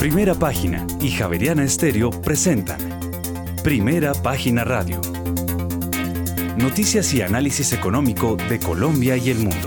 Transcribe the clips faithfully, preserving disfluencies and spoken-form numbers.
Primera Página y Javeriana Estéreo presentan Primera Página Radio. Noticias y análisis económico de Colombia y el mundo.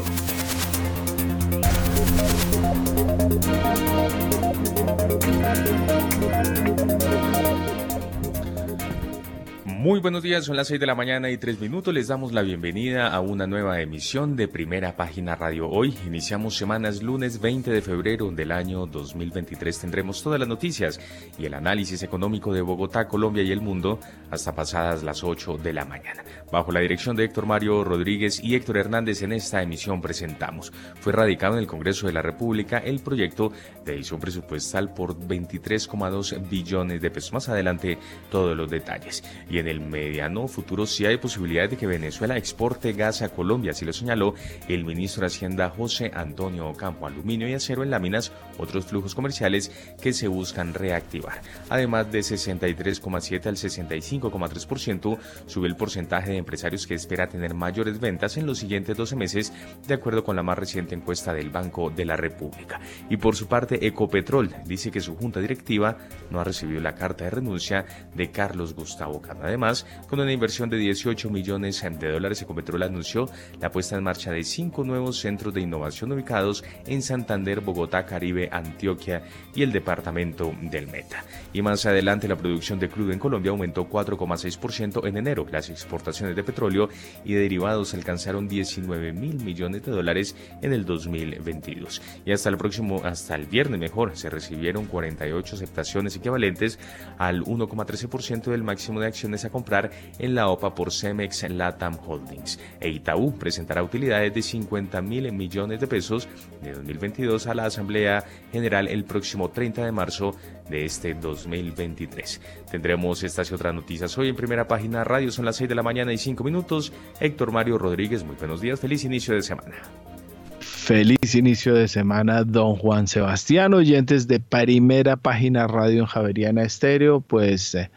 Muy buenos días, son las seis de la mañana y tres minutos. Les damos la bienvenida a una nueva emisión de Primera Página Radio. Hoy iniciamos semanas lunes veinte de febrero del año dos mil veintitrés. Tendremos todas las noticias y el análisis económico de Bogotá, Colombia y el mundo hasta pasadas las ocho de la mañana. Bajo la dirección de Héctor Mario Rodríguez y Héctor Hernández, en esta emisión presentamos. Fue radicado en el Congreso de la República el proyecto de edición presupuestal por veintitrés coma dos billones de pesos. Más adelante todos los detalles. Y en el mediano futuro sí hay posibilidad de que Venezuela exporte gas a Colombia, así lo señaló el ministro de Hacienda José Antonio Ocampo. Aluminio y acero en láminas, otros flujos comerciales que se buscan reactivar. Además, de sesenta y tres coma siete al sesenta y cinco coma tres por ciento sube el porcentaje de empresarios que espera tener mayores ventas en los siguientes doce meses, de acuerdo con la más reciente encuesta del Banco de la República. Y por su parte, Ecopetrol dice que su junta directiva no ha recibido la carta de renuncia de Carlos Gustavo Cano. Además, con una inversión de dieciocho millones de dólares, Ecopetrol anunció la puesta en marcha de cinco nuevos centros de innovación ubicados en Santander, Bogotá, Caribe, Antioquia y el departamento del Meta. Y más adelante, la producción de crudo en Colombia aumentó cuatro coma seis por ciento en enero. Las exportaciones de petróleo y de derivados alcanzaron diecinueve mil millones de dólares en el dos mil veintidós. Y hasta el próximo, hasta el viernes mejor, se recibieron cuarenta y ocho aceptaciones equivalentes al uno coma trece por ciento del máximo de acciones a comprar en la O P A por Cemex Latam Holdings. E Itaú presentará utilidades de cincuenta mil millones de pesos de dos mil veintidós a la Asamblea General el próximo treinta de marzo de este dos mil veintitrés. Tendremos estas y otras noticias hoy en Primera Página Radio. Son las seis de la mañana y cinco minutos. Héctor Mario Rodríguez, muy buenos días. Feliz inicio de semana. Feliz inicio de semana, don Juan Sebastián. Oyentes de Primera Página Radio en Javeriana Estéreo, pues eh,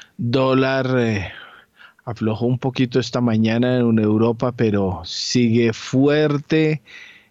dólar eh, aflojó un poquito esta mañana en Europa, pero sigue fuerte.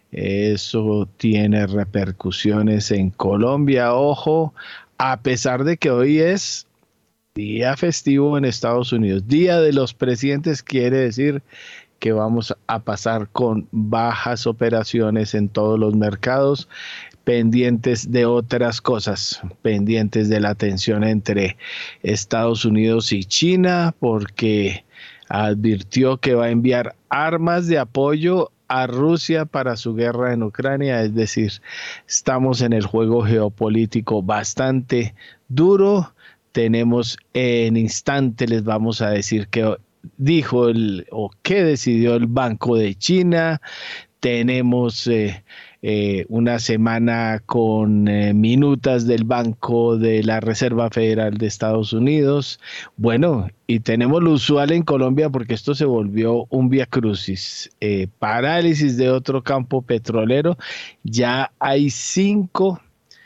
Eso tiene repercusiones en Colombia. Ojo, a pesar de que hoy es día festivo en Estados Unidos, Día de los Presidentes, quiere decir que vamos a pasar con bajas operaciones en todos los mercados, pendientes de otras cosas, pendientes de la tensión entre Estados Unidos y China, porque advirtió que va a enviar armas de apoyo a Rusia para su guerra en Ucrania. Es decir, estamos en el juego geopolítico bastante duro. Tenemos en instante, les vamos a decir que dijo el, o qué decidió el Banco de China. Tenemos eh, eh, una semana con eh, minutas del Banco de la Reserva Federal de Estados Unidos. Bueno, y tenemos lo usual en Colombia, porque esto se volvió un viacrucis. Eh, parálisis de otro campo petrolero. Ya hay cinco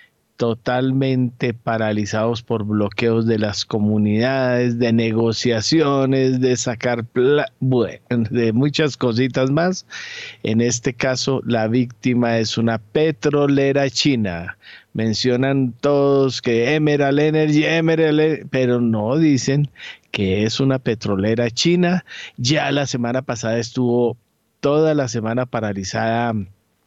totalmente paralizados por bloqueos de las comunidades, de negociaciones, de sacar pla- bueno, de muchas cositas más. En este caso, la víctima es una petrolera china. Mencionan todos que Emerald Energy, Emerald, pero no dicen que es una petrolera china. Ya la semana pasada estuvo toda la semana paralizada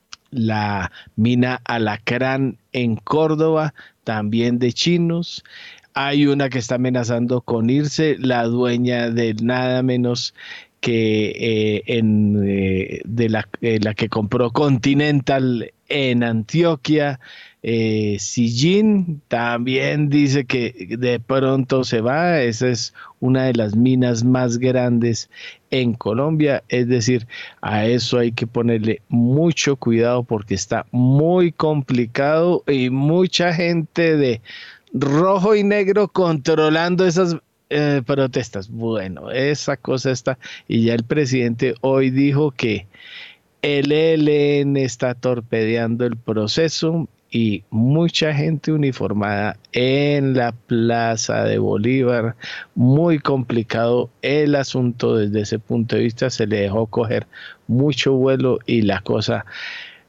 la mina Alacrán en Córdoba, también de chinos. Hay una que está amenazando con irse, la dueña de nada menos que eh, en, eh, de la, eh, la que compró Continental en Antioquia. Eh, Sijin también dice que de pronto se va. Esa es una de las minas más grandes en Colombia. Es decir, a eso hay que ponerle mucho cuidado, porque está muy complicado y mucha gente de rojo y negro controlando esas eh, protestas. Bueno, esa cosa está. Y ya el presidente hoy dijo que el E L N está torpedeando el proceso, y mucha gente uniformada en la Plaza de Bolívar. Muy complicado el asunto desde ese punto de vista. Se le dejó coger mucho vuelo y la cosa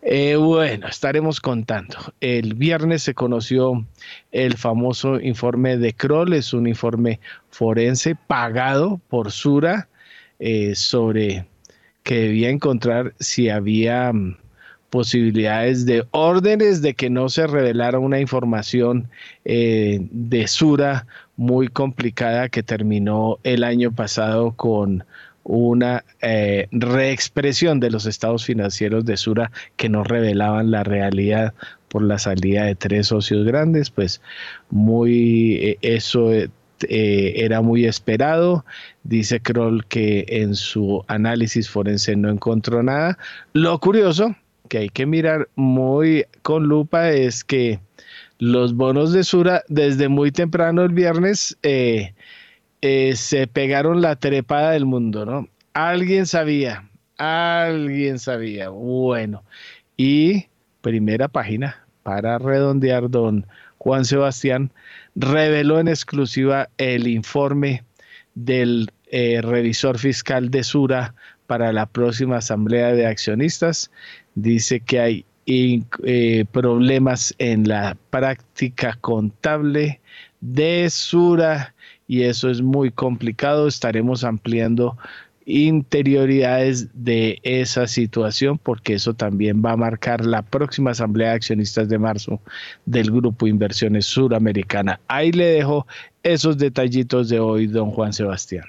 Eh, bueno, estaremos contando. El viernes se conoció el famoso informe de Kroll, es un informe forense pagado por Sura eh, sobre que debía encontrar si había mm, posibilidades de órdenes de que no se revelara una información eh, de Sura muy complicada que terminó el año pasado con una eh, reexpresión de los estados financieros de Sura que no revelaban la realidad por la salida de tres socios grandes, pues muy eh, eso eh, eh, era muy esperado. Dice Kroll que en su análisis forense no encontró nada. Lo curioso que hay que mirar muy con lupa es que los bonos de Sura desde muy temprano el viernes eh, eh, se pegaron la trepada del mundo, ¿no? Alguien sabía, alguien sabía. Bueno, y primera página para redondear, don Juan Sebastián reveló en exclusiva el informe del eh, revisor fiscal de Sura para la próxima asamblea de accionistas. Dice que hay eh, problemas en la práctica contable de Sura y eso es muy complicado. Estaremos ampliando interioridades de esa situación porque eso también va a marcar la próxima asamblea de accionistas de marzo del Grupo Inversiones Suramericana. Ahí le dejo esos detallitos de hoy, don Juan Sebastián.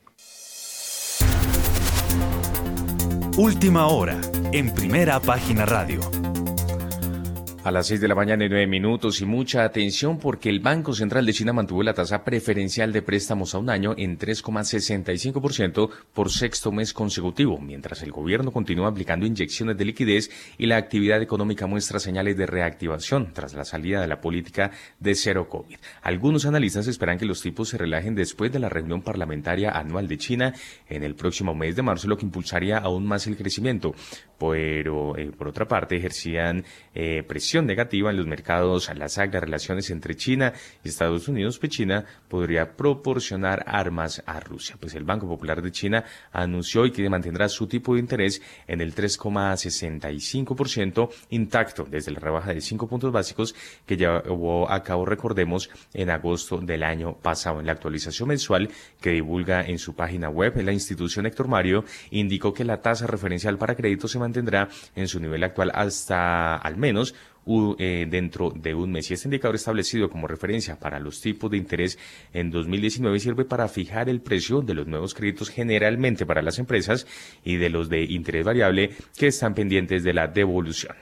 Última hora en Primera Página Radio. A las seis de la mañana y nueve minutos y mucha atención porque el Banco Central de China mantuvo la tasa preferencial de préstamos a un año en tres coma sesenta y cinco por ciento por sexto mes consecutivo, mientras el gobierno continúa aplicando inyecciones de liquidez y la actividad económica muestra señales de reactivación tras la salida de la política de cero COVID. Algunos analistas esperan que los tipos se relajen después de la reunión parlamentaria anual de China en el próximo mes de marzo, lo que impulsaría aún más el crecimiento. Pero, eh, por otra parte, ejercían eh, presión negativa en los mercados a la S A C, las relaciones entre China y Estados Unidos, pues China podría proporcionar armas a Rusia. Pues el Banco Popular de China anunció hoy que mantendrá su tipo de interés en el tres coma sesenta y cinco por ciento intacto desde la rebaja de cinco puntos básicos que llevó a cabo, recordemos, en agosto del año pasado. En la actualización mensual que divulga en su página web, la institución Héctor Mario indicó que la tasa referencial para crédito se mantendrá en su nivel actual hasta al menos Uh, eh, dentro de un mes. Y este indicador establecido como referencia para los tipos de interés en dos mil diecinueve sirve para fijar el precio de los nuevos créditos generalmente para las empresas y de los de interés variable que están pendientes de la devolución.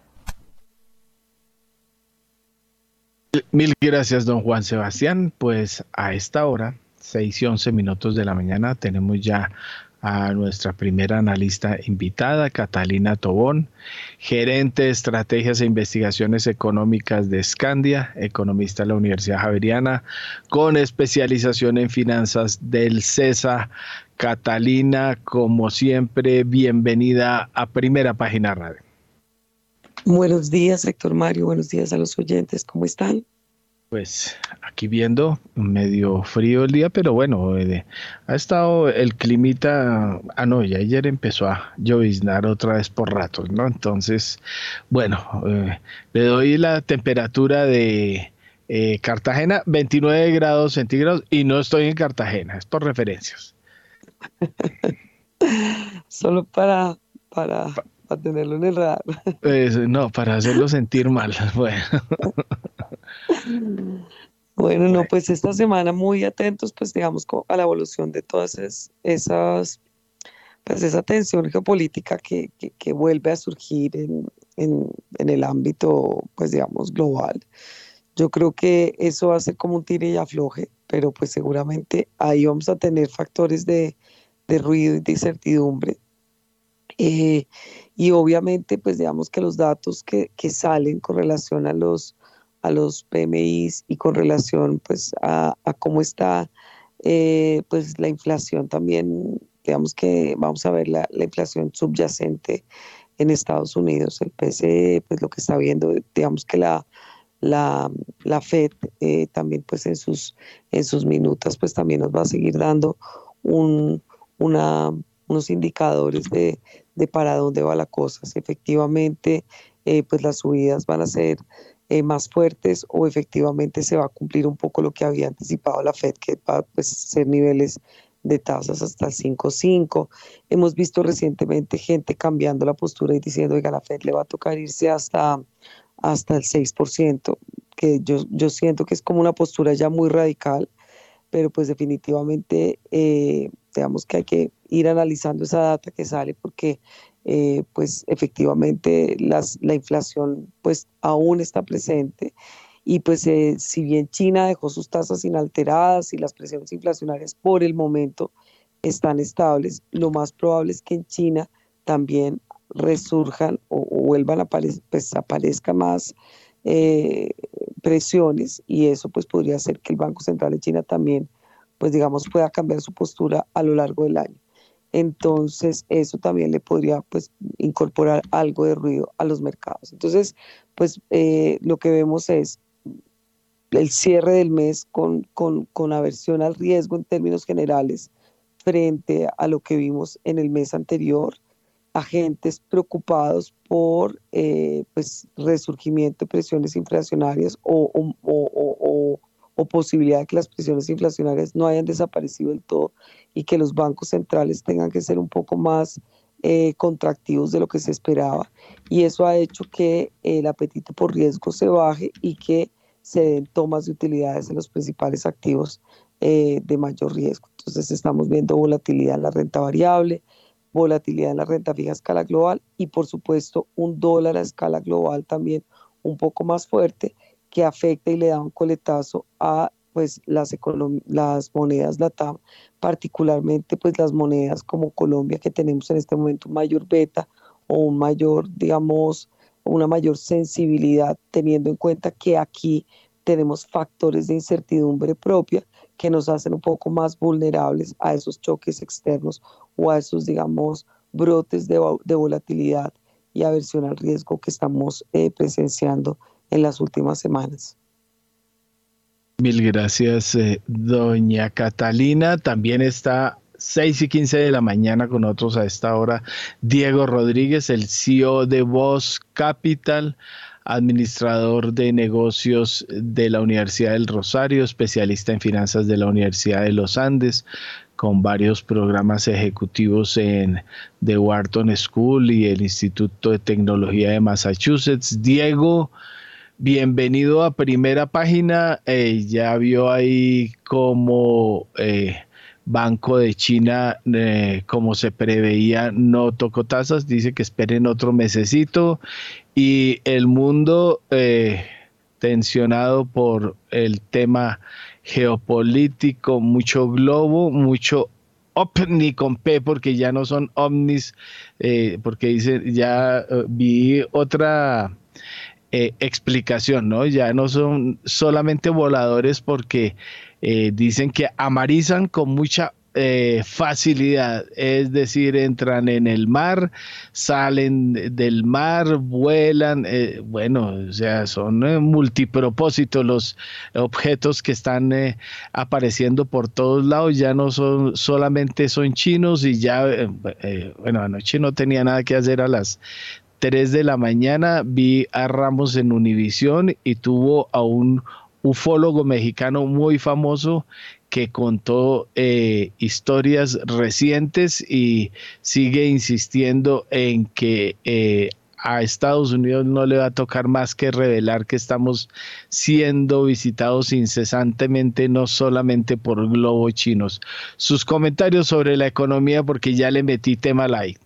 Mil gracias, don Juan Sebastián. Pues a esta hora, seis y once minutos de la mañana, tenemos ya a nuestra primera analista invitada, Catalina Tobón, gerente de Estrategias e Investigaciones Económicas de Scandia, economista de la Universidad Javeriana, con especialización en finanzas del CESA. Catalina, como siempre, bienvenida a Primera Página Radio. Buenos días, Héctor Mario, buenos días a los oyentes, ¿cómo están? Pues aquí viendo medio frío el día, pero bueno, eh, ha estado el climita, ah no, ya ayer empezó a lloviznar otra vez por ratos, ¿no? Entonces, bueno, eh, le doy la temperatura de eh, Cartagena, veintinueve grados centígrados, y no estoy en Cartagena, es por referencias. Solo para, para, pa- para tenerlo en el radar. Pues, no, para hacerlo sentir mal, bueno. Bueno, no, pues esta semana muy atentos, pues digamos, co- a la evolución de todas es- esas, pues esa tensión geopolítica que, que, que vuelve a surgir en, en, en el ámbito, pues digamos, global. Yo creo que eso va a ser como un tire y afloje, pero pues seguramente ahí vamos a tener factores de, de ruido y de incertidumbre. Eh, y obviamente, pues digamos que los datos que, que salen con relación a los, a los P M Is y con relación pues a, a cómo está eh, pues la inflación también, digamos que vamos a ver la, la inflación subyacente en Estados Unidos, el P C E, pues lo que está viendo, digamos que la, la, la Fed eh, también pues en sus, en sus minutas pues también nos va a seguir dando un, una unos indicadores de, de para dónde va la cosa. Si efectivamente eh, pues las subidas van a ser eh, más fuertes o efectivamente se va a cumplir un poco lo que había anticipado la Fed, que va a pues, ser niveles de tasas hasta el cinco punto cinco. Hemos visto recientemente gente cambiando la postura y diciendo, oiga, la Fed le va a tocar irse hasta, hasta el seis por ciento, que yo, yo siento que es como una postura ya muy radical, pero pues definitivamente eh, digamos que hay que ir analizando esa data que sale porque eh, pues efectivamente las, la inflación pues aún está presente. Y pues eh, si bien China dejó sus tasas inalteradas y las presiones inflacionarias por el momento están estables, lo más probable es que en China también resurjan o, o vuelvan a aparecer, pues aparezcan más eh, presiones, y eso pues podría hacer que el Banco Central de China también pues digamos pueda cambiar su postura a lo largo del año. Entonces eso también le podría pues incorporar algo de ruido a los mercados. Entonces pues eh, lo que vemos es el cierre del mes con, con, con aversión al riesgo en términos generales frente a lo que vimos en el mes anterior, agentes preocupados por eh, pues, resurgimiento de presiones inflacionarias o, o, o, o, o posibilidad de que las presiones inflacionarias no hayan desaparecido del todo y que los bancos centrales tengan que ser un poco más eh, contractivos de lo que se esperaba, y eso ha hecho que el apetito por riesgo se baje y que se den tomas de utilidades en los principales activos eh, de mayor riesgo. Entonces estamos viendo volatilidad en la renta variable, volatilidad en la renta fija a escala global y por supuesto un dólar a escala global también un poco más fuerte que afecta y le da un coletazo a pues, las, econom- las monedas LATAM, particularmente pues, las monedas como Colombia, que tenemos en este momento un mayor beta o un mayor, digamos, una mayor sensibilidad, teniendo en cuenta que aquí tenemos factores de incertidumbre propia que nos hacen un poco más vulnerables a esos choques externos o a esos, digamos, brotes de, de volatilidad y aversión al riesgo que estamos eh, presenciando en las últimas semanas. Mil gracias, eh, doña Catalina. También está seis y quince de la mañana con nosotros a esta hora Diego Rodríguez, el C E O de Voz Capital, administrador de negocios de la Universidad del Rosario, especialista en finanzas de la Universidad de los Andes, con varios programas ejecutivos en The Wharton School y el Instituto de Tecnología de Massachusetts. Diego, bienvenido a Primera Página. Eh, ya vio ahí cómo eh, Banco de China, eh, como se preveía, no tocó tasas, dice que esperen otro mesecito, y el mundo eh, tensionado por el tema geopolítico, mucho globo, mucho ovni con P, porque ya no son ovnis, eh, porque dice, ya eh, vi otra eh, explicación, ¿no? Ya no son solamente voladores porque eh, dicen que amarizan con mucha eh, facilidad, es decir, entran en el mar, salen del mar, vuelan, eh, bueno, o sea, son eh, multipropósitos los objetos que están eh, apareciendo por todos lados, ya no son solamente son chinos y ya, eh, eh, bueno, anoche no tenía nada que hacer a las tres de la mañana, vi a Ramos en Univisión y tuvo a un ufólogo mexicano muy famoso que contó eh, historias recientes y sigue insistiendo en que eh, a Estados Unidos no le va a tocar más que revelar que estamos siendo visitados incesantemente, no solamente por globos chinos. Sus comentarios sobre la economía, porque ya le metí tema light.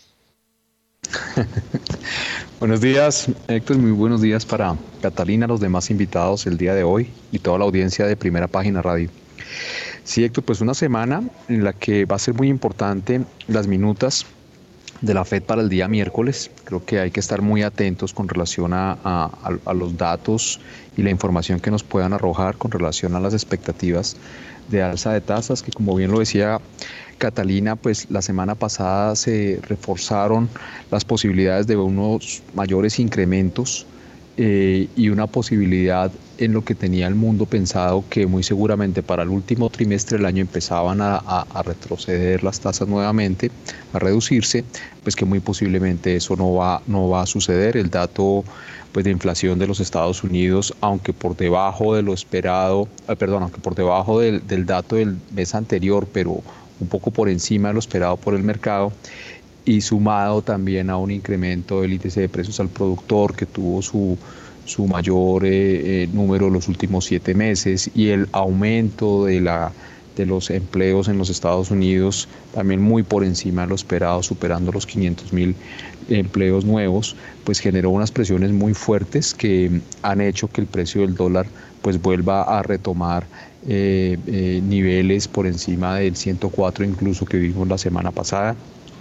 Buenos días, Héctor, muy buenos días para Catalina, los demás invitados el día de hoy y toda la audiencia de Primera Página Radio. Sí, Héctor, pues una semana en la que va a ser muy importante las minutas de la Fed para el día miércoles. Creo que hay que estar muy atentos con relación a, a, a los datos y la información que nos puedan arrojar con relación a las expectativas de alza de tasas, que como bien lo decía Catalina, pues la semana pasada se reforzaron las posibilidades de unos mayores incrementos eh, y una posibilidad en lo que tenía el mundo pensado, que muy seguramente para el último trimestre del año empezaban a, a, a retroceder las tasas nuevamente, a reducirse, pues que muy posiblemente eso no va, no va a suceder. El dato pues, de inflación de los Estados Unidos, aunque por debajo de lo esperado, eh, perdón, aunque por debajo del, del dato del mes anterior, pero un poco por encima de lo esperado por el mercado, y sumado también a un incremento del índice de precios al productor que tuvo su, su mayor eh, eh, número en los últimos siete meses, y el aumento de, la, de los empleos en los Estados Unidos también muy por encima de lo esperado, superando los quinientos mil empleos nuevos, pues generó unas presiones muy fuertes que han hecho que el precio del dólar pues vuelva a retomar eh, eh, niveles por encima del ciento cuatro incluso que vimos la semana pasada,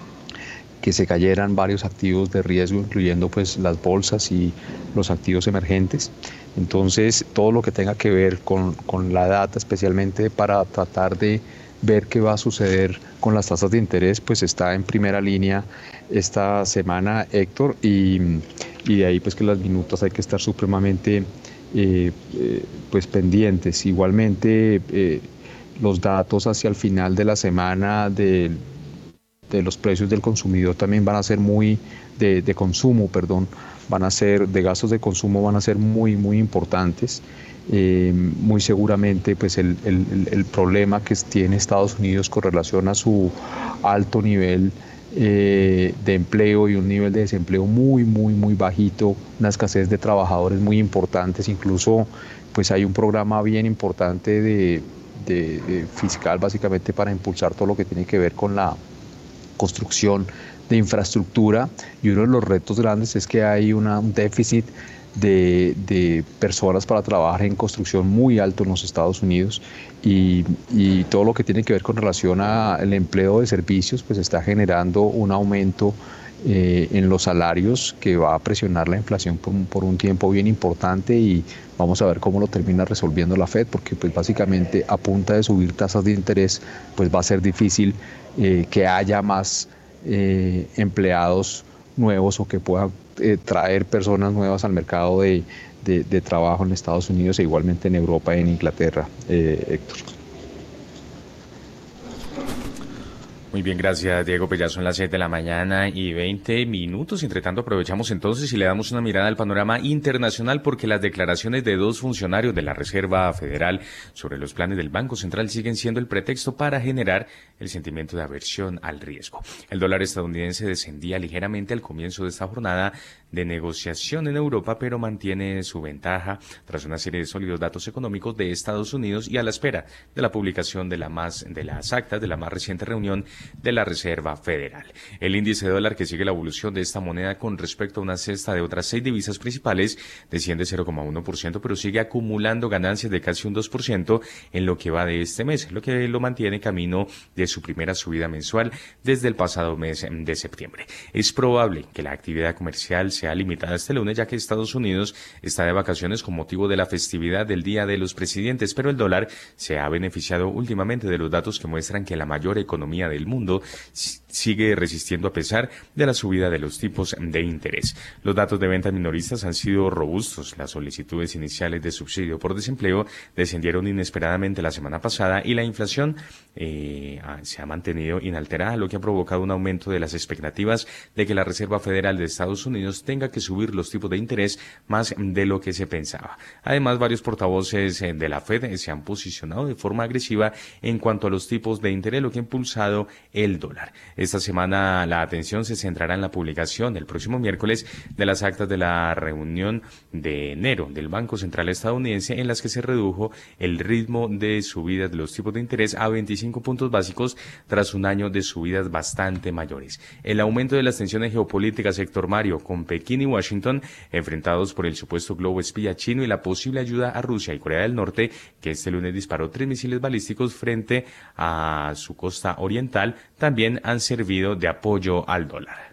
que se cayeran varios activos de riesgo, incluyendo pues las bolsas y los activos emergentes. Entonces, todo lo que tenga que ver con, con la data, especialmente para tratar de ver qué va a suceder con las tasas de interés, pues está en primera línea esta semana, Héctor, y, y de ahí pues que las minutas hay que estar supremamente eh, eh, pues pendientes. Igualmente, eh, los datos hacia el final de la semana del de los precios del consumidor también van a ser muy, de, de consumo, perdón, van a ser, de gastos de consumo van a ser muy, muy importantes. Eh, muy seguramente pues el, el, el problema que tiene Estados Unidos con relación a su alto nivel eh, de empleo y un nivel de desempleo muy, muy, muy bajito, una escasez de trabajadores muy importantes, incluso pues hay un programa bien importante de, de, de fiscal básicamente para impulsar todo lo que tiene que ver con la construcción de infraestructura, y uno de los retos grandes es que hay una, un déficit de, de personas para trabajar en construcción muy alto en los Estados Unidos, y, y todo lo que tiene que ver con relación al empleo de servicios pues está generando un aumento eh, en los salarios que va a presionar la inflación por, por un tiempo bien importante, y vamos a ver cómo lo termina resolviendo la Fed, porque pues básicamente a punta de subir tasas de interés pues va a ser difícil eh, que haya más eh, empleados nuevos o que puedan eh, traer personas nuevas al mercado de, de, de trabajo en Estados Unidos e igualmente en Europa y en Inglaterra, eh, Héctor. Muy bien, gracias Diego. Pues ya son las siete de la mañana y veinte minutos. Entre tanto, aprovechamos entonces y le damos una mirada al panorama internacional, porque las declaraciones de dos funcionarios de la Reserva Federal sobre los planes del Banco Central siguen siendo el pretexto para generar el sentimiento de aversión al riesgo. El dólar estadounidense descendía ligeramente al comienzo de esta jornada de negociación en Europa, pero mantiene su ventaja tras una serie de sólidos datos económicos de Estados Unidos y a la espera de la publicación de la más de las actas de la más reciente reunión de la Reserva Federal. El índice de dólar, que sigue la evolución de esta moneda con respecto a una cesta de otras seis divisas principales, desciende cero coma uno por ciento, pero sigue acumulando ganancias de casi un dos por ciento en lo que va de este mes, lo que lo mantiene camino de su primera subida mensual desde el pasado mes de septiembre. Es probable que la actividad comercial sea limitada este lunes, ya que Estados Unidos está de vacaciones con motivo de la festividad del Día de los Presidentes, pero el dólar se ha beneficiado últimamente de los datos que muestran que la mayor economía del mundo sigue resistiendo a pesar de la subida de los tipos de interés. Los datos de ventas minoristas han sido robustos. Las solicitudes iniciales de subsidio por desempleo descendieron inesperadamente la semana pasada y la inflación eh, se ha mantenido inalterada, lo que ha provocado un aumento de las expectativas de que la Reserva Federal de Estados Unidos tenga que subir los tipos de interés más de lo que se pensaba. Además, varios portavoces de la Fed se han posicionado de forma agresiva en cuanto a los tipos de interés, lo que ha impulsado el dólar. Esta semana la atención se centrará en la publicación el próximo miércoles de las actas de la reunión de enero del Banco Central estadounidense, en las que se redujo el ritmo de subidas de los tipos de interés a veinticinco puntos básicos tras un año de subidas bastante mayores. El aumento de las tensiones geopolíticas, Héctor Mario, con Pekín y Washington enfrentados por el supuesto globo espía chino y la posible ayuda a Rusia y Corea del Norte, que este lunes disparó tres misiles balísticos frente a su costa oriental, también han servido de apoyo al dólar.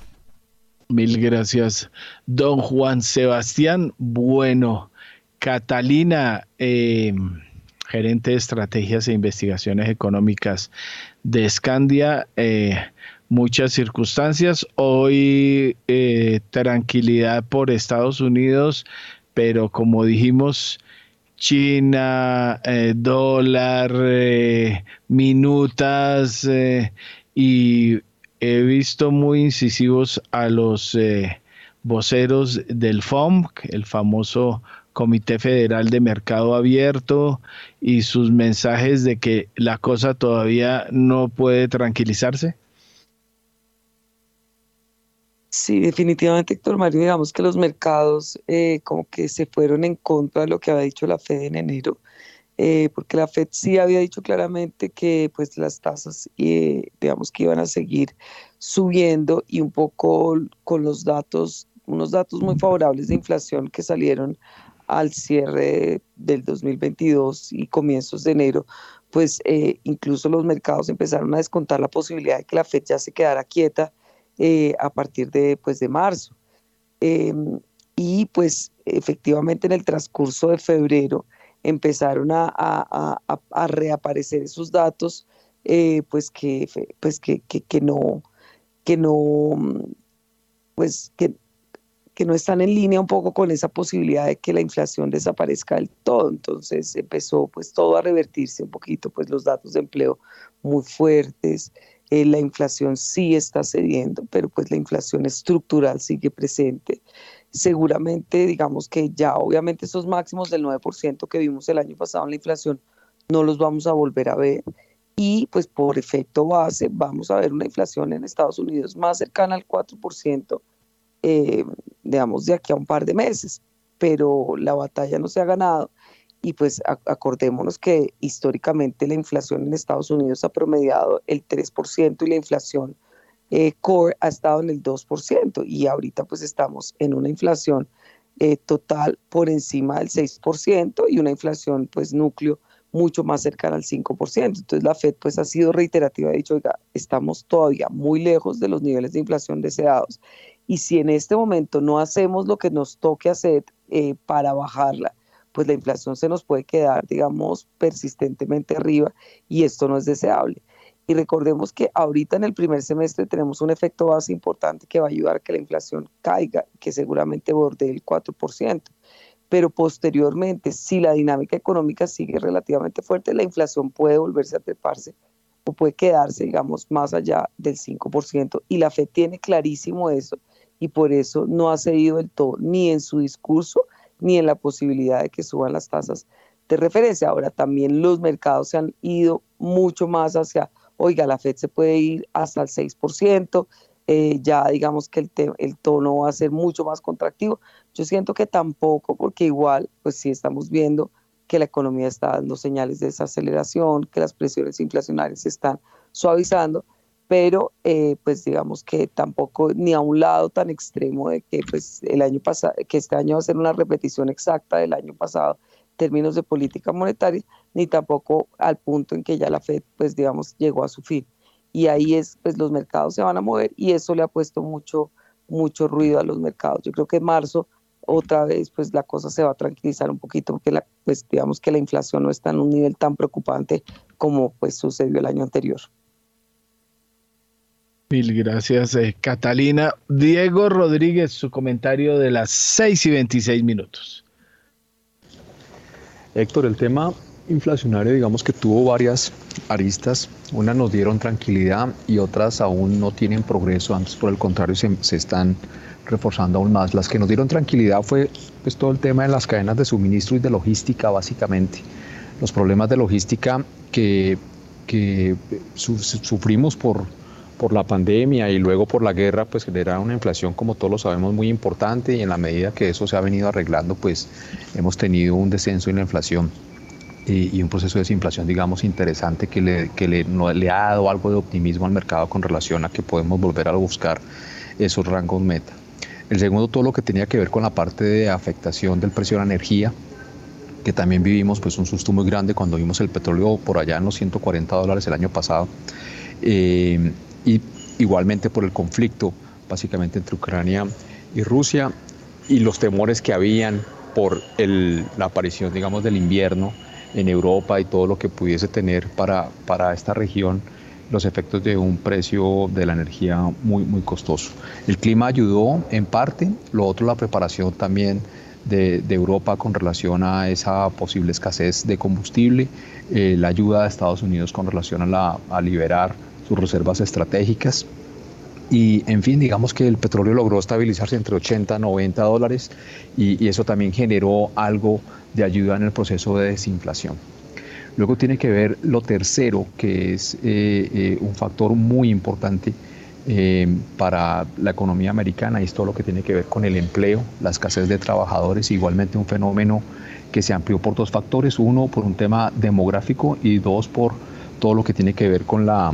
Mil gracias, don Juan Sebastián. Bueno, Catalina, eh, gerente de estrategias e investigaciones económicas de Scandia, eh, muchas circunstancias. Hoy eh, tranquilidad por Estados Unidos, pero como dijimos, China, eh, dólar, eh, minutas, eh, y he visto muy incisivos a los eh, voceros del F O M C, el famoso Comité Federal de Mercado Abierto, y sus mensajes de que la cosa todavía no puede tranquilizarse. Sí, definitivamente, Héctor Mario, digamos que los mercados eh, como que se fueron en contra de lo que había dicho la Fed en enero, eh, porque la Fed sí había dicho claramente que pues las tasas, eh, digamos que iban a seguir subiendo, y un poco con los datos, unos datos muy favorables de inflación que salieron al cierre del dos mil veintidós y comienzos de enero, pues eh, incluso los mercados empezaron a descontar la posibilidad de que la Fed ya se quedara quieta eh, a partir de, pues, de marzo. Eh, y pues efectivamente en el transcurso de febrero empezaron a, a, a, a reaparecer esos datos, eh, pues, que, pues que, que, que no, que no, pues que que no están en línea un poco con esa posibilidad de que la inflación desaparezca del todo. Entonces empezó pues todo a revertirse un poquito, pues los datos de empleo muy fuertes, eh, la inflación sí está cediendo, pero pues la inflación estructural sigue presente. Seguramente, digamos que ya obviamente esos máximos del nueve por ciento que vimos el año pasado en la inflación no los vamos a volver a ver, y pues por efecto base vamos a ver una inflación en Estados Unidos más cercana al cuatro por ciento, Eh, digamos de aquí a un par de meses, pero la batalla no se ha ganado, y pues a, acordémonos que históricamente la inflación en Estados Unidos ha promediado el tres por ciento y la inflación eh, core ha estado en el dos por ciento, y ahorita pues estamos en una inflación eh, total por encima del seis por ciento y una inflación pues núcleo mucho más cercana al cinco por ciento. Entonces la Fed pues ha sido reiterativa, ha dicho, oiga, estamos todavía muy lejos de los niveles de inflación deseados, y si en este momento no hacemos lo que nos toque hacer eh, para bajarla, pues la inflación se nos puede quedar, digamos, persistentemente arriba, y esto no es deseable. Y recordemos que ahorita en el primer semestre tenemos un efecto base importante que va a ayudar a que la inflación caiga, que seguramente bordee el cuatro por ciento. Pero posteriormente, si la dinámica económica sigue relativamente fuerte, la inflación puede volverse a treparse o puede quedarse, digamos, más allá del cinco por ciento. Y la Fed tiene clarísimo eso, y por eso no ha cedido del todo, ni en su discurso, ni en la posibilidad de que suban las tasas de referencia. Ahora también los mercados se han ido mucho más hacia, oiga, la Fed se puede ir hasta el seis por ciento, eh, ya digamos que el, te- el tono va a ser mucho más contractivo. Yo siento que tampoco, porque igual, pues sí estamos viendo que la economía está dando señales de desaceleración, que las presiones inflacionarias se están suavizando, pero eh, pues digamos que tampoco ni a un lado tan extremo de que pues el año pasado, que este año va a ser una repetición exacta del año pasado en términos de política monetaria, ni tampoco al punto en que ya la Fed pues digamos llegó a su fin. Y ahí es, pues los mercados se van a mover, y eso le ha puesto mucho, mucho ruido a los mercados. Yo creo que en marzo otra vez pues la cosa se va a tranquilizar un poquito, porque la, pues digamos que la inflación no está en un nivel tan preocupante como pues sucedió el año anterior. Mil gracias, eh, Catalina. Diego Rodríguez, su comentario de las seis y veintiséis minutos. Héctor, el tema inflacionario, digamos que tuvo varias aristas. Unas nos dieron tranquilidad y otras aún no tienen progreso, antes por el contrario se, se están reforzando aún más. Las que nos dieron tranquilidad fue pues, todo el tema de las cadenas de suministro y de logística, básicamente. Los problemas de logística que, que su, sufrimos por, por la pandemia y luego por la guerra, pues generaron una inflación, como todos lo sabemos, muy importante, y en la medida que eso se ha venido arreglando, pues hemos tenido un descenso en la inflación y, y un proceso de desinflación, digamos, interesante, que, le, que le, no, le ha dado algo de optimismo al mercado con relación a que podemos volver a buscar esos rangos meta. El segundo, todo lo que tenía que ver con la parte de afectación del precio de la energía, que también vivimos pues un susto muy grande cuando vimos el petróleo por allá en los ciento cuarenta dólares el año pasado, eh, y igualmente por el conflicto básicamente entre Ucrania y Rusia, y los temores que habían por el, la aparición, digamos, del invierno en Europa y todo lo que pudiese tener para, para esta región los efectos de un precio de la energía muy, muy costoso. El clima ayudó en parte, lo otro la preparación también de, de Europa con relación a esa posible escasez de combustible, eh, la ayuda de Estados Unidos con relación a, la, a liberar sus reservas estratégicas. Y en fin, digamos que el petróleo logró estabilizarse entre ochenta y noventa dólares y, y eso también generó algo de ayuda en el proceso de desinflación. Luego tiene que ver lo tercero, que es eh, eh, un factor muy importante eh, para la economía americana, y es todo lo que tiene que ver con el empleo, la escasez de trabajadores, igualmente un fenómeno que se amplió por dos factores, uno por un tema demográfico y dos por todo lo que tiene que ver con la,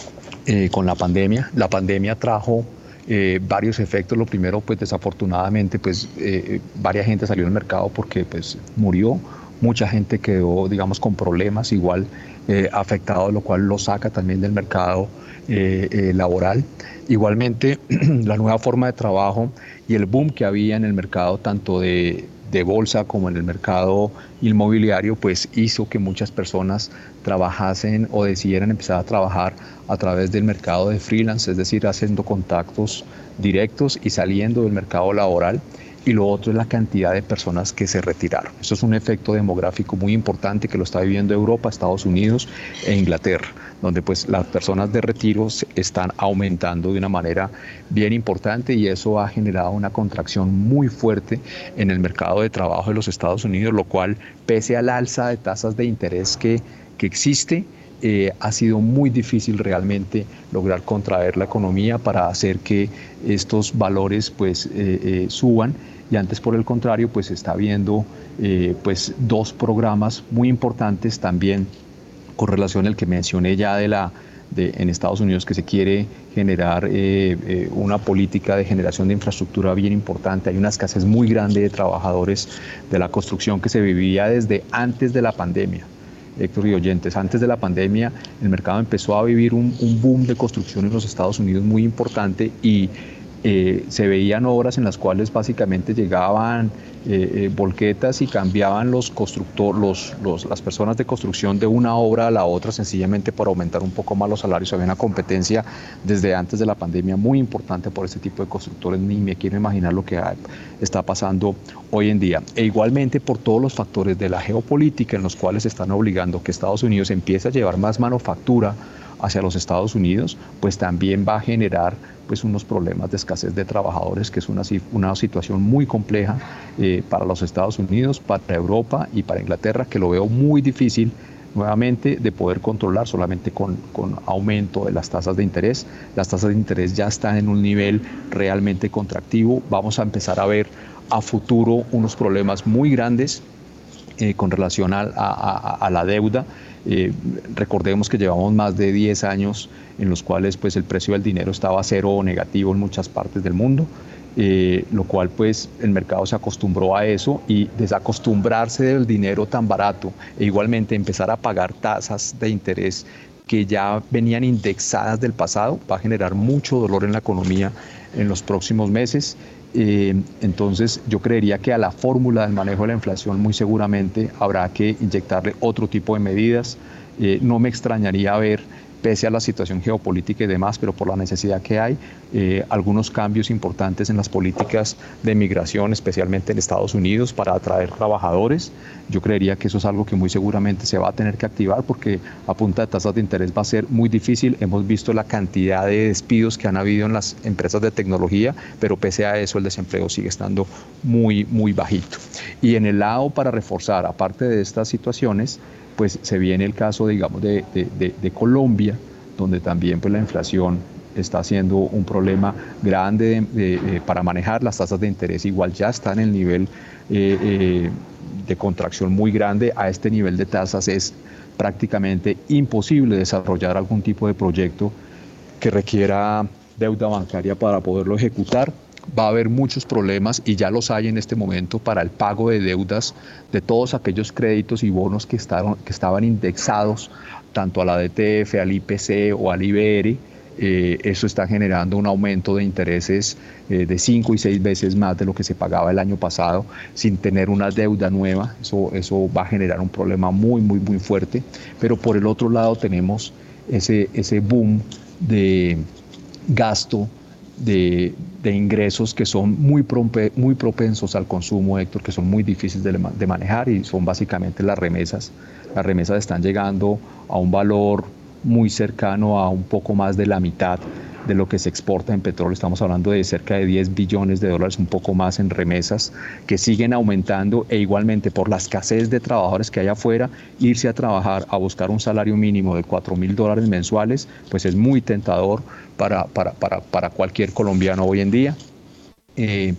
eh, con la pandemia. La pandemia trajo eh, varios efectos. Lo primero, pues desafortunadamente, pues eh, varias gente salió del mercado porque pues murió. Mucha gente quedó, digamos, con problemas, igual eh, afectado, lo cual lo saca también del mercado eh, eh, laboral. Igualmente, la nueva forma de trabajo y el boom que había en el mercado, tanto de, de bolsa como en el mercado inmobiliario, pues hizo que muchas personas trabajasen o decidieran empezar a trabajar a través del mercado de freelance, es decir, haciendo contactos directos y saliendo del mercado laboral. Y lo otro es la cantidad de personas que se retiraron. Eso es un efecto demográfico muy importante que lo está viviendo Europa, Estados Unidos e Inglaterra, donde pues las personas de retiro están aumentando de una manera bien importante y eso ha generado una contracción muy fuerte en el mercado de trabajo de los Estados Unidos, lo cual, pese al alza de tasas de interés que, que existe, Eh, ha sido muy difícil realmente lograr contraer la economía para hacer que estos valores pues eh, eh, suban, y antes por el contrario pues se está viendo eh, pues dos programas muy importantes también con relación al que mencioné ya de la de, en Estados Unidos, que se quiere generar eh, eh, una política de generación de infraestructura bien importante. Hay una escasez muy grande de trabajadores de la construcción que se vivía desde antes de la pandemia. Héctor y oyentes, antes de la pandemia el mercado empezó a vivir un, un boom de construcción en los Estados Unidos muy importante y eh, se veían obras en las cuales básicamente llegaban eh, eh, volquetas y cambiaban los constructores, los, los, las personas de construcción de una obra a la otra sencillamente por aumentar un poco más los salarios. Había una competencia desde antes de la pandemia muy importante por este tipo de constructores, ni me quiero imaginar lo que hay, está pasando hoy en día. E igualmente por todos los factores de la geopolítica en los cuales están obligando que Estados Unidos empiece a llevar más manufactura hacia los Estados Unidos, pues también va a generar pues unos problemas de escasez de trabajadores, que es una, una situación muy compleja eh, para los Estados Unidos, para Europa y para Inglaterra, que lo veo muy difícil nuevamente de poder controlar solamente con, con aumento de las tasas de interés. Las tasas de interés ya están en un nivel realmente contractivo. Vamos a empezar a ver a futuro unos problemas muy grandes eh, con relación a, a, a la deuda. Eh, recordemos que llevamos más de diez años en los cuales pues, el precio del dinero estaba cero o negativo en muchas partes del mundo, eh, lo cual pues, el mercado se acostumbró a eso, y desacostumbrarse del dinero tan barato e igualmente empezar a pagar tasas de interés que ya venían indexadas del pasado va a generar mucho dolor en la economía en los próximos meses. Eh, entonces yo creería que a la fórmula del manejo de la inflación muy seguramente habrá que inyectarle otro tipo de medidas. Eh, no me extrañaría ver, pese a la situación geopolítica y demás, pero por la necesidad que hay, eh, algunos cambios importantes en las políticas de migración, especialmente en Estados Unidos, para atraer trabajadores. Yo creería que eso es algo que muy seguramente se va a tener que activar, porque a punta de tasas de interés va a ser muy difícil. Hemos visto la cantidad de despidos que han habido en las empresas de tecnología, pero pese a eso el desempleo sigue estando muy, muy bajito. Y en el lado para reforzar, aparte de estas situaciones, pues se viene el caso, digamos, de, de, de, de Colombia, donde también pues, la inflación está siendo un problema grande de, de, de, para manejar. Las tasas de interés igual ya están en el nivel eh, eh, de contracción muy grande. A este nivel de tasas es prácticamente imposible desarrollar algún tipo de proyecto que requiera deuda bancaria para poderlo ejecutar. Va a haber muchos problemas, y ya los hay en este momento, para el pago de deudas de todos aquellos créditos y bonos que, estaban, que estaban indexados tanto a la D T F, al I P C o al I B R. Eh, eso está generando un aumento de intereses eh, de cinco y seis veces más de lo que se pagaba el año pasado, sin tener una deuda nueva. Eso, eso va a generar un problema muy, muy, muy fuerte. Pero por el otro lado tenemos ese, ese boom de gasto, de, de ingresos que son muy, prope, muy propensos al consumo, Héctor, que son muy difíciles de, de manejar, y son básicamente las remesas. Las remesas están llegando a un valor muy cercano a un poco más de la mitad de lo que se exporta en petróleo. Estamos hablando de cerca de diez billones de dólares, un poco más en remesas, que siguen aumentando, e igualmente por la escasez de trabajadores que hay afuera, irse a trabajar, a buscar un salario mínimo de cuatro mil dólares mensuales, pues es muy tentador para, para, para, para cualquier colombiano hoy en día. Eh,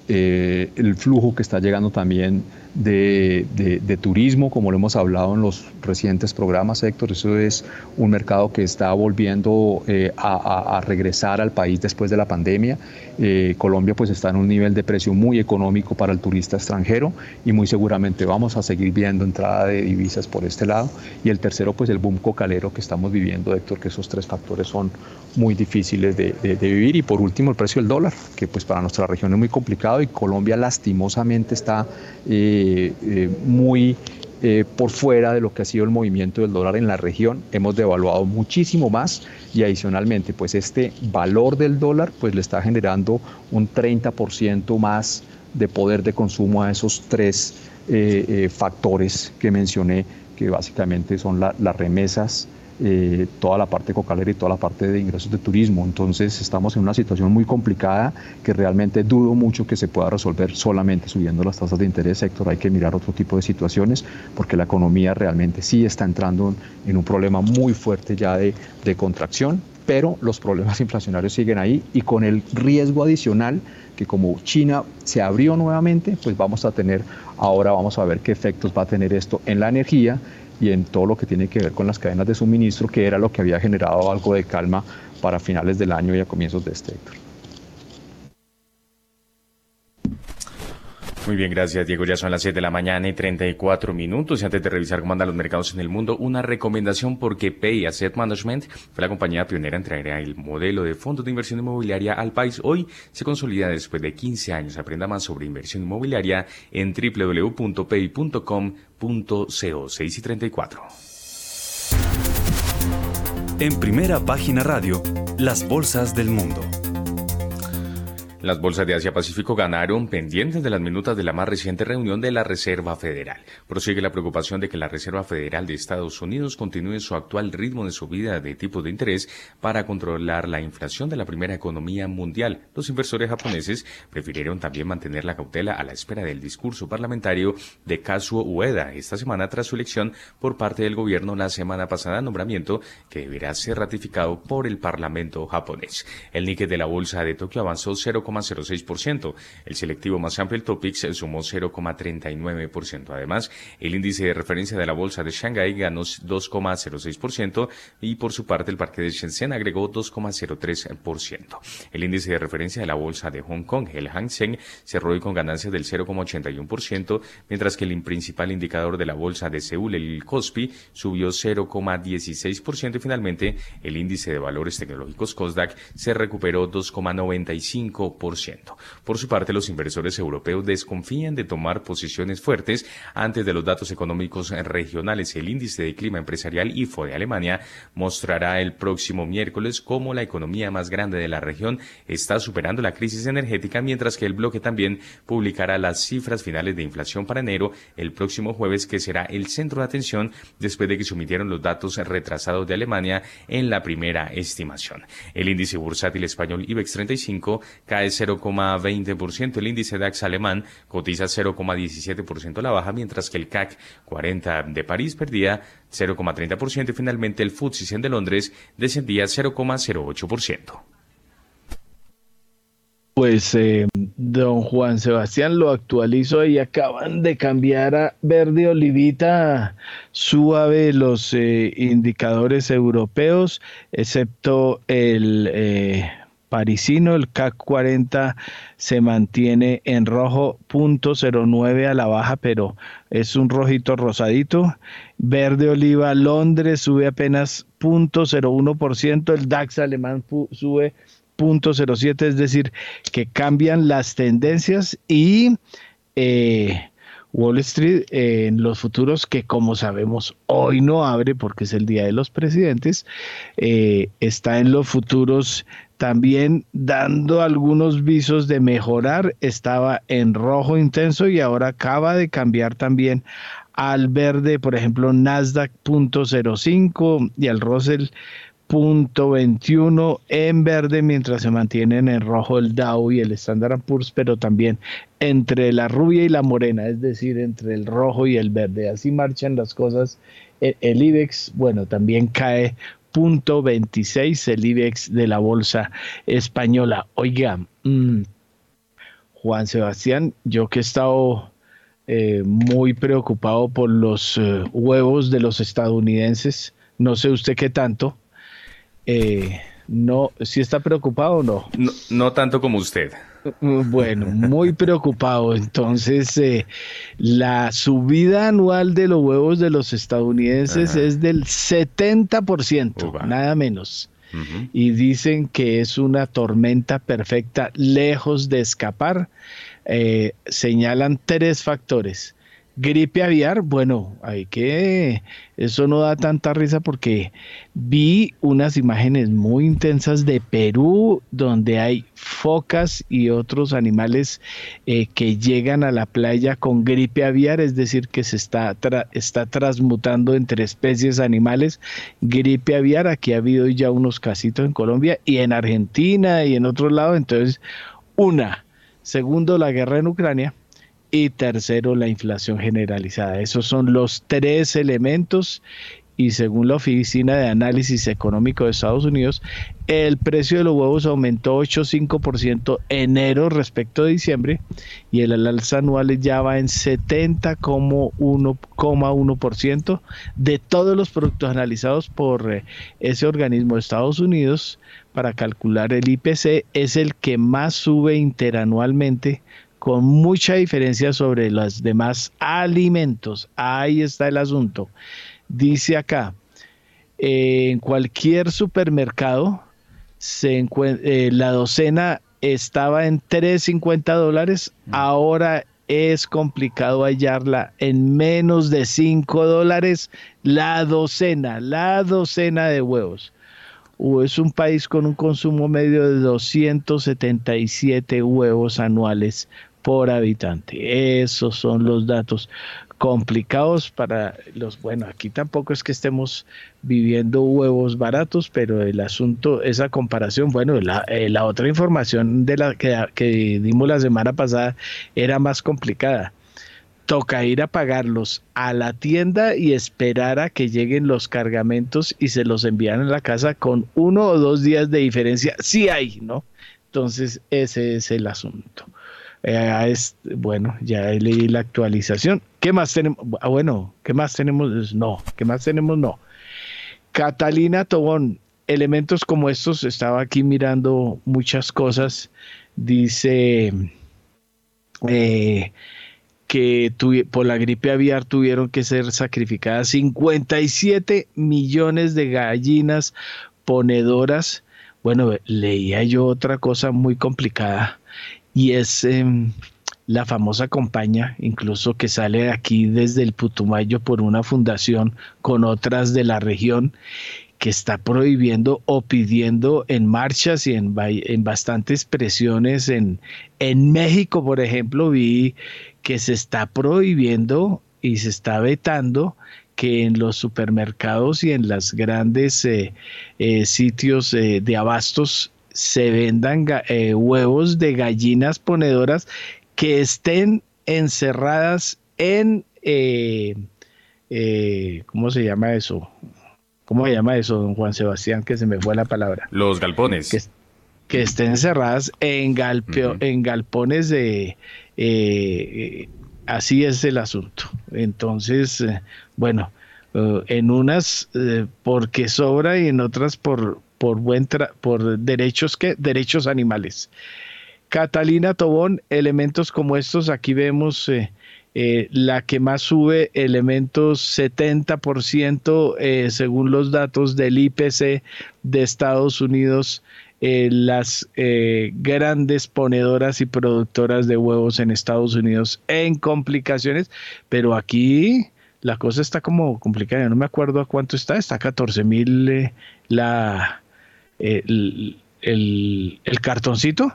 eh, el flujo que está llegando también de, de, de turismo, como lo hemos hablado en los recientes programas, Héctor, eso es un mercado que está volviendo eh, a, a, a regresar al país después de la pandemia. Eh, Colombia pues está en un nivel de precio muy económico para el turista extranjero, y muy seguramente vamos a seguir viendo entrada de divisas por este lado. Y el tercero, pues el boom cocalero que estamos viviendo, Héctor, que esos tres factores son muy difíciles de, de, de vivir. Y por último, el precio del dólar, que pues para nuestra región es muy complicado, y Colombia lastimosamente está eh, eh, muy eh, por fuera de lo que ha sido el movimiento del dólar en la región. Hemos devaluado muchísimo más, y adicionalmente pues este valor del dólar pues le está generando un treinta por ciento más de poder de consumo a esos tres eh, eh, factores que mencioné, que básicamente son la, las remesas, Eh, toda la parte cocalera y toda la parte de ingresos de turismo. Entonces estamos en una situación muy complicada, que realmente dudo mucho que se pueda resolver solamente subiendo las tasas de interés, Héctor. Hay que mirar otro tipo de situaciones, porque la economía realmente sí está entrando en un problema muy fuerte ya de, de contracción, pero los problemas inflacionarios siguen ahí, y con el riesgo adicional que como China se abrió nuevamente, pues vamos a tener, ahora vamos a ver qué efectos va a tener esto en la energía y en todo lo que tiene que ver con las cadenas de suministro, que era lo que había generado algo de calma para finales del año y a comienzos de este, Héctor. Muy bien, gracias, Diego. Ya son las siete de la mañana y treinta y cuatro minutos. Y antes de revisar cómo andan los mercados en el mundo, una recomendación, porque Pay Asset Management fue la compañía pionera en traer el modelo de fondos de inversión inmobiliaria al país. Hoy se consolida después de quince años. Aprenda más sobre inversión inmobiliaria en doble u doble u doble u punto pay punto com punto co. seis y treinta y cuatro. En Primera Página Radio, las bolsas del mundo. Las bolsas de Asia-Pacífico ganaron pendientes de las minutas de la más reciente reunión de la Reserva Federal. Prosigue la preocupación de que la Reserva Federal de Estados Unidos continúe su actual ritmo de subida de tipos de interés para controlar la inflación de la primera economía mundial. Los inversores japoneses prefirieron también mantener la cautela a la espera del discurso parlamentario de Kazuo Ueda esta semana tras su elección por parte del gobierno la semana pasada, nombramiento que deberá ser ratificado por el Parlamento japonés. El Nikkei de la bolsa de Tokio avanzó cero coma cero seis por ciento. El selectivo más amplio, el Topix, sumó cero coma treinta y nueve por ciento. Además, el índice de referencia de la bolsa de Shanghái ganó dos coma cero seis por ciento y por su parte el parque de Shenzhen agregó dos coma cero tres por ciento. El índice de referencia de la bolsa de Hong Kong, el Hang Seng, cerró hoy con ganancias del cero coma ochenta y uno por ciento, mientras que el principal indicador de la bolsa de Seúl, el Kospi, subió cero coma dieciséis por ciento y finalmente el índice de valores tecnológicos Kosdaq se recuperó dos coma noventa y cinco por ciento. Por su parte, los inversores europeos desconfían de tomar posiciones fuertes antes de los datos económicos regionales. El índice de clima empresarial I F O de Alemania mostrará el próximo miércoles cómo la economía más grande de la región está superando la crisis energética, mientras que el bloque también publicará las cifras finales de inflación para enero el próximo jueves, que será el centro de atención después de que se emitieron los datos retrasados de Alemania en la primera estimación. El índice bursátil español IBEX treinta y cinco cae cero coma veinte por ciento, el índice DAX alemán cotiza cero coma diecisiete por ciento a la baja, mientras que el C A C cuarenta de París perdía cero coma treinta por ciento y finalmente el F T S E cien de Londres descendía cero coma cero ocho por ciento. Pues eh, don Juan Sebastián, lo actualizo y acaban de cambiar a verde olivita suave los eh, indicadores europeos, excepto el eh, parisino, el C A C cuarenta se mantiene en rojo, punto cero nueve a la baja, pero es un rojito rosadito. Verde oliva Londres sube apenas punto cero uno por ciento, el DAX alemán sube punto cero siete, es decir, que cambian las tendencias y eh, Wall Street eh, en los futuros, que como sabemos hoy no abre porque es el día de los presidentes, eh, está en los futuros también dando algunos visos de mejorar. Estaba en rojo intenso y ahora acaba de cambiar también al verde, por ejemplo Nasdaq punto cero cinco y al Russell punto veintiuno en verde, mientras se mantienen en rojo el Dow y el Standard and Poor's, pero también entre la rubia y la morena, es decir, entre el rojo y el verde. Así marchan las cosas. El, el IBEX, bueno, también cae punto veintiséis, el IBEX de la bolsa española. Oiga, mmm, Juan Sebastián, yo que he estado eh, muy preocupado por los eh, huevos de los estadounidenses, no sé usted qué tanto. Eh, no, ¿sí está preocupado o no? No, no tanto como usted. Bueno, muy preocupado. Entonces, eh, la subida anual de los huevos de los estadounidenses Ajá. es del setenta por ciento, Uba. Nada menos. Uh-huh. Y dicen que es una tormenta perfecta, lejos de escapar. Eh, señalan tres factores. Gripe aviar, bueno, hay que, eso no da tanta risa porque vi unas imágenes muy intensas de Perú donde hay focas y otros animales eh, que llegan a la playa con gripe aviar, es decir, que se está, tra- está transmutando entre especies animales. Gripe aviar, aquí ha habido ya unos casitos en Colombia y en Argentina y en otros lados. Entonces, una, segundo, la guerra en Ucrania. Y tercero, la inflación generalizada. Esos son los tres elementos y según la Oficina de Análisis Económico de Estados Unidos, el precio de los huevos aumentó ocho coma cinco por ciento enero respecto a diciembre y el alza anual ya va en setenta coma uno por ciento de todos los productos analizados por ese organismo de Estados Unidos para calcular el I P C. Es el que más sube interanualmente, con mucha diferencia sobre los demás alimentos. Ahí está el asunto. Dice acá, eh, en cualquier supermercado se encuent- eh, la docena estaba en tres cincuenta dólares, ahora es complicado hallarla en menos de cinco dólares la docena, la docena de huevos. O es un país con un consumo medio de doscientos setenta y siete huevos anuales por habitante. Esos son los datos complicados para los, bueno, aquí tampoco es que estemos viviendo huevos baratos, pero el asunto, esa comparación, bueno, la, eh, la otra información de la que, que dimos la semana pasada era más complicada. Toca ir a pagarlos a la tienda y esperar a que lleguen los cargamentos y se los envían a la casa con uno o dos días de diferencia, sí hay, ¿no? Entonces ese es el asunto. Eh, es, bueno, ya leí la actualización. ¿Qué más tenemos? Ah, bueno, ¿qué más tenemos? No, ¿qué más tenemos? No. Catalina Tobón, elementos como estos, estaba aquí mirando muchas cosas. Dice eh, que tuvi- por la gripe aviar tuvieron que ser sacrificadas cincuenta y siete millones de gallinas ponedoras. Bueno, leía yo otra cosa muy complicada y es eh, la famosa campaña, incluso que sale aquí desde el Putumayo por una fundación con otras de la región, que está prohibiendo o pidiendo en marchas y en, en bastantes presiones. En, en México, por ejemplo, vi que se está prohibiendo y se está vetando que en los supermercados y en los grandes eh, eh, sitios eh, de abastos se vendan eh, huevos de gallinas ponedoras que estén encerradas en, eh, eh, ¿cómo se llama eso? ¿Cómo se llama eso, don Juan Sebastián? Que se me fue la palabra. Los galpones. Que, que estén encerradas en, galpeo, uh-huh. en galpones de... Eh, así es el asunto. Entonces, eh, bueno, uh, en unas eh, porque sobra y en otras por... por buen tra- por derechos que derechos animales. Catalina Tobón, elementos como estos, aquí vemos eh, eh, la que más sube, elementos setenta por ciento eh, según los datos del I P C de Estados Unidos eh, las eh, grandes ponedoras y productoras de huevos en Estados Unidos en complicaciones, pero aquí la cosa está como complicada. Yo no me acuerdo a cuánto está, está a catorce mil eh, la, eh, el, el, el cartoncito.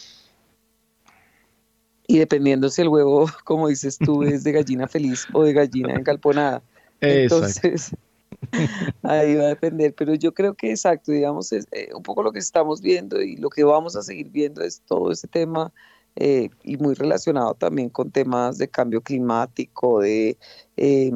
Y dependiendo si el huevo, como dices tú, es de gallina feliz o de gallina encalponada. Entonces, ahí va a depender. Pero yo creo que exacto, digamos, es eh, un poco lo que estamos viendo y lo que vamos a seguir viendo es todo ese tema eh, y muy relacionado también con temas de cambio climático, de, eh,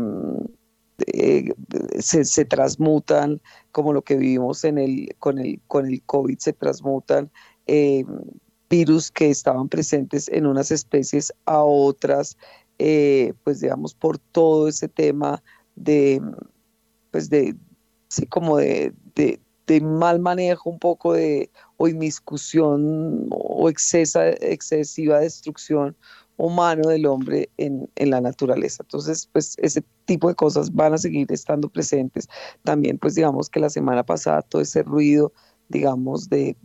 de se, se transmutan, como lo que vivimos en el, con, el, con el COVID, se transmutan eh, virus que estaban presentes en unas especies a otras, eh, pues digamos, por todo ese tema de, pues de, sí, como de, de, de mal manejo un poco de, o inmiscusión o excesa, excesiva destrucción humana del hombre en, en la naturaleza. Entonces, pues ese tipo de cosas van a seguir estando presentes. También, pues digamos que la semana pasada todo ese ruido, digamos, de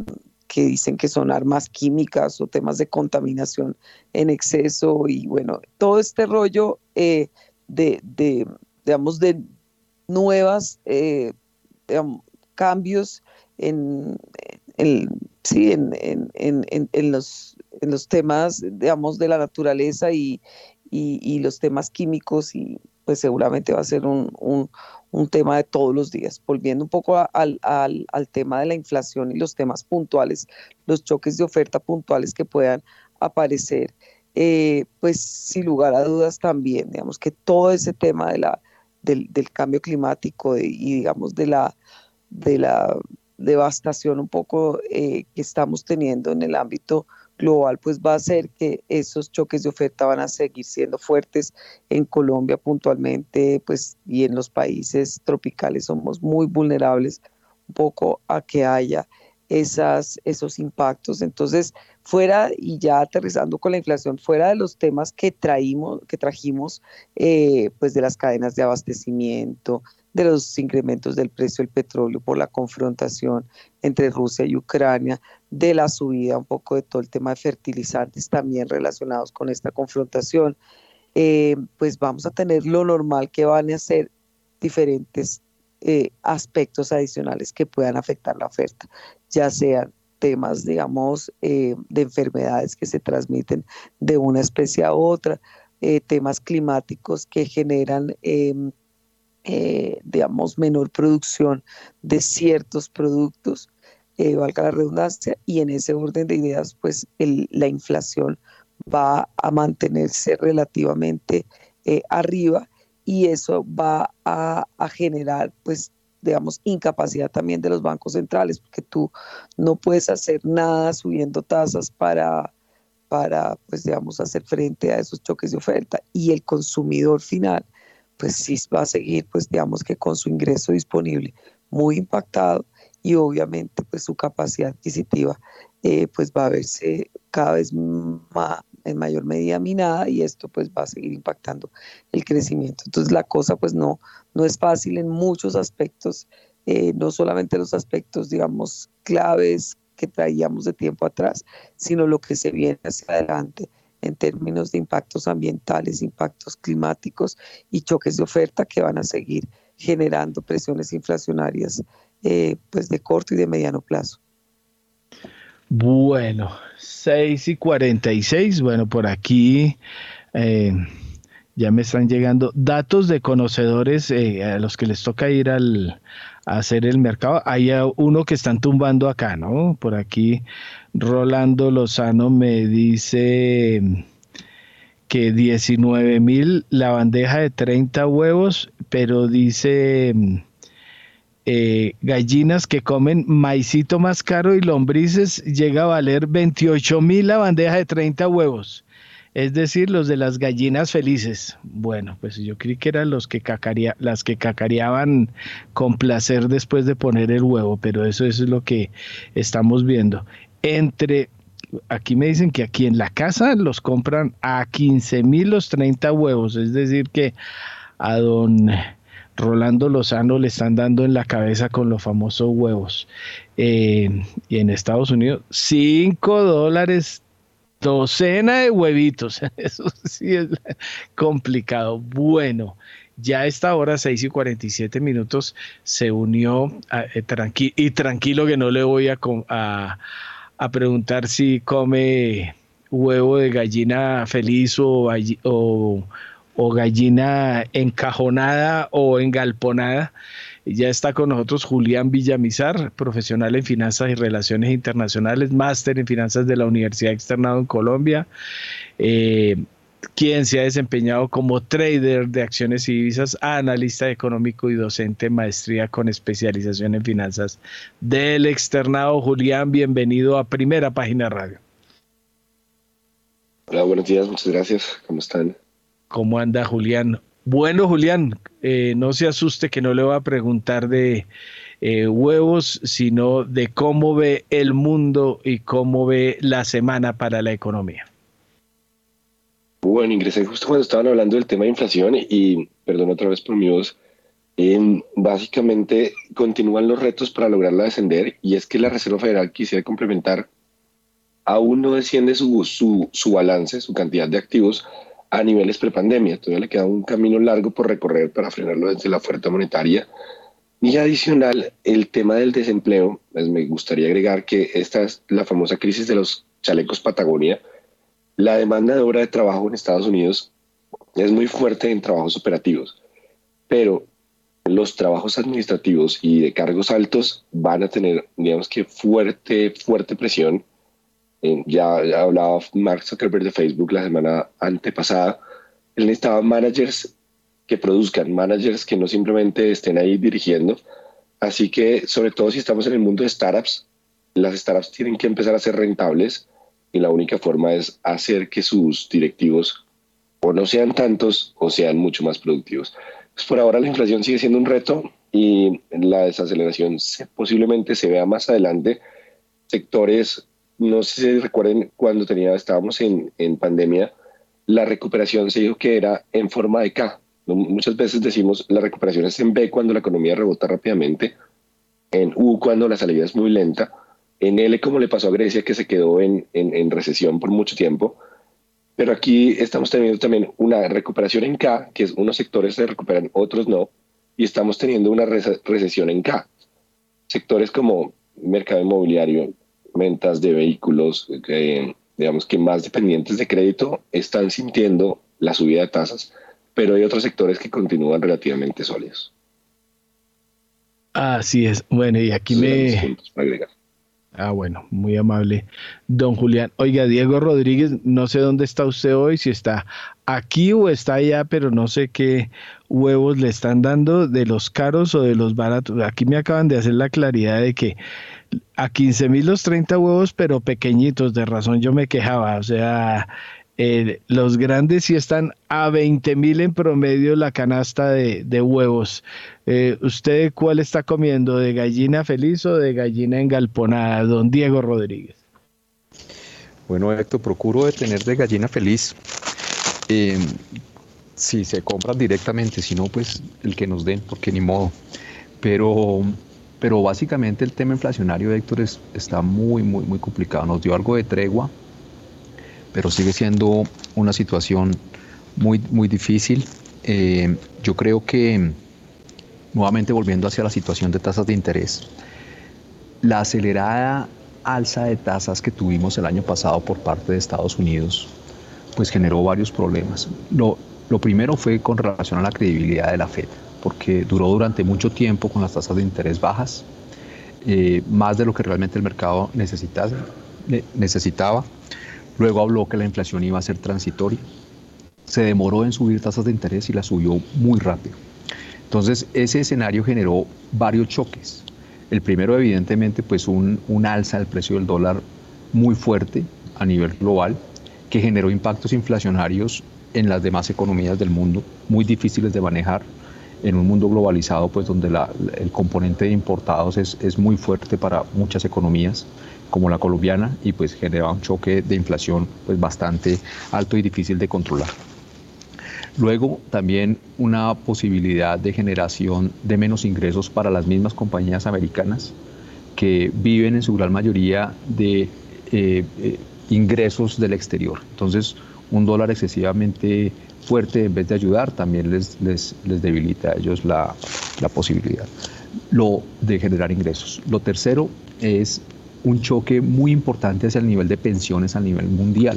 que dicen que son armas químicas o temas de contaminación en exceso y bueno, todo este rollo eh, de, de, digamos, de nuevas eh, digamos, cambios en, en, sí, en, en, en, en, los, en los temas, digamos, de la naturaleza y, y, y los temas químicos y pues seguramente va a ser un, un, un tema de todos los días. Volviendo un poco a, al, al, al tema de la inflación y los temas puntuales, los choques de oferta puntuales que puedan aparecer, eh, pues sin lugar a dudas también, digamos que todo ese tema de la, del, del cambio climático de, y digamos de la, de la devastación un poco eh, que estamos teniendo en el ámbito global, pues va a hacer que esos choques de oferta van a seguir siendo fuertes en Colombia puntualmente, pues y en los países tropicales somos muy vulnerables un poco a que haya esas, esos impactos. Entonces, fuera, y ya aterrizando con la inflación, fuera de los temas que traímos, que trajimos, eh, pues de las cadenas de abastecimiento, de los incrementos del precio del petróleo por la confrontación entre Rusia y Ucrania, de la subida un poco de todo el tema de fertilizantes también relacionados con esta confrontación, eh, pues vamos a tener lo normal que van a ser diferentes eh, aspectos adicionales que puedan afectar la oferta, ya sean temas, digamos, eh, de enfermedades que se transmiten de una especie a otra, eh, temas climáticos que generan eh, Eh, digamos, menor producción de ciertos productos, eh, valga la redundancia, y en ese orden de ideas, pues el, la inflación va a mantenerse relativamente eh, arriba y eso va a, a generar, pues, digamos, incapacidad también de los bancos centrales, porque tú no puedes hacer nada subiendo tasas para, para, pues, digamos, hacer frente a esos choques de oferta y el consumidor final pues sí va a seguir, pues digamos que con su ingreso disponible muy impactado y obviamente pues su capacidad adquisitiva eh, pues va a verse cada vez más, en mayor medida minada y esto pues va a seguir impactando el crecimiento. Entonces la cosa pues no, no es fácil en muchos aspectos, eh, no solamente los aspectos digamos claves que traíamos de tiempo atrás, sino lo que se viene hacia adelante en términos de impactos ambientales, impactos climáticos y choques de oferta que van a seguir generando presiones inflacionarias eh, pues de corto y de mediano plazo. Bueno, seis y cuarenta y seis, bueno, por aquí eh, ya me están llegando datos de conocedores eh, a los que les toca ir al, a hacer el mercado. Hay uno que están tumbando acá, ¿no? Por aquí Rolando Lozano me dice que diecinueve mil la bandeja de treinta huevos, pero dice eh, gallinas que comen maicito más caro y lombrices llega a valer veintiocho mil la bandeja de treinta huevos. Es decir, los de las gallinas felices. Bueno, pues yo creí que eran los que cacaría, las que cacareaban con placer después de poner el huevo, pero eso, eso es lo que estamos viendo. Entre, aquí me dicen que aquí en la casa los compran a quince mil los treinta huevos, es decir que a don Rolando Lozano le están dando en la cabeza con los famosos huevos. Eh, y en Estados Unidos, cinco dólares docena de huevitos. Eso sí es complicado. Bueno, ya a esta hora, seis y cuarenta y siete minutos, se unió, a, eh, tranqui y tranquilo que no le voy a, a, a preguntar si come huevo de gallina feliz o, o, o gallina encajonada o engalponada. Ya está con nosotros Julián Villamizar, profesional en Finanzas y Relaciones Internacionales, máster en Finanzas de la Universidad Externado en Colombia, eh, quien se ha desempeñado como trader de acciones y divisas, analista económico y docente en maestría con especialización en finanzas del Externado. Julián, bienvenido a Primera Página Radio. Hola, buenos días, muchas gracias. ¿Cómo están? ¿Cómo anda, Julián? Bueno, Julián, eh, no se asuste que no le voy a preguntar de eh, huevos, sino de cómo ve el mundo y cómo ve la semana para la economía. Bueno, ingresé justo cuando estaban hablando del tema de inflación y, perdón otra vez por mi voz, eh, básicamente continúan los retos para lograrla descender, y es que la Reserva Federal quisiera complementar, aún no desciende su, su, su balance, su cantidad de activos a niveles prepandemia. Todavía le queda un camino largo por recorrer para frenarlo desde la oferta monetaria. Y adicional, el tema del desempleo, pues me gustaría agregar que esta es la famosa crisis de los chalecos Patagonia. La demanda de obra de trabajo en Estados Unidos es muy fuerte en trabajos operativos, pero los trabajos administrativos y de cargos altos van a tener, digamos que, fuerte, fuerte presión. Ya, ya hablaba Mark Zuckerberg de Facebook la semana antepasada. Él necesitaba managers que produzcan, managers que no simplemente estén ahí dirigiendo. Así que, sobre todo si estamos en el mundo de startups, las startups tienen que empezar a ser rentables, y la única forma es hacer que sus directivos o no sean tantos o sean mucho más productivos. Pues por ahora la inflación sigue siendo un reto y la desaceleración se, posiblemente se vea más adelante. Sectores, no sé si recuerden, cuando tenía, estábamos en, en pandemia, la recuperación se dijo que era en forma de K. Muchas veces decimos la recuperación es en B cuando la economía rebota rápidamente, en U cuando la salida es muy lenta, en L como le pasó a Grecia, que se quedó en, en, en recesión por mucho tiempo. Pero aquí estamos teniendo también una recuperación en K, que es unos sectores se recuperan, otros no, y estamos teniendo una recesión en K. Sectores como mercado inmobiliario, ventas de vehículos, eh, digamos que más dependientes de crédito, están sintiendo la subida de tasas, pero hay otros sectores que continúan relativamente sólidos. Así es. Bueno, y aquí me... Ah, bueno, muy amable, don Julián. Oiga, Diego Rodríguez, no sé dónde está usted hoy, si está aquí o está allá, pero no sé qué huevos le están dando, de los caros o de los baratos. Aquí me acaban de hacer la claridad de que a quince mil los treinta huevos, pero pequeñitos, de razón yo me quejaba. O sea, eh, los grandes sí están a veinte mil en promedio la canasta de, de huevos. Eh, ¿Usted cuál está comiendo? ¿De gallina feliz o de gallina engalponada, don Diego Rodríguez? Bueno, Héctor, procuro de tener de gallina feliz. Eh, si se compran directamente, si no, pues el que nos den, porque ni modo. Pero... Pero básicamente el tema inflacionario, Héctor, es, está muy, muy, muy complicado. Nos dio algo de tregua, pero sigue siendo una situación muy, muy difícil. Eh, yo creo que, nuevamente volviendo hacia la situación de tasas de interés, la acelerada alza de tasas que tuvimos el año pasado por parte de Estados Unidos, pues generó varios problemas. Lo, lo primero fue con relación a la credibilidad de la Fed, porque duró durante mucho tiempo con las tasas de interés bajas, eh, más de lo que realmente el mercado necesitaba, necesitaba. Luego habló que la inflación iba a ser transitoria. Se demoró en subir tasas de interés y la subió muy rápido. Entonces, ese escenario generó varios choques. El primero, evidentemente, pues un, un alza del precio del dólar muy fuerte a nivel global, que generó impactos inflacionarios en las demás economías del mundo, muy difíciles de manejar, en un mundo globalizado, pues donde la, el componente de importados es, es muy fuerte para muchas economías, como la colombiana, y pues genera un choque de inflación pues bastante alto y difícil de controlar. Luego, también una posibilidad de generación de menos ingresos para las mismas compañías americanas que viven en su gran mayoría de eh, eh, ingresos del exterior. Entonces, un dólar excesivamente fuerte, en vez de ayudar, también les, les, les debilita a ellos la, la posibilidad lo de generar ingresos. Lo tercero es un choque muy importante hacia el nivel de pensiones a nivel mundial.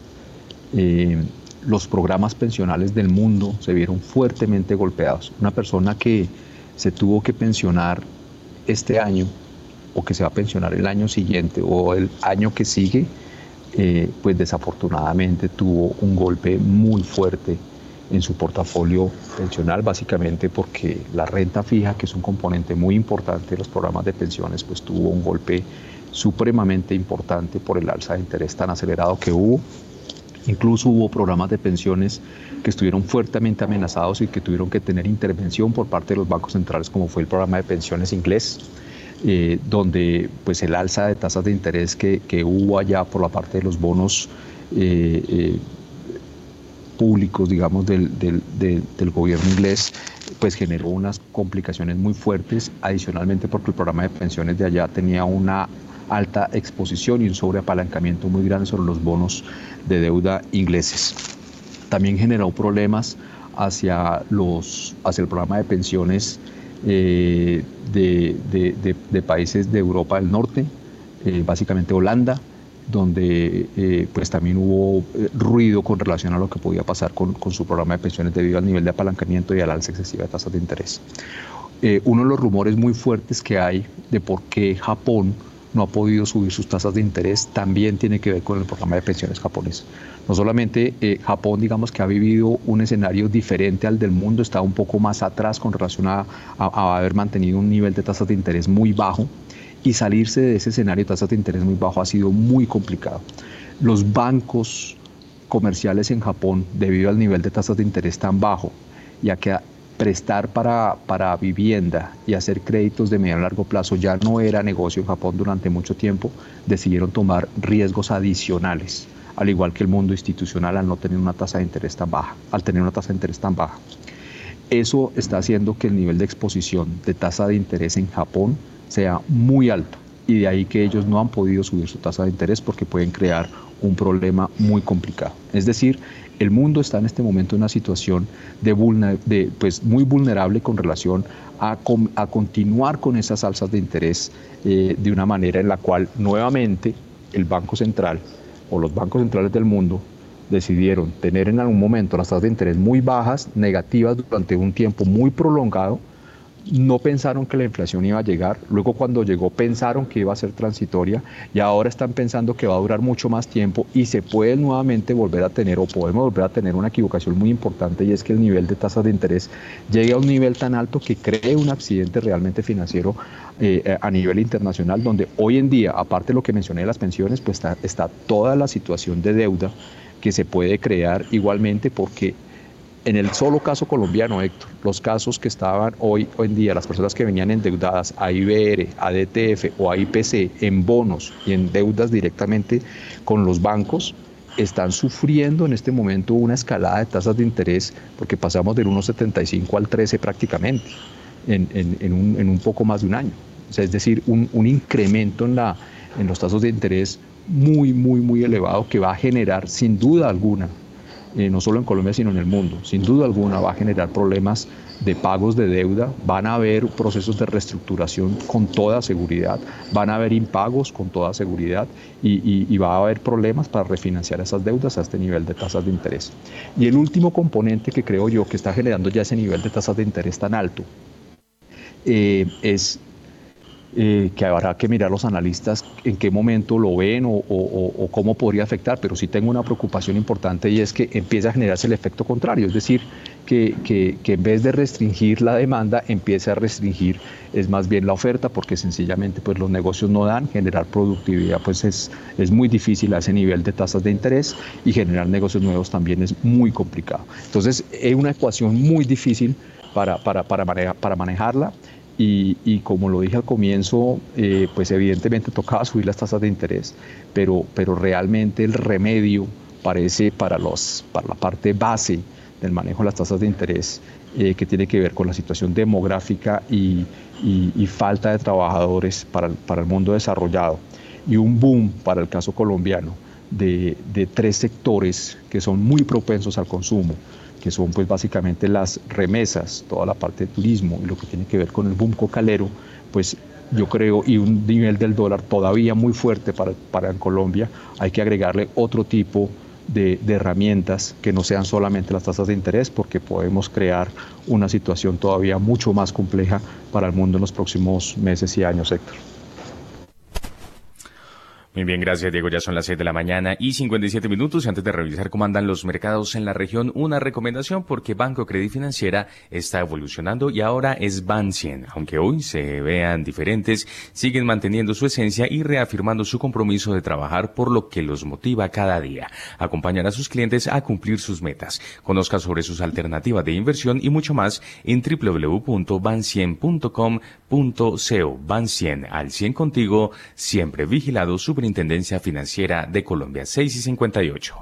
Eh, los programas pensionales del mundo se vieron fuertemente golpeados. Una persona que se tuvo que pensionar este año o que se va a pensionar el año siguiente o el año que sigue, eh, pues desafortunadamente tuvo un golpe muy fuerte en su portafolio pensional, básicamente porque la renta fija, que es un componente muy importante de los programas de pensiones, pues tuvo un golpe supremamente importante por el alza de interés tan acelerado que hubo. Incluso hubo programas de pensiones que estuvieron fuertemente amenazados y que tuvieron que tener intervención por parte de los bancos centrales, como fue el programa de pensiones inglés, eh, donde pues el alza de tasas de interés que, que hubo allá por la parte de los bonos eh, eh, públicos, digamos, del, del, del, del gobierno inglés, pues generó unas complicaciones muy fuertes, adicionalmente porque el programa de pensiones de allá tenía una alta exposición y un sobreapalancamiento muy grande sobre los bonos de deuda ingleses. También generó problemas hacia, los, hacia el programa de pensiones eh, de, de, de, de países de Europa del Norte, eh, básicamente Holanda, donde eh, pues también hubo eh, ruido con relación a lo que podía pasar con, con su programa de pensiones debido al nivel de apalancamiento y al alza excesiva de tasas de interés. Eh, uno de los rumores muy fuertes que hay de por qué Japón no ha podido subir sus tasas de interés también tiene que ver con el programa de pensiones japonés. No solamente eh, Japón, digamos que ha vivido un escenario diferente al del mundo, está un poco más atrás con relación a, a, a haber mantenido un nivel de tasas de interés muy bajo, y salirse de ese escenario de tasas de interés muy bajo ha sido muy complicado. Los bancos comerciales en Japón, debido al nivel de tasas de interés tan bajo, ya que prestar para, para vivienda y hacer créditos de mediano a largo plazo ya no era negocio en Japón durante mucho tiempo, decidieron tomar riesgos adicionales, al igual que el mundo institucional al no tener una tasa de interés tan baja, al tener una tasa de interés tan baja. Eso está haciendo que el nivel de exposición de tasa de interés en Japón sea muy alto, y de ahí que ellos no han podido subir su tasa de interés porque pueden crear un problema muy complicado. Es decir, el mundo está en este momento en una situación de, vulner, de pues, muy vulnerable con relación a, a continuar con esas alzas de interés eh, de una manera en la cual nuevamente el Banco Central o los bancos centrales del mundo decidieron tener en algún momento las tasas de interés muy bajas, negativas durante un tiempo muy prolongado. No pensaron que la inflación iba a llegar, luego cuando llegó pensaron que iba a ser transitoria y ahora están pensando que va a durar mucho más tiempo y se puede nuevamente volver a tener o podemos volver a tener una equivocación muy importante, y es que el nivel de tasas de interés llegue a un nivel tan alto que cree un accidente realmente financiero eh, a nivel internacional, donde hoy en día, aparte de lo que mencioné de las pensiones, pues está, está toda la situación de deuda que se puede crear igualmente, porque en el solo caso colombiano, Héctor, los casos que estaban hoy, hoy en día, las personas que venían endeudadas a I B R, a D T F o a I P C en bonos y en deudas directamente con los bancos, están sufriendo en este momento una escalada de tasas de interés, porque pasamos del uno coma setenta y cinco al trece prácticamente en, en, en, un, en un poco más de un año. O sea, es decir, un, un incremento en, la, en los tasas de interés muy, muy, muy elevado que va a generar sin duda alguna, Eh, no solo en Colombia sino en el mundo, sin duda alguna va a generar problemas de pagos de deuda, van a haber procesos de reestructuración con toda seguridad, van a haber impagos con toda seguridad y, y, y va a haber problemas para refinanciar esas deudas a este nivel de tasas de interés. Y el último componente que creo yo que está generando ya ese nivel de tasas de interés tan alto eh, es Eh, que habrá que mirar los analistas en qué momento lo ven o, o, o cómo podría afectar, pero sí tengo una preocupación importante, y es que empieza a generarse el efecto contrario, es decir, que, que, que en vez de restringir la demanda, empiece a restringir es más bien la oferta, porque sencillamente pues, los negocios no dan, generar productividad pues es, es muy difícil a ese nivel de tasas de interés, y generar negocios nuevos también es muy complicado. Entonces es una ecuación muy difícil para, para, para, maneja, para manejarla. Y, y como lo dije al comienzo, eh, pues evidentemente tocaba subir las tasas de interés, pero, pero realmente el remedio parece para, los, para la parte base del manejo de las tasas de interés, eh, que tiene que ver con la situación demográfica y, y, y falta de trabajadores para, para el mundo desarrollado, y un boom para el caso colombiano de, de tres sectores que son muy propensos al consumo, que son pues básicamente las remesas, toda la parte de turismo y lo que tiene que ver con el boom cocalero, pues yo creo, y un nivel del dólar todavía muy fuerte para, para en Colombia, hay que agregarle otro tipo de, de herramientas que no sean solamente las tasas de interés, porque podemos crear una situación todavía mucho más compleja para el mundo en los próximos meses y años, Héctor. Muy bien, gracias Diego, ya son las seis de la mañana y cincuenta y siete minutos, y antes de revisar cómo andan los mercados en la región, una recomendación porque Banco Credit Financiera está evolucionando y ahora es Bancien. Aunque hoy se vean diferentes, siguen manteniendo su esencia y reafirmando su compromiso de trabajar por lo que los motiva cada día, acompañar a sus clientes a cumplir sus metas. Conozca sobre sus alternativas de inversión y mucho más en doble u doble u doble u punto bancien punto com punto co. Bancien, al cien contigo, siempre vigilado, Superintendencia Financiera de Colombia. Seis y cincuenta y ocho.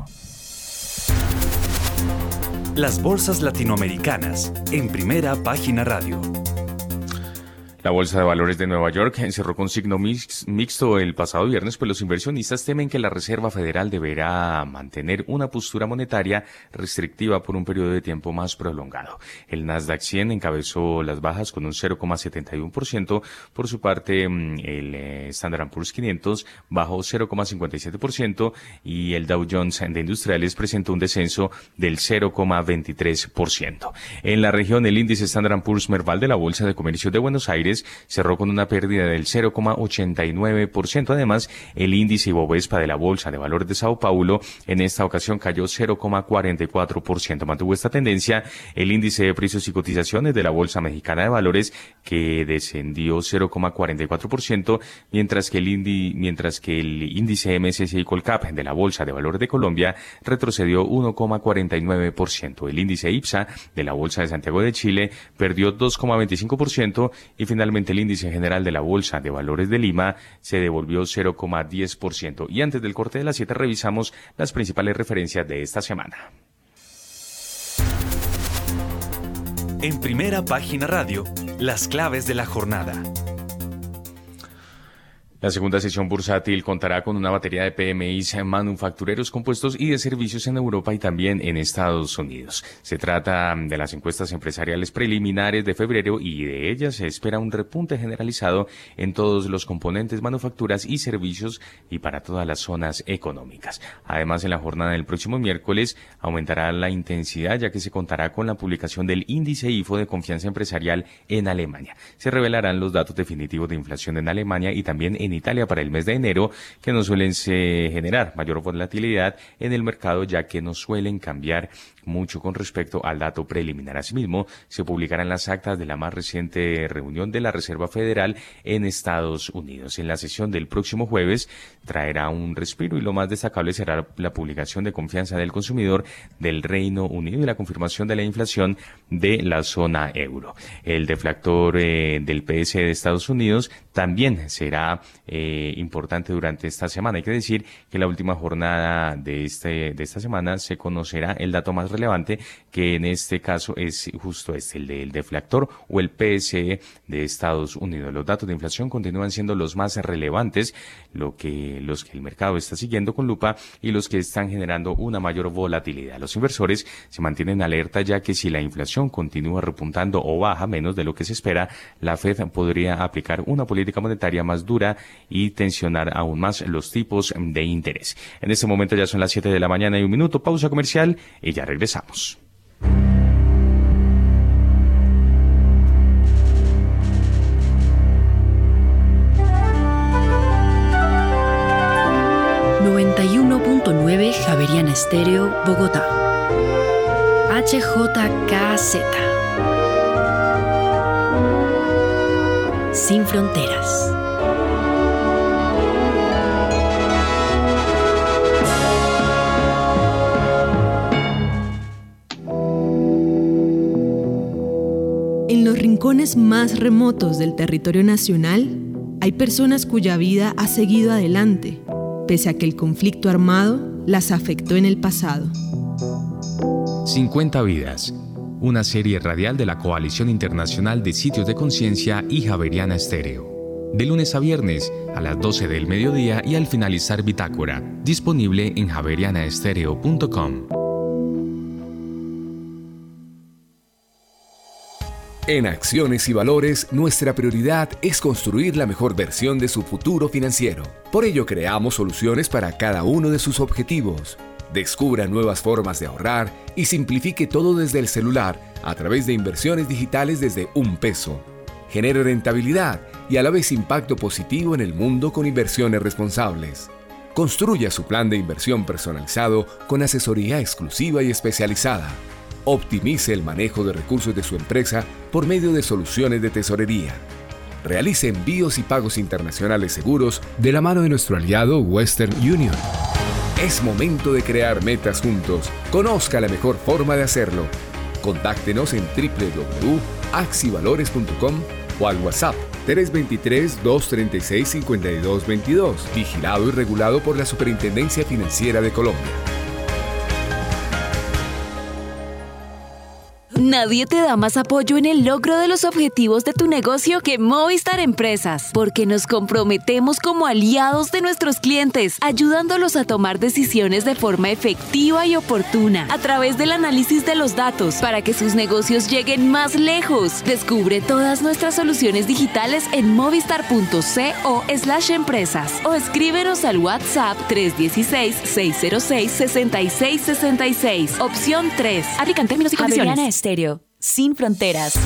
Las bolsas latinoamericanas en Primera Página Radio. La Bolsa de Valores de Nueva York cerró con signo mix, mixto el pasado viernes, pues los inversionistas temen que la Reserva Federal deberá mantener una postura monetaria restrictiva por un periodo de tiempo más prolongado. El Nasdaq cien encabezó las bajas con un cero coma setenta y uno por ciento. Por su parte, el Standard and Poor's quinientos bajó cero coma cincuenta y siete por ciento y el Dow Jones de Industriales presentó un descenso del cero coma veintitrés por ciento. En la región, el índice Standard and Poor's Merval de la Bolsa de Comercio de Buenos Aires cerró con una pérdida del cero coma ochenta y nueve por ciento. Además, el índice Ibovespa de la Bolsa de Valores de Sao Paulo en esta ocasión cayó cero coma cuarenta y cuatro por ciento. Mantuvo esta tendencia el índice de precios y cotizaciones de la Bolsa Mexicana de Valores, que descendió cero coma cuarenta y cuatro por ciento, mientras que el indi, mientras que el índice M S C I Colcap de la Bolsa de Valores de Colombia retrocedió uno coma cuarenta y nueve por ciento. El índice IPSA de la Bolsa de Santiago de Chile perdió dos coma veinticinco por ciento y finalmente Finalmente, el índice general de la Bolsa de Valores de Lima se devolvió cero coma diez por ciento. Y antes del corte de las siete revisamos las principales referencias de esta semana. En Primera Página Radio, las claves de la jornada. La segunda sesión bursátil contará con una batería de P M Is manufactureros, compuestos y de servicios en Europa y también en Estados Unidos. Se trata de las encuestas empresariales preliminares de febrero y de ellas se espera un repunte generalizado en todos los componentes, manufacturas y servicios y para todas las zonas económicas. Además, en la jornada del próximo miércoles aumentará la intensidad, ya que se contará con la publicación del índice I F O de confianza empresarial en Alemania. Se revelarán los datos definitivos de inflación en Alemania y también en Italia para el mes de enero, que no suelen generar mayor volatilidad en el mercado, ya que no suelen cambiar mucho con respecto al dato preliminar. Asimismo, se publicarán las actas de la más reciente reunión de la Reserva Federal en Estados Unidos. En la sesión del próximo jueves traerá un respiro y lo más destacable será la publicación de confianza del consumidor del Reino Unido y la confirmación de la inflación de la zona euro. El deflactor eh, del P S de Estados Unidos también será eh, importante durante esta semana. Hay que decir que la última jornada de este de esta semana se conocerá el dato más relevante, que en este caso es justo este, el del deflactor o el P S E de Estados Unidos. Los datos de inflación continúan siendo los más relevantes, lo que los que el mercado está siguiendo con lupa y los que están generando una mayor volatilidad. Los inversores se mantienen alerta, ya que si la inflación continúa repuntando o baja menos de lo que se espera, la Fed podría aplicar una política monetaria más dura y tensionar aún más los tipos de interés. En este momento ya son las siete de la mañana y un minuto, pausa comercial y ya regresamos. Regresamos. noventa y uno punto nueve Javeriana Estéreo, Bogotá. H J K Z. Sin fronteras. En los rincones más remotos del territorio nacional, hay personas cuya vida ha seguido adelante, pese a que el conflicto armado las afectó en el pasado. cincuenta vidas, una serie radial de la Coalición Internacional de Sitios de Conciencia y Javeriana Estéreo. De lunes a viernes a las doce del mediodía y al finalizar Bitácora, disponible en javeriana estéreo punto com. En Acciones y Valores, nuestra prioridad es construir la mejor versión de su futuro financiero. Por ello, creamos soluciones para cada uno de sus objetivos. Descubra nuevas formas de ahorrar y simplifique todo desde el celular a través de inversiones digitales desde un peso. Genere rentabilidad y a la vez impacto positivo en el mundo con inversiones responsables. Construya su plan de inversión personalizado con asesoría exclusiva y especializada. Optimice el manejo de recursos de su empresa por medio de soluciones de tesorería. Realice envíos y pagos internacionales seguros de la mano de nuestro aliado Western Union. Es momento de crear metas juntos. Conozca la mejor forma de hacerlo. Contáctenos en doble u doble u doble u punto axivalores punto com o al WhatsApp tres dos tres, dos tres seis, cinco dos dos dos, vigilado y regulado por la Superintendencia Financiera de Colombia. Nadie te da más apoyo en el logro de los objetivos de tu negocio que Movistar Empresas, porque nos comprometemos como aliados de nuestros clientes, ayudándolos a tomar decisiones de forma efectiva y oportuna, a través del análisis de los datos, para que sus negocios lleguen más lejos. Descubre todas nuestras soluciones digitales en movistar punto co slash empresas o escríbenos al WhatsApp tres uno seis, seis cero seis, seis seis seis seis, opción tres. Aplican términos y condiciones. Javeriana Estéreo, sin fronteras.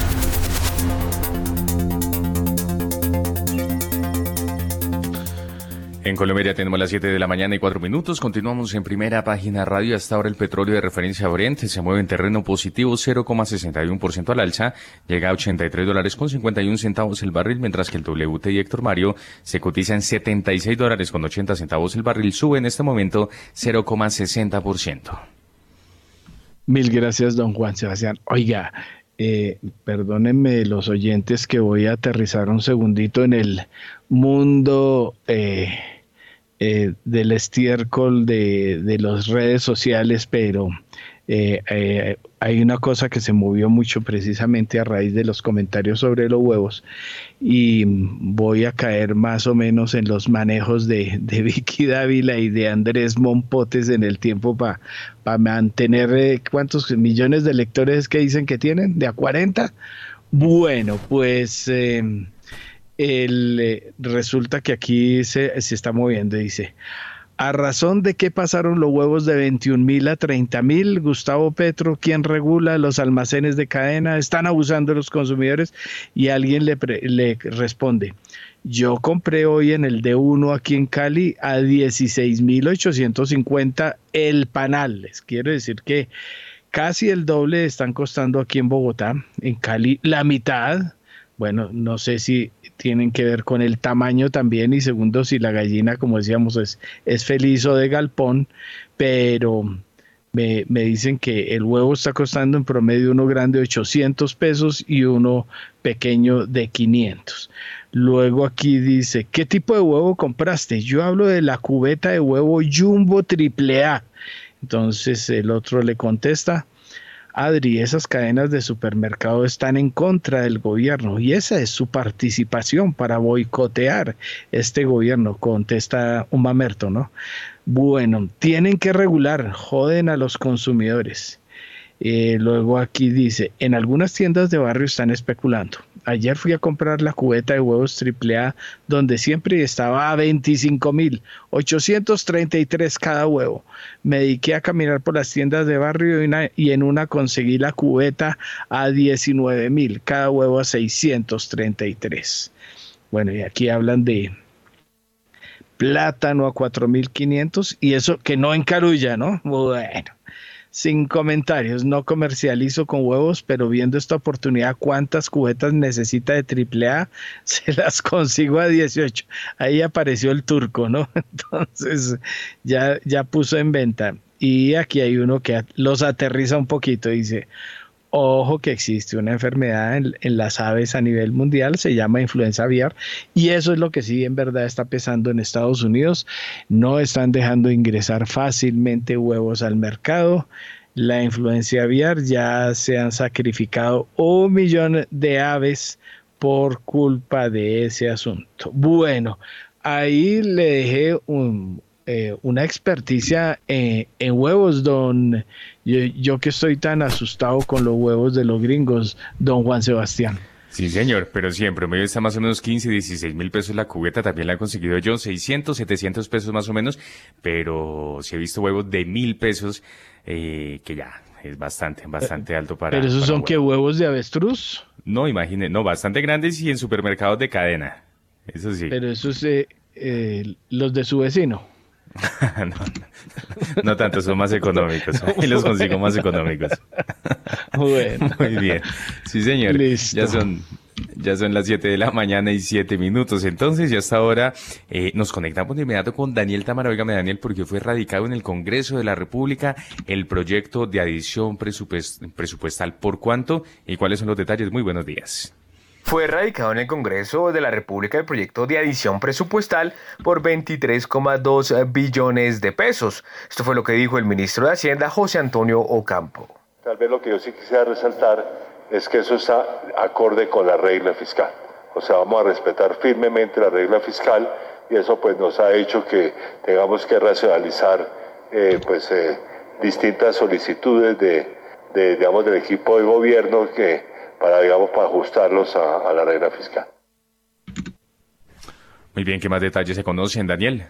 En Colombia tenemos las siete de la mañana y cuatro minutos. Continuamos en Primera Página Radio. Hasta ahora el petróleo de referencia Brent se mueve en terreno positivo, cero coma sesenta y uno por ciento al alza. Llega a ochenta y tres dólares con cincuenta y un centavos el barril, mientras que el W T I Héctor Mario se cotiza en setenta y seis dólares con ochenta centavos el barril. Sube en este momento cero coma sesenta por ciento. Mil gracias, don Juan Sebastián. Oiga, eh, perdónenme los oyentes que voy a aterrizar un segundito en el mundo eh, eh, del estiércol de, de las redes sociales, pero eh, eh, hay una cosa que se movió mucho precisamente a raíz de los comentarios sobre los huevos, y voy a caer más o menos en los manejos de, de Vicky Dávila y de Andrés Mompotes en el tiempo para pa mantener eh, ¿cuántos millones de lectores que dicen que tienen? ¿De a cuarenta? Bueno, pues eh, el, eh, resulta que aquí se, se está moviendo, dice: ¿a razón de qué pasaron los huevos de veintiún mil a treinta mil? Gustavo Petro, ¿quién regula los almacenes de cadena? ¿Están abusando los consumidores? Y alguien le, pre, le responde: yo compré hoy en el D uno aquí en Cali a dieciséis mil ochocientos cincuenta el panal. Les quiero decir que casi el doble están costando aquí en Bogotá. En Cali la mitad. Bueno, no sé si tienen que ver con el tamaño también, y segundo, si la gallina, como decíamos, es, es feliz o de galpón, pero me, me dicen que el huevo está costando en promedio uno grande ochocientos pesos y uno pequeño de quinientos. Luego aquí dice: ¿qué tipo de huevo compraste? Yo hablo de la cubeta de huevo Jumbo triple A. Entonces el otro le contesta: Adri, esas cadenas de supermercado están en contra del gobierno y esa es su participación para boicotear este gobierno, contesta un mamerto, ¿no? Bueno, tienen que regular, joden a los consumidores. Eh, luego aquí dice: en algunas tiendas de barrio están especulando. Ayer fui a comprar la cubeta de huevos triple A donde siempre estaba a veinticinco mil ochocientos treinta y tres cada huevo. Me dediqué a caminar por las tiendas de barrio y, una, y en una conseguí la cubeta a diecinueve mil, cada huevo a seiscientos treinta y tres. Bueno, y aquí hablan de plátano a cuatro mil quinientos y eso que no encarulla, ¿no? Bueno. Sin comentarios, no comercializo con huevos, pero viendo esta oportunidad, ¿cuántas cubetas necesita de triple A? Se las consigo a dieciocho. Ahí apareció el turco, ¿no? Entonces ya, ya puso en venta. Y aquí hay uno que los aterriza un poquito, dice: ojo que existe una enfermedad en, en las aves a nivel mundial, se llama influenza aviar, y eso es lo que sí en verdad está pesando en Estados Unidos. No están dejando ingresar fácilmente huevos al mercado. la influencia aviar, ya se han sacrificado un millón de aves por culpa de ese asunto. Bueno, ahí le dejé un, eh, una experticia en, en huevos, don, yo, yo que estoy tan asustado con los huevos de los gringos, don Juan Sebastián. Sí, señor, pero sí, en promedio está más o menos quince, dieciséis mil pesos la cubeta, también la he conseguido yo, seiscientos, setecientos pesos más o menos, pero sí he visto huevos de mil pesos, eh, que ya es bastante, bastante alto para... ¿Pero esos para son qué, huevos de avestruz? No, imagine, no, bastante grandes y en supermercados de cadena, eso sí. Pero esos, eh, eh, los de su vecino. no, no, no tanto, son más económicos, y los consigo más económicos. Bueno. Muy bien, sí señor. Listo. Ya son, ya son las siete de la mañana y siete minutos, entonces ya hasta ahora eh, nos conectamos de inmediato con Daniel Támara. Óigame, Daniel, porque fue radicado en el Congreso de la República el proyecto de adición presupuest- presupuestal. ¿Por cuánto y cuáles son los detalles? Muy buenos días. Fue radicado en el Congreso de la República el proyecto de adición presupuestal por veintitrés coma dos billones de pesos. Esto fue lo que dijo el ministro de Hacienda, José Antonio Ocampo. Tal vez lo que yo sí quisiera resaltar es que eso está acorde con la regla fiscal. O sea, vamos a respetar firmemente la regla fiscal y eso pues nos ha hecho que tengamos que racionalizar eh, pues eh, distintas solicitudes de, de digamos del equipo de gobierno que para, digamos, para ajustarlos a, a la regla fiscal. Muy bien, ¿qué más detalles se conocen, Daniel?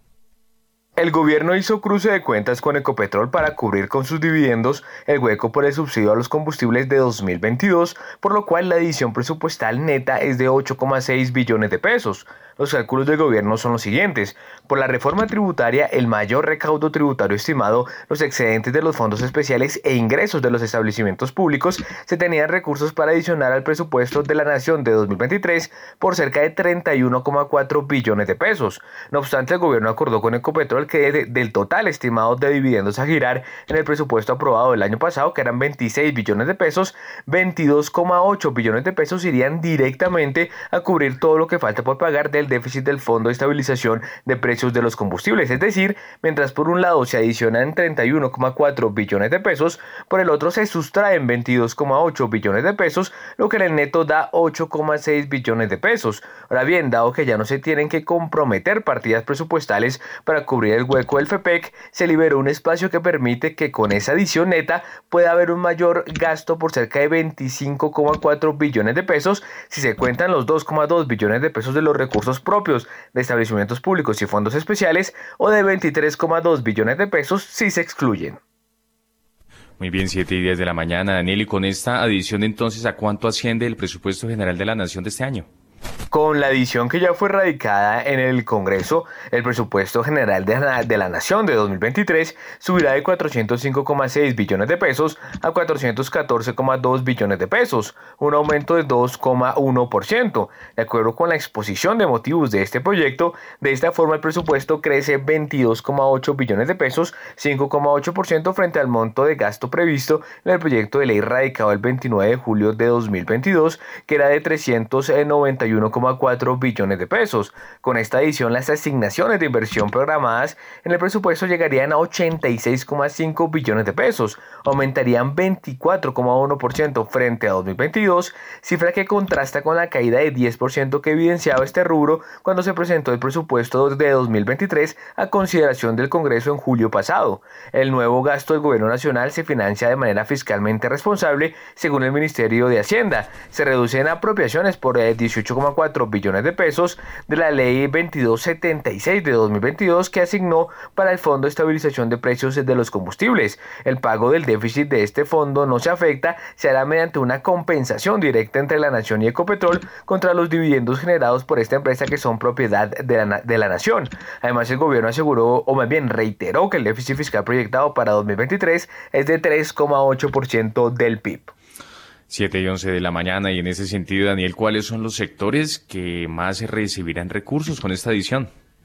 El gobierno hizo cruce de cuentas con Ecopetrol para cubrir con sus dividendos el hueco por el subsidio a los combustibles de dos mil veintidós, por lo cual la adición presupuestal neta es de ocho coma seis billones de pesos. Los cálculos del gobierno son los siguientes. Por la reforma tributaria, el mayor recaudo tributario estimado, los excedentes de los fondos especiales e ingresos de los establecimientos públicos, se tenían recursos para adicionar al presupuesto de la Nación de dos mil veintitrés por cerca de treinta y uno coma cuatro billones de pesos. No obstante, el gobierno acordó con Ecopetrol que de, del total estimado de dividendos a girar en el presupuesto aprobado el año pasado, que eran veintiséis billones de pesos, veintidós coma ocho billones de pesos irían directamente a cubrir todo lo que falta por pagar del déficit del Fondo de Estabilización de Precios de los Combustibles. Es decir, mientras por un lado se adicionan treinta y uno coma cuatro billones de pesos, por el otro se sustraen veintidós coma ocho billones de pesos, lo que en el neto da ocho coma seis billones de pesos. Ahora bien, dado que ya no se tienen que comprometer partidas presupuestales para cubrir el hueco del FEPEC, se liberó un espacio que permite que con esa adición neta pueda haber un mayor gasto por cerca de veinticinco coma cuatro billones de pesos si se cuentan los dos coma dos billones de pesos de los recursos propios de establecimientos públicos y fondos especiales, o de veintitrés coma dos billones de pesos si se excluyen. Muy bien, siete y diez de la mañana, Daniel, y con esta adición entonces, ¿a cuánto asciende el presupuesto general de la Nación de este año? Con la adición que ya fue radicada en el Congreso, el presupuesto general de la, de la Nación de dos mil veintitrés subirá de cuatrocientos cinco coma seis billones de pesos a cuatrocientos catorce coma dos billones de pesos, un aumento de dos coma uno por ciento. De acuerdo con la exposición de motivos de este proyecto, de esta forma el presupuesto crece veintidós coma ocho billones de pesos, cinco coma ocho por ciento frente al monto de gasto previsto en el proyecto de ley radicado el veintinueve de julio de dos mil veintidós, que era de trescientos noventa y uno coma cuatro billones de pesos. Con esta adición, las asignaciones de inversión programadas en el presupuesto llegarían a ochenta y seis coma cinco billones de pesos, aumentarían veinticuatro coma uno por ciento frente a dos mil veintidós, cifra que contrasta con la caída de diez por ciento que evidenciaba este rubro cuando se presentó el presupuesto de dos mil veintitrés a consideración del Congreso en julio pasado. El nuevo gasto del Gobierno Nacional se financia de manera fiscalmente responsable, según el Ministerio de Hacienda. Se reducen apropiaciones por dieciocho coma cuatro billones de pesos de la ley veintidós setenta y seis de dos mil veintidós, que asignó para el Fondo de Estabilización de Precios de los Combustibles. El pago del déficit de este fondo no se afecta, se hará mediante una compensación directa entre la Nación y Ecopetrol contra los dividendos generados por esta empresa que son propiedad de la, de la Nación. Además, el gobierno aseguró, o más bien reiteró, que el déficit fiscal proyectado para dos mil veintitrés es de tres coma ocho por ciento del P I B. siete y once de la mañana, y en ese sentido, Daniel, ¿cuáles son los sectores que más recibirán recursos con esta adición?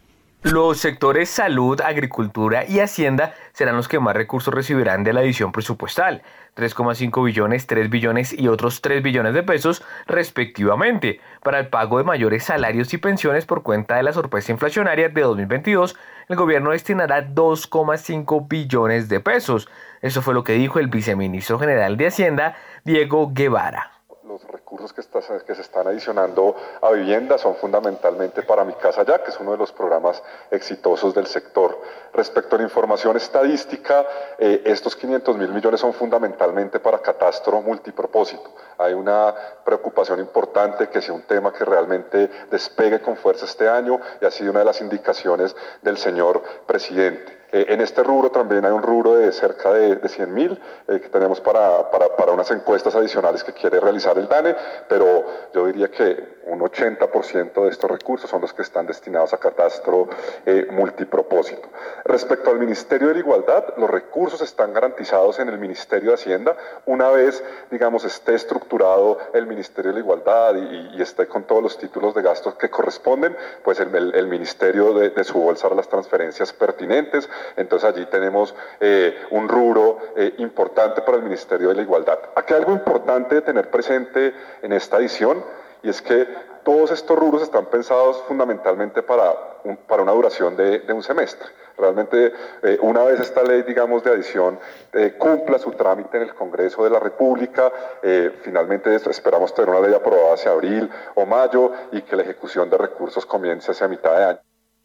Los sectores salud, agricultura y hacienda serán los que más recursos recibirán de la adición presupuestal, tres coma cinco billones, tres billones y otros tres billones de pesos respectivamente, para el pago de mayores salarios y pensiones por cuenta de la sorpresa inflacionaria de dos mil veintidós. El gobierno destinará dos coma cinco billones de pesos. Eso fue lo que dijo el viceministro general de Hacienda, Diego Guevara. Los recursos que, está, que se están adicionando a vivienda son fundamentalmente para Mi Casa Ya, que es uno de los programas exitosos del sector. Respecto a la información estadística, eh, estos quinientos mil millones son fundamentalmente para catastro multipropósito. Hay una preocupación importante que sea un tema que realmente despegue con fuerza este año y ha sido una de las indicaciones del señor presidente. Eh, en este rubro también hay un rubro de cerca de, de cien mil eh, que tenemos para, para, para unas encuestas adicionales que quiere realizar el DANE, pero yo diría que un ochenta por ciento de estos recursos son los que están destinados a catastro eh, multipropósito. Respecto al Ministerio de la Igualdad, los recursos están garantizados en el Ministerio de Hacienda. Una vez, digamos, esté estructurado el Ministerio de la Igualdad y, y esté con todos los títulos de gastos que corresponden, pues el, el, el Ministerio de, de su bolsa las transferencias pertinentes. Entonces allí tenemos eh, un rubro eh, importante para el Ministerio de la Igualdad. Aquí hay algo importante de tener presente en esta edición, y es que todos estos rubros están pensados fundamentalmente para, un, para una duración de, de un semestre. Realmente, eh, una vez esta ley, digamos, de adición eh, cumpla su trámite en el Congreso de la República, eh, finalmente esperamos tener una ley aprobada hacia abril o mayo y que la ejecución de recursos comience hacia mitad de año.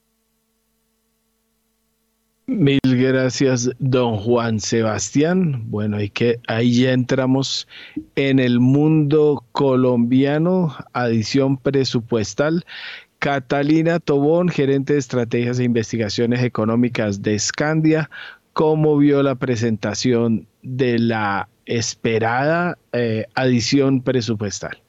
Mil gracias, don Juan Sebastián. Bueno, y que ahí ya entramos en el mundo colombiano, adición presupuestal. Catalina Tobón, gerente de estrategias e investigaciones económicas de Scandia, ¿cómo vio la presentación de la esperada eh, adición presupuestal?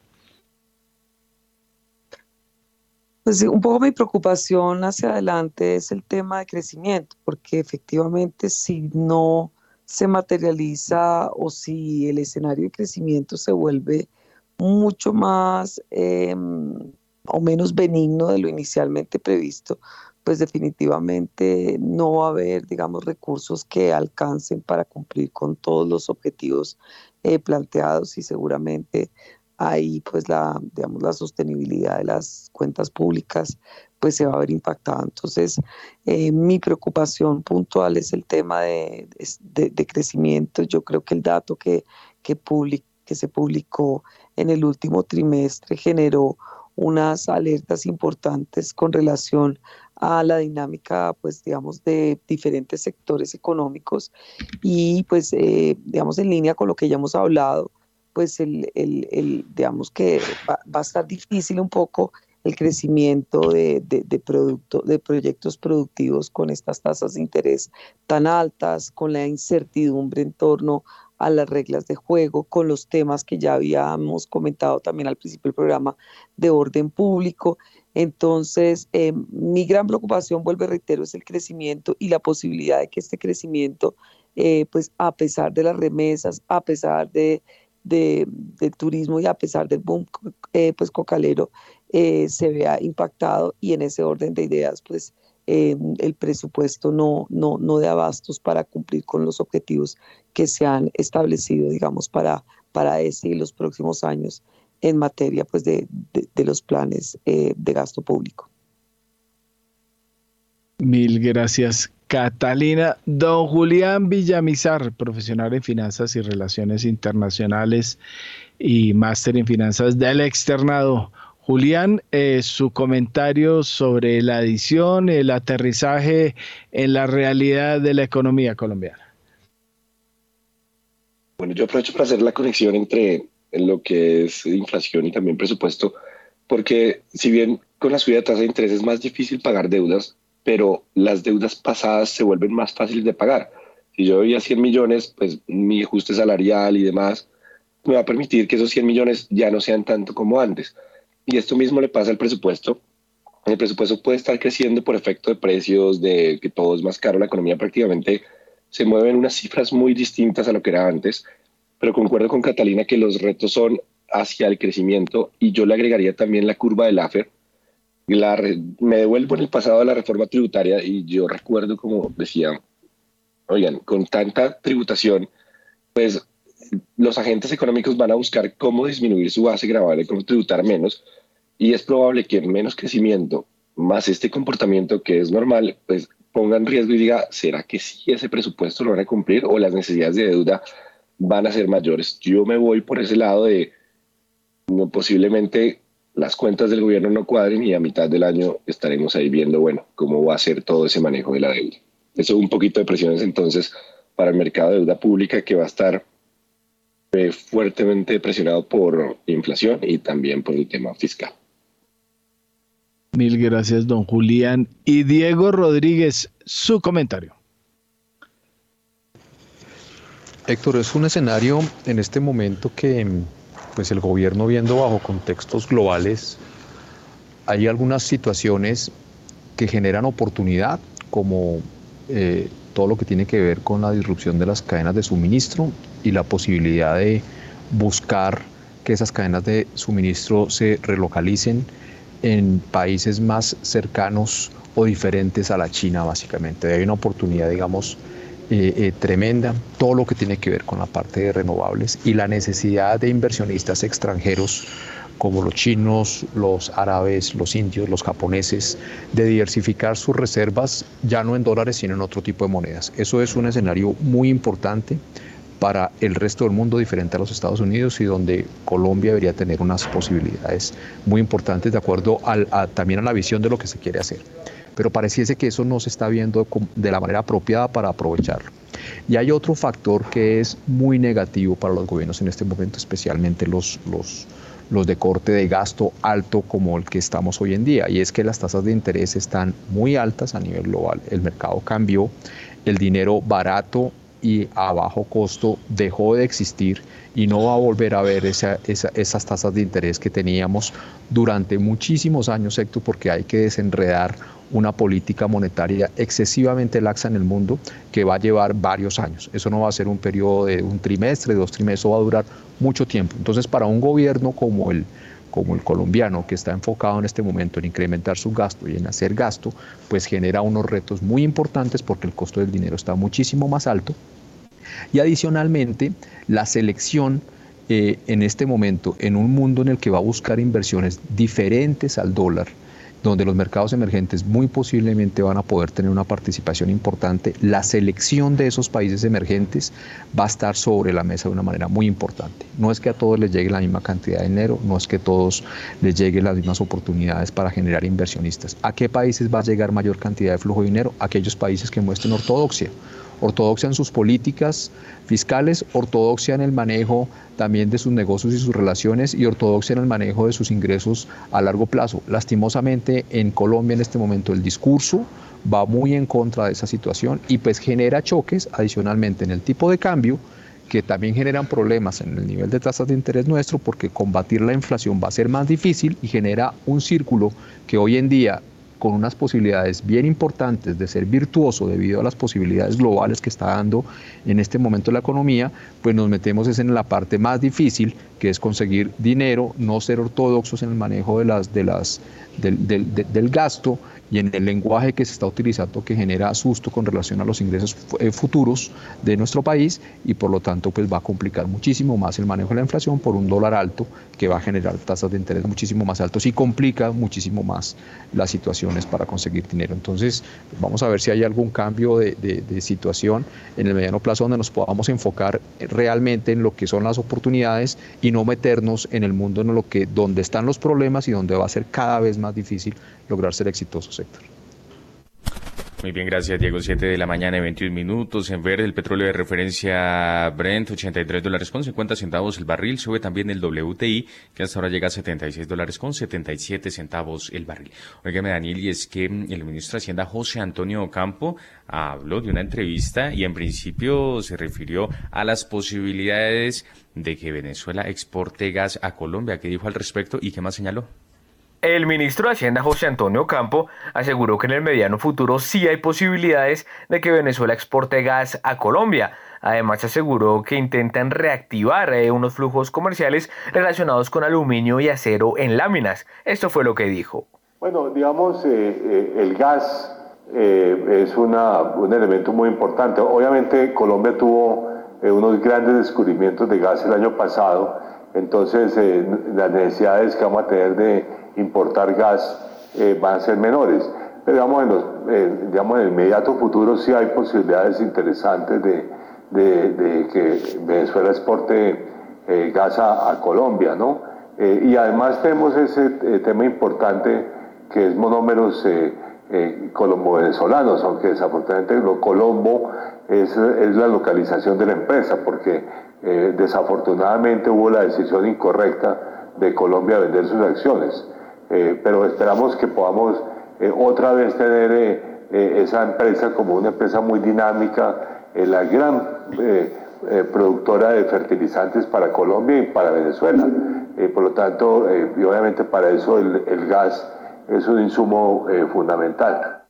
Pues un poco mi preocupación hacia adelante es el tema de crecimiento, porque efectivamente si no se materializa o si el escenario de crecimiento se vuelve mucho más eh, o menos benigno de lo inicialmente previsto, pues definitivamente no va a haber, digamos, recursos que alcancen para cumplir con todos los objetivos eh, planteados y seguramente ahí pues la, digamos, la sostenibilidad de las cuentas públicas pues se va a ver impactada. Entonces eh, mi preocupación puntual es el tema de, de, de crecimiento. Yo creo que el dato que, que, public, que se publicó en el último trimestre generó unas alertas importantes con relación a la dinámica, pues digamos, de diferentes sectores económicos y pues eh, digamos en línea con lo que ya hemos hablado, pues el, el, el, digamos que va, va a estar difícil un poco el crecimiento de, de, de, producto, de proyectos productivos con estas tasas de interés tan altas, con la incertidumbre en torno a las reglas de juego, con los temas que ya habíamos comentado también al principio del programa de orden público. Entonces, eh, mi gran preocupación, vuelvo y reitero, es el crecimiento y la posibilidad de que este crecimiento, eh, pues a pesar de las remesas, a pesar de De, del turismo y a pesar del boom eh, pues cocalero eh, se vea impactado y en ese orden de ideas pues eh, el presupuesto no, no, no de abastos para cumplir con los objetivos que se han establecido digamos para, para este y los próximos años en materia pues de, de, de los planes eh, de gasto público. Mil gracias, Catalina. Don Julián Villamizar, profesional en finanzas y relaciones internacionales y máster en finanzas del externado. Julián, eh, su comentario sobre la adición, el aterrizaje en la realidad de la economía colombiana. Bueno, yo aprovecho para hacer la conexión entre lo que es inflación y también presupuesto, porque si bien con la subida de tasa de interés es más difícil pagar deudas, pero las deudas pasadas se vuelven más fáciles de pagar. Si yo debía cien millones, pues mi ajuste salarial y demás me va a permitir que esos cien millones ya no sean tanto como antes. Y esto mismo le pasa al presupuesto. El presupuesto puede estar creciendo por efecto de precios, de que todo es más caro, la economía prácticamente se mueve en unas cifras muy distintas a lo que era antes, pero concuerdo con Catalina que los retos son hacia el crecimiento y yo le agregaría también la curva del Laffer. La, me devuelvo en el pasado a la reforma tributaria y yo recuerdo, como decía, oigan, con tanta tributación, pues los agentes económicos van a buscar cómo disminuir su base gravable, cómo tributar menos, y es probable que menos crecimiento, más este comportamiento que es normal, pues ponga en riesgo y diga, ¿será que sí ese presupuesto lo van a cumplir o las necesidades de deuda van a ser mayores? Yo me voy por ese lado de no, posiblemente las cuentas del gobierno no cuadren y a mitad del año estaremos ahí viendo, bueno, cómo va a ser todo ese manejo de la deuda. Eso un poquito de presiones entonces para el mercado de deuda pública, que va a estar eh, fuertemente presionado por inflación y también por el tema fiscal. Mil gracias, don Julián. Y Diego Rodríguez, su comentario. Héctor, es un escenario en este momento que pues el gobierno, viendo bajo contextos globales, hay algunas situaciones que generan oportunidad, como eh, todo lo que tiene que ver con la disrupción de las cadenas de suministro y la posibilidad de buscar que esas cadenas de suministro se relocalicen en países más cercanos o diferentes a la China, básicamente. Hay una oportunidad, digamos, eh, eh, tremenda, todo lo que tiene que ver con la parte de renovables y la necesidad de inversionistas extranjeros como los chinos, los árabes, los indios, los japoneses, de diversificar sus reservas ya no en dólares sino en otro tipo de monedas. Eso es un escenario muy importante para el resto del mundo, diferente a los Estados Unidos, y donde Colombia debería tener unas posibilidades muy importantes de acuerdo al, a, también a la visión de lo que se quiere hacer. Pero pareciese que eso no se está viendo de la manera apropiada para aprovecharlo. Y hay otro factor que es muy negativo para los gobiernos en este momento, especialmente los, los, los de corte de gasto alto como el que estamos hoy en día, y es que las tasas de interés están muy altas a nivel global. El mercado cambió, el dinero barato y a bajo costo dejó de existir y no va a volver a ver esa, esa, esas tasas de interés que teníamos durante muchísimos años, Héctor, porque hay que desenredar una política monetaria excesivamente laxa en el mundo que va a llevar varios años. Eso no va a ser un periodo de un trimestre, dos trimestres, eso va a durar mucho tiempo. Entonces, para un gobierno como el, como el colombiano, que está enfocado en este momento en incrementar su gasto y en hacer gasto, pues genera unos retos muy importantes porque el costo del dinero está muchísimo más alto. Y adicionalmente, la selección eh, en este momento, en un mundo en el que va a buscar inversiones diferentes al dólar, donde los mercados emergentes muy posiblemente van a poder tener una participación importante, la selección de esos países emergentes va a estar sobre la mesa de una manera muy importante. No es que a todos les llegue la misma cantidad de dinero, no es que a todos les lleguen las mismas oportunidades para generar inversionistas. ¿A qué países va a llegar mayor cantidad de flujo de dinero? Aquellos países que muestren ortodoxia. Ortodoxia en sus políticas fiscales, ortodoxia en el manejo también de sus negocios y sus relaciones, y ortodoxia en el manejo de sus ingresos a largo plazo. Lastimosamente, en Colombia en este momento el discurso va muy en contra de esa situación y pues genera choques adicionalmente en el tipo de cambio, que también generan problemas en el nivel de tasas de interés nuestro, porque combatir la inflación va a ser más difícil y genera un círculo que hoy en día, con unas posibilidades bien importantes de ser virtuoso debido a las posibilidades globales que está dando en este momento la economía, pues nos metemos es en la parte más difícil, que es conseguir dinero, no ser ortodoxos en el manejo de las, de las, del, del, del, del gasto y en el lenguaje que se está utilizando, que genera susto con relación a los ingresos futuros de nuestro país, y por lo tanto pues va a complicar muchísimo más el manejo de la inflación por un dólar alto que va a generar tasas de interés muchísimo más altos y complica muchísimo más las situaciones para conseguir dinero. Entonces vamos a ver si hay algún cambio de, de, de situación en el mediano plazo donde nos podamos enfocar realmente en lo que son las oportunidades y no meternos en el mundo en lo que, donde están los problemas y donde va a ser cada vez más difícil lograr ser exitosos, Héctor. Muy bien, gracias, Diego. siete de la mañana y veintiún minutos. En ver, el petróleo de referencia Brent, ochenta y tres dólares con cincuenta centavos el barril. Sube también el W T I, que hasta ahora llega a setenta y seis dólares con setenta y siete centavos el barril. Óigame, Daniel, y es que el ministro de Hacienda, José Antonio Ocampo, habló de una entrevista y en principio se refirió a las posibilidades de que Venezuela exporte gas a Colombia. ¿Qué dijo al respecto y qué más señaló? El ministro de Hacienda, José Antonio Ocampo, aseguró que en el mediano futuro sí hay posibilidades de que Venezuela exporte gas a Colombia. Además, aseguró que intentan reactivar eh, unos flujos comerciales relacionados con aluminio y acero en láminas. Esto fue lo que dijo. Bueno, digamos, eh, eh, el gas eh, es una, un elemento muy importante. Obviamente, Colombia tuvo eh, unos grandes descubrimientos de gas el año pasado. Entonces, eh, las necesidades que vamos a tener de importar gas eh, van a ser menores. Pero digamos, en, los, eh, digamos, en el inmediato futuro sí hay posibilidades interesantes de, de, de que Venezuela exporte eh, gas a, a Colombia, ¿no? Eh, y además tenemos ese eh, tema importante que es monómeros eh, eh, colombo-venezolanos, aunque desafortunadamente lo Colombo es, es la localización de la empresa, porque eh, desafortunadamente hubo la decisión incorrecta de Colombia vender sus acciones. Eh, pero esperamos que podamos eh, otra vez tener eh, eh, esa empresa como una empresa muy dinámica, eh, la gran eh, eh, productora de fertilizantes para Colombia y para Venezuela. Eh, por lo tanto, eh, y obviamente para eso el, el gas es un insumo eh, fundamental.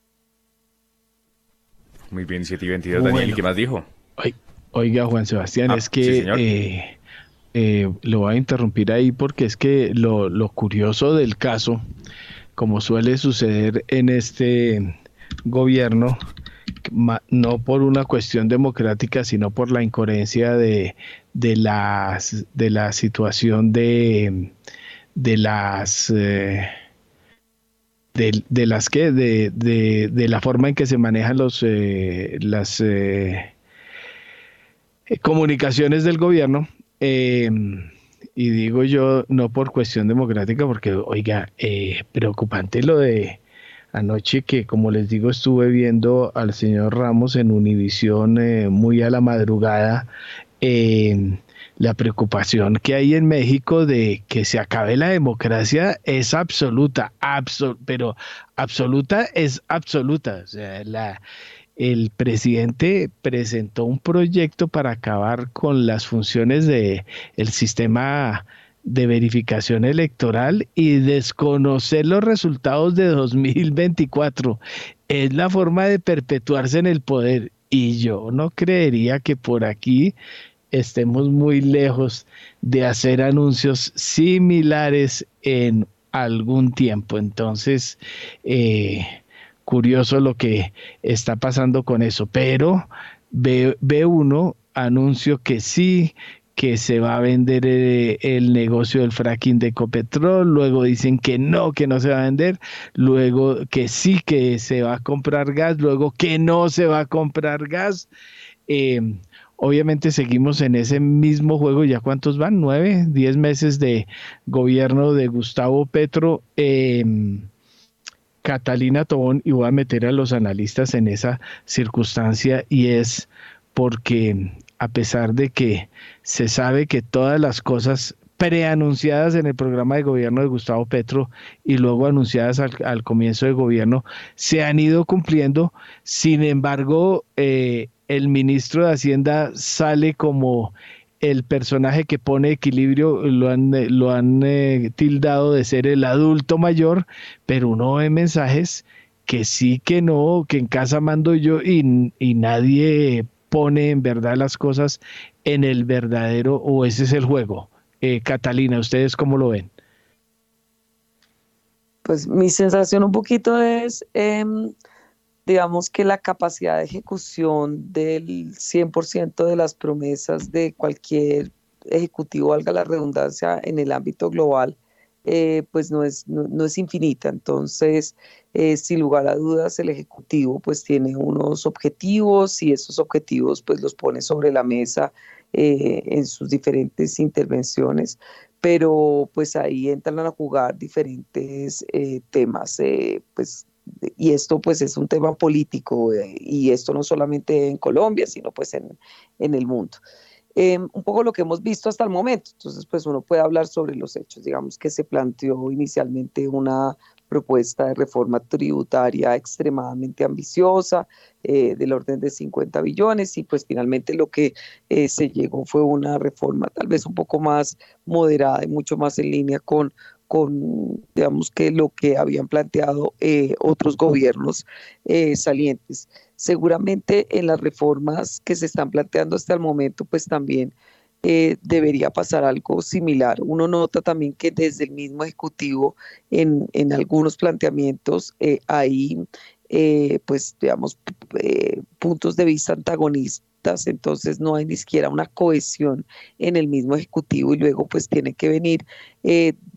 Muy bien, siete y veintidós, Daniel, ¿y qué más dijo? Oiga, Juan Sebastián, Ah, es que sí, señor. eh, eh, lo voy a interrumpir ahí porque es que lo, lo curioso del caso, como suele suceder en este gobierno, ma- no por una cuestión democrática, sino por la incoherencia de, de, las, de la situación de, de las... eh, de, de las que de, de, de la forma en que se manejan los eh, las eh, comunicaciones del gobierno, eh, y digo yo no por cuestión democrática, porque oiga, eh, preocupante lo de anoche, que como les digo estuve viendo al señor Ramos en Univisión eh, muy a la madrugada, eh, la preocupación que hay en México de que se acabe la democracia es absoluta, absol- pero absoluta es absoluta. O sea, la, el presidente presentó un proyecto para acabar con las funciones de el sistema de verificación electoral y desconocer los resultados de dos mil veinticuatro. Es la forma de perpetuarse en el poder, y yo no creería que por aquí estemos muy lejos de hacer anuncios similares en algún tiempo. Entonces, eh, curioso lo que está pasando con eso, pero ve, ve uno anuncio que sí, que se va a vender el, el negocio del fracking de Ecopetrol, luego dicen que no, que no se va a vender, luego que sí, que se va a comprar gas, luego que no se va a comprar gas. Eh, Obviamente seguimos en ese mismo juego. ¿Ya cuántos van? ¿Nueve? ¿Diez meses de gobierno de Gustavo Petro? Eh, Catalina Tobón, y voy a meter a los analistas en esa circunstancia, y es porque a pesar de que se sabe que todas las cosas preanunciadas en el programa de gobierno de Gustavo Petro y luego anunciadas al, al comienzo del gobierno se han ido cumpliendo, sin embargo, eh, el ministro de Hacienda sale como el personaje que pone equilibrio, lo han, lo han eh, tildado de ser el adulto mayor, pero uno ve mensajes que sí, que no, que en casa mando yo, y, y nadie pone en verdad las cosas en el verdadero, o ese es el juego. Eh, Catalina, ¿ustedes cómo lo ven? Pues mi sensación un poquito es... Eh, digamos que la capacidad de ejecución del cien por ciento de las promesas de cualquier ejecutivo, valga la redundancia, en el ámbito global, eh, pues no es, no, no es infinita. Entonces, eh, sin lugar a dudas, el ejecutivo pues tiene unos objetivos, y esos objetivos pues los pone sobre la mesa eh, en sus diferentes intervenciones, pero pues ahí entran a jugar diferentes eh, temas, eh, pues y esto pues es un tema político, eh, y esto no solamente en Colombia, sino pues en, en el mundo. Eh, un poco lo que hemos visto hasta el momento, entonces pues uno puede hablar sobre los hechos. Digamos que se planteó inicialmente una propuesta de reforma tributaria extremadamente ambiciosa, eh, del orden de cincuenta billones, y pues finalmente lo que eh, se llegó fue una reforma tal vez un poco más moderada y mucho más en línea con con, digamos, que lo que habían planteado eh, otros gobiernos eh, salientes. Seguramente en las reformas que se están planteando hasta el momento, pues también eh, debería pasar algo similar. Uno nota también que desde el mismo Ejecutivo, en, en algunos planteamientos, eh, hay, eh, pues, digamos, eh, puntos de vista antagonistas. Entonces no hay ni siquiera una cohesión en el mismo Ejecutivo, y luego pues tiene que venir... Eh,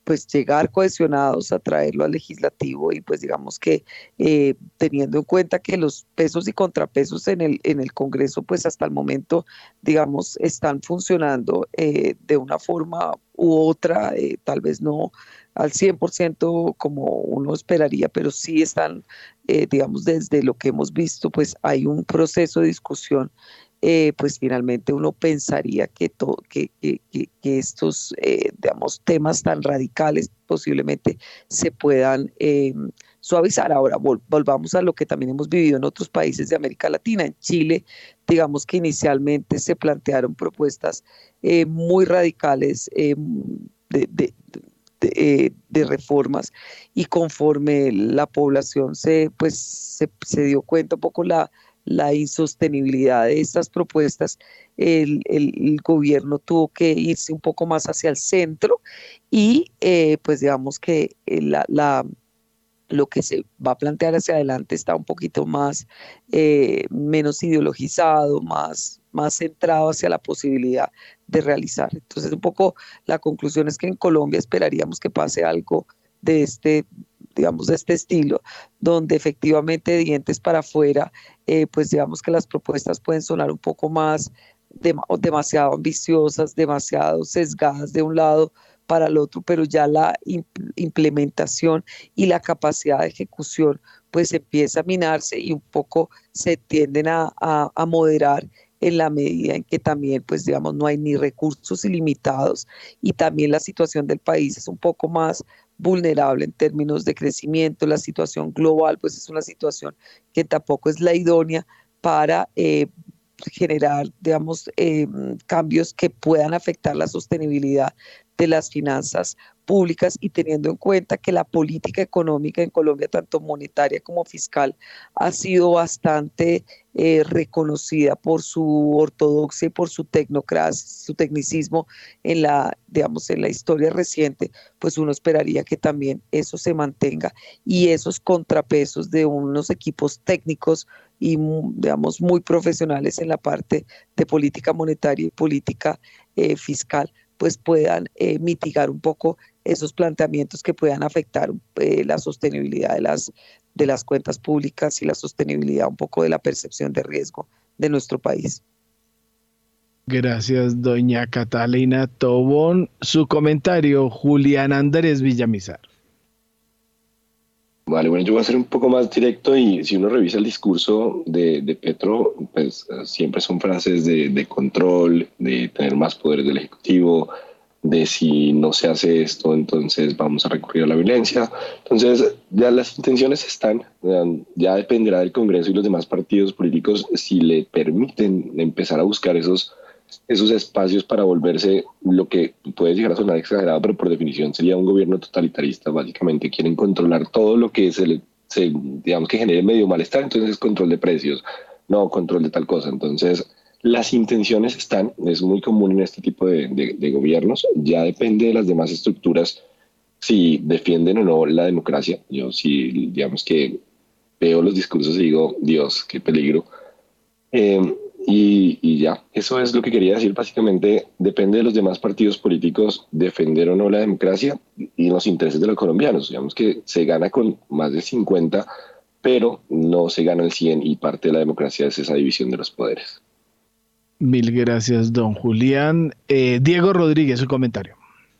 pues llegar cohesionados a traerlo al legislativo y pues digamos que eh, teniendo en cuenta que los pesos y contrapesos en el, en el Congreso pues hasta el momento digamos están funcionando eh, de una forma u otra, eh, tal vez no al cien por ciento como uno esperaría, pero sí están, eh, digamos, desde lo que hemos visto, pues hay un proceso de discusión, eh, pues finalmente uno pensaría que, to, que, que, que, que estos, eh, digamos, temas tan radicales posiblemente se puedan eh, suavizar. Ahora, vol, volvamos a lo que también hemos vivido en otros países de América Latina. En Chile, digamos que inicialmente se plantearon propuestas eh, muy radicales eh, de, de De, eh, de reformas y conforme la población se, pues, se, se dio cuenta un poco la, la insostenibilidad de estas propuestas, el, el, el gobierno tuvo que irse un poco más hacia el centro y eh, pues digamos que la, la, lo que se va a plantear hacia adelante está un poquito más, eh, menos ideologizado, más, más centrado hacia la posibilidad de realizar. Entonces, un poco la conclusión es que en Colombia esperaríamos que pase algo de este, digamos, de este estilo, donde efectivamente de dientes para afuera, eh, pues digamos que las propuestas pueden sonar un poco más de, demasiado ambiciosas, demasiado sesgadas de un lado para el otro, pero ya la implementación y la capacidad de ejecución pues empieza a minarse y un poco se tienden a, a, a moderar en la medida en que también pues digamos no hay ni recursos ilimitados y también la situación del país es un poco más vulnerable en términos de crecimiento. La situación global pues es una situación que tampoco es la idónea para eh, generar digamos eh, cambios que puedan afectar la sostenibilidad de las finanzas públicas y teniendo en cuenta que la política económica en Colombia, tanto monetaria como fiscal, ha sido bastante eh, reconocida por su ortodoxia y por su tecnocracia, su tecnicismo en la, digamos, en la historia reciente, pues uno esperaría que también eso se mantenga y esos contrapesos de unos equipos técnicos y, digamos, muy profesionales en la parte de política monetaria y política eh, fiscal, pues puedan eh, mitigar un poco esos planteamientos que puedan afectar eh, la sostenibilidad de las, de las cuentas públicas y la sostenibilidad un poco de la percepción de riesgo de nuestro país. Gracias, doña Catalina Tobón. Su comentario, Julián Andrés Villamizar. Vale, bueno, yo voy a ser un poco más directo y si uno revisa el discurso de, de Petro, pues siempre son frases de, de control, de tener más poderes del Ejecutivo, de si no se hace esto, entonces vamos a recurrir a la violencia. Entonces, ya las intenciones están, ya dependerá del Congreso y los demás partidos políticos si le permiten empezar a buscar esos, esos espacios para volverse lo que puede llegar a sonar exagerado, pero por definición sería un gobierno totalitarista. Básicamente quieren controlar todo lo que se, le, se digamos que genere medio malestar, entonces control de precios, no control de tal cosa. Entonces, las intenciones están, es muy común en este tipo de, de, de gobiernos, ya depende de las demás estructuras si defienden o no la democracia. Yo sí, digamos que veo los discursos y digo, Dios, qué peligro. Eh, y, y ya, eso es lo que quería decir. Básicamente depende de los demás partidos políticos defender o no la democracia y los intereses de los colombianos. Digamos que se gana con más de cincuenta, pero no se gana el cien y parte de la democracia es esa división de los poderes. Mil gracias, don Julián. Eh, Diego Rodríguez, su comentario.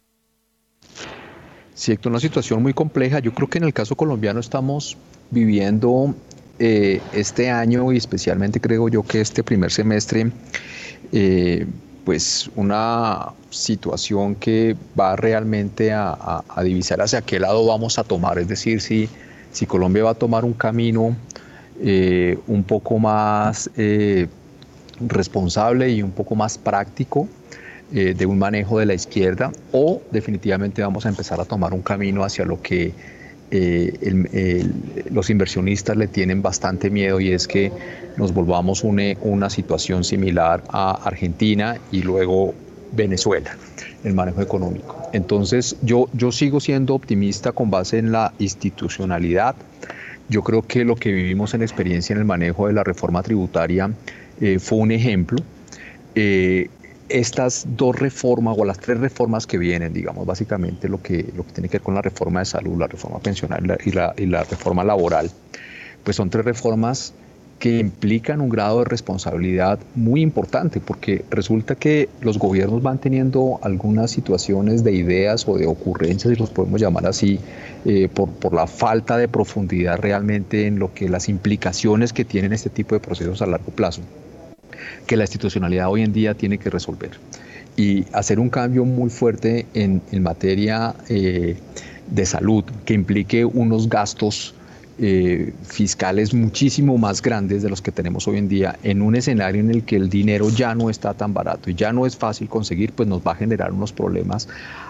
Sí, Héctor, una situación muy compleja. Yo creo que en el caso colombiano estamos viviendo eh, este año y especialmente creo yo que este primer semestre, eh, pues una situación que va realmente a, a, a divisar hacia qué lado vamos a tomar. Es decir, si, si Colombia va a tomar un camino eh, un poco más Eh, responsable y un poco más práctico eh, de un manejo de la izquierda, o definitivamente vamos a empezar a tomar un camino hacia lo que eh, el, el, los inversionistas le tienen bastante miedo, y es que nos volvamos une, una situación similar a Argentina y luego Venezuela, el manejo económico. Entonces yo, yo sigo siendo optimista con base en la institucionalidad. Yo creo que lo que vivimos en experiencia en el manejo de la reforma tributaria Eh, fue un ejemplo. Eh, estas dos reformas o las tres reformas que vienen, digamos, básicamente lo que, lo que tiene que ver con la reforma de salud, la reforma pensional y la, y la, y la reforma laboral, pues son tres reformas que implican un grado de responsabilidad muy importante, porque resulta que los gobiernos van teniendo algunas situaciones de ideas o de ocurrencias, si los podemos llamar así, eh, por, por la falta de profundidad realmente en lo que las implicaciones que tienen este tipo de procesos a largo plazo, que la institucionalidad hoy en día tiene que resolver. Y hacer un cambio muy fuerte en, en materia eh, de salud, que implique unos gastos Eh, fiscales muchísimo más grandes de los que tenemos hoy en día, en un escenario en el que el dinero ya no está tan barato y ya no es fácil conseguir, pues nos va a generar unos problemas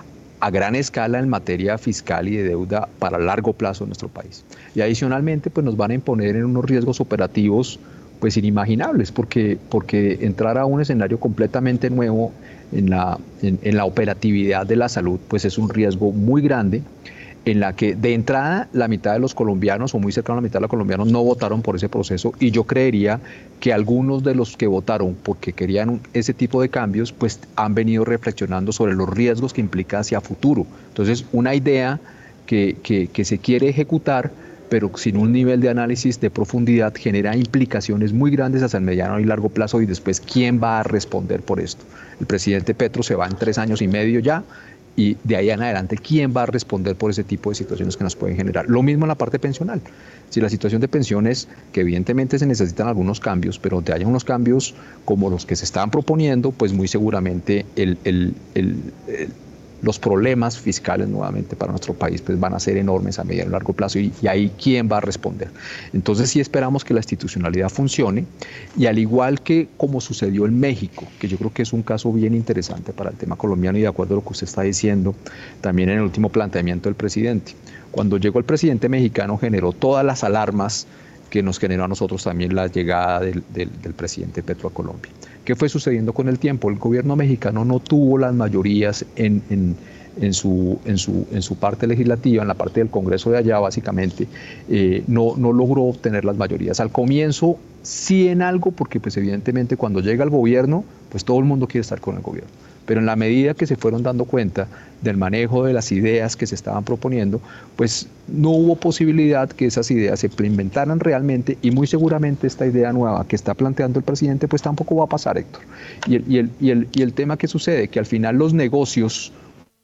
a gran escala en materia fiscal y de deuda para largo plazo en nuestro país. Y adicionalmente, pues nos van a imponer en unos riesgos operativos pues inimaginables, porque, porque entrar a un escenario completamente nuevo en la, en, en la operatividad de la salud, pues es un riesgo muy grande, en la que de entrada la mitad de los colombianos o muy cercano a la mitad de los colombianos no votaron por ese proceso, y yo creería que algunos de los que votaron porque querían ese tipo de cambios pues han venido reflexionando sobre los riesgos que implica hacia futuro. Entonces, una idea que, que, que se quiere ejecutar pero sin un nivel de análisis de profundidad genera implicaciones muy grandes hacia el mediano y largo plazo, y después ¿quién va a responder por esto? El presidente Petro se va en tres años y medio ya, y de ahí en adelante, ¿quién va a responder por ese tipo de situaciones que nos pueden generar? Lo mismo en la parte pensional. Si la situación de pensiones, que evidentemente se necesitan algunos cambios, pero donde haya unos cambios como los que se están proponiendo, pues muy seguramente el, el, el, el, los problemas fiscales nuevamente para nuestro país pues van a ser enormes a mediano y largo plazo, y, y ahí ¿quién va a responder? Entonces sí esperamos que la institucionalidad funcione, y al igual que como sucedió en México, que yo creo que es un caso bien interesante para el tema colombiano, y de acuerdo a lo que usted está diciendo también en el último planteamiento del presidente, cuando llegó el presidente mexicano generó todas las alarmas que nos generó a nosotros también la llegada del, del, del presidente Petro a Colombia. ¿Qué fue sucediendo con el tiempo? El gobierno mexicano no tuvo las mayorías en, en, en, su, en, su, en su parte legislativa, en la parte del Congreso de allá básicamente, eh, no, no logró obtener las mayorías. Al comienzo sí en algo, porque pues evidentemente cuando llega el gobierno, pues todo el mundo quiere estar con el gobierno. Pero en la medida que se fueron dando cuenta del manejo de las ideas que se estaban proponiendo, pues no hubo posibilidad que esas ideas se implementaran realmente, y muy seguramente esta idea nueva que está planteando el presidente pues tampoco va a pasar, Héctor. Y el, y el, y el, y el tema que sucede, que al final los negocios,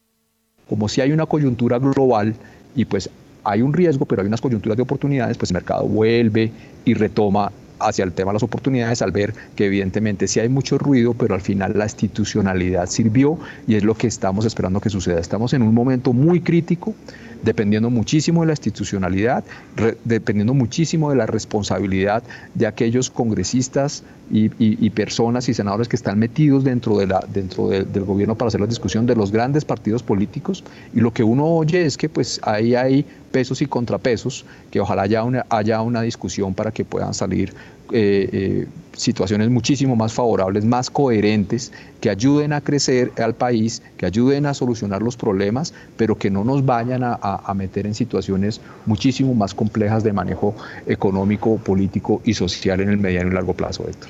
como si hay una coyuntura global y pues hay un riesgo, pero hay unas coyunturas de oportunidades, pues el mercado vuelve y retoma hacia el tema de las oportunidades, al ver que evidentemente sí hay mucho ruido, pero al final la institucionalidad sirvió, y es lo que estamos esperando que suceda. Estamos en un momento muy crítico, dependiendo muchísimo de la institucionalidad, re, dependiendo muchísimo de la responsabilidad de aquellos congresistas y, y, y personas y senadores que están metidos dentro, de la, dentro de, del gobierno para hacer la discusión, de los grandes partidos políticos, y lo que uno oye es que pues ahí hay pesos y contrapesos, que ojalá haya una, haya una discusión para que puedan salir eh, eh, situaciones muchísimo más favorables, más coherentes, que ayuden a crecer al país, que ayuden a solucionar los problemas, pero que no nos vayan a, a, a meter en situaciones muchísimo más complejas de manejo económico, político y social en el mediano y largo plazo, Héctor.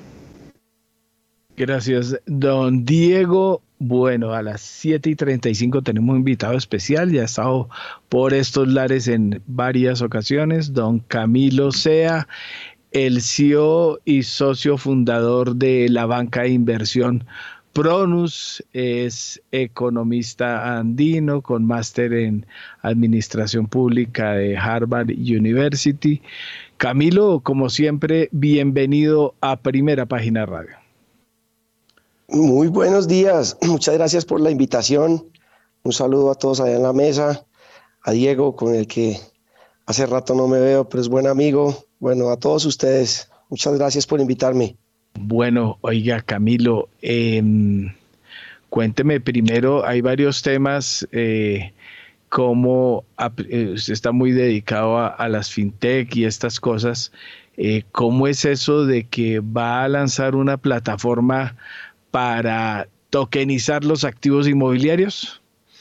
Gracias, don Diego. Bueno, a las siete y treinta y cinco tenemos un invitado especial, ya ha estado por estos lares en varias ocasiones, don Camilo Sea, el C E O y socio fundador de la banca de inversión Pronus, es economista andino con máster en Administración Pública de Harvard University. Camilo, como siempre, bienvenido a Primera Página Radio. Muy buenos días, muchas gracias por la invitación. Un saludo a todos allá en la mesa, a Diego, con el que hace rato no me veo, pero es buen amigo. Bueno, a todos ustedes, muchas gracias por invitarme. Bueno, oiga, Camilo, eh, cuénteme primero, hay varios temas, eh, como eh, usted está muy dedicado a, a las fintech y estas cosas. Eh, ¿Cómo es eso de que va a lanzar una plataforma para tokenizar los activos inmobiliarios?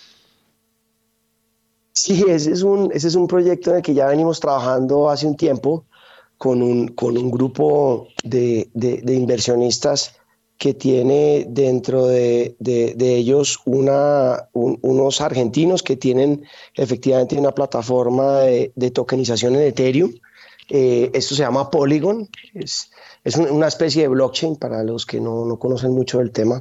Sí, ese es un, ese es un proyecto en el que ya venimos trabajando hace un tiempo con un, con un grupo de, de, de inversionistas que tiene dentro de, de, de ellos una, un, unos argentinos que tienen efectivamente una plataforma de, de tokenización en Ethereum. Eh, esto se llama Polygon, es, es una especie de blockchain para los que no, no conocen mucho del tema.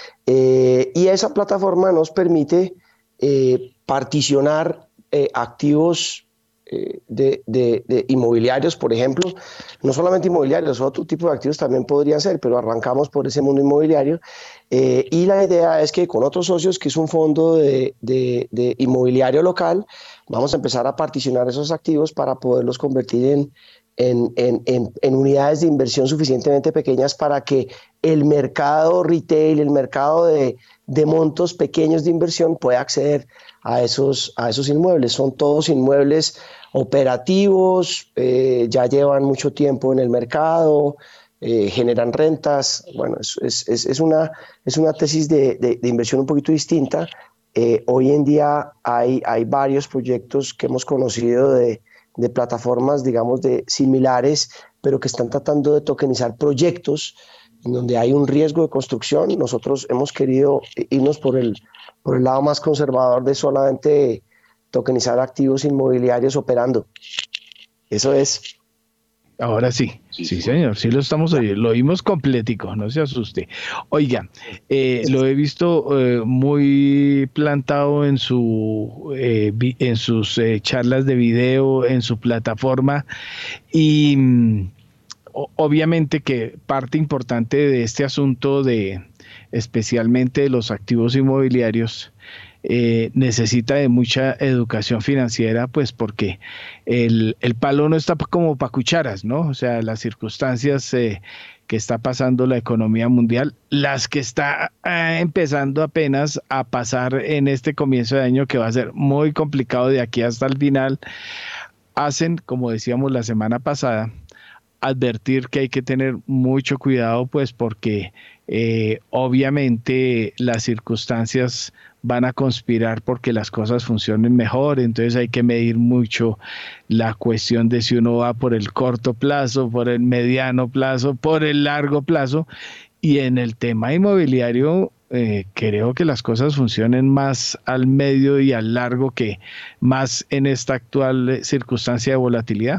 Eh, y esa plataforma nos permite eh, particionar eh, activos eh, de, de, de inmobiliarios, por ejemplo, no solamente inmobiliarios, otro tipo de activos también podrían ser, pero arrancamos por ese mundo inmobiliario. Eh, y la idea es que con otros socios, que es un fondo de, de, de inmobiliario local, vamos a empezar a particionar esos activos para poderlos convertir en, en, en, en, en unidades de inversión suficientemente pequeñas para que el mercado retail, el mercado de, de montos pequeños de inversión pueda acceder a esos, a esos inmuebles. Son todos inmuebles operativos, eh, ya llevan mucho tiempo en el mercado, eh, generan rentas. Bueno, es, es, es, una, es una tesis de, de, de inversión un poquito distinta. Eh, hoy en día hay, hay varios proyectos que hemos conocido de, de plataformas, digamos, de similares, pero que están tratando de tokenizar proyectos en donde hay un riesgo de construcción. Nosotros hemos querido irnos por el, por el lado más conservador de solamente tokenizar activos inmobiliarios operando. Eso es. Ahora sí, sí, sí, señor, sí lo estamos oyendo, lo oímos completico, no se asuste. Oiga, eh, lo he visto eh, muy plantado en su eh, vi, en sus eh, charlas de video, en su plataforma, y mm, obviamente que parte importante de este asunto de especialmente de los activos inmobiliarios Eh, necesita de mucha educación financiera, pues porque el, el palo no está como para cucharas, ¿no? O sea, las circunstancias eh, que está pasando la economía mundial, las que está eh, empezando apenas a pasar en este comienzo de año, que va a ser muy complicado de aquí hasta el final, hacen, como decíamos la semana pasada, advertir que hay que tener mucho cuidado, pues porque eh, obviamente las circunstancias van a conspirar porque las cosas funcionen mejor, entonces hay que medir mucho la cuestión de si uno va por el corto plazo, por el mediano plazo, por el largo plazo, y en el tema inmobiliario eh, creo que las cosas funcionen más al medio y al largo que más en esta actual circunstancia de volatilidad.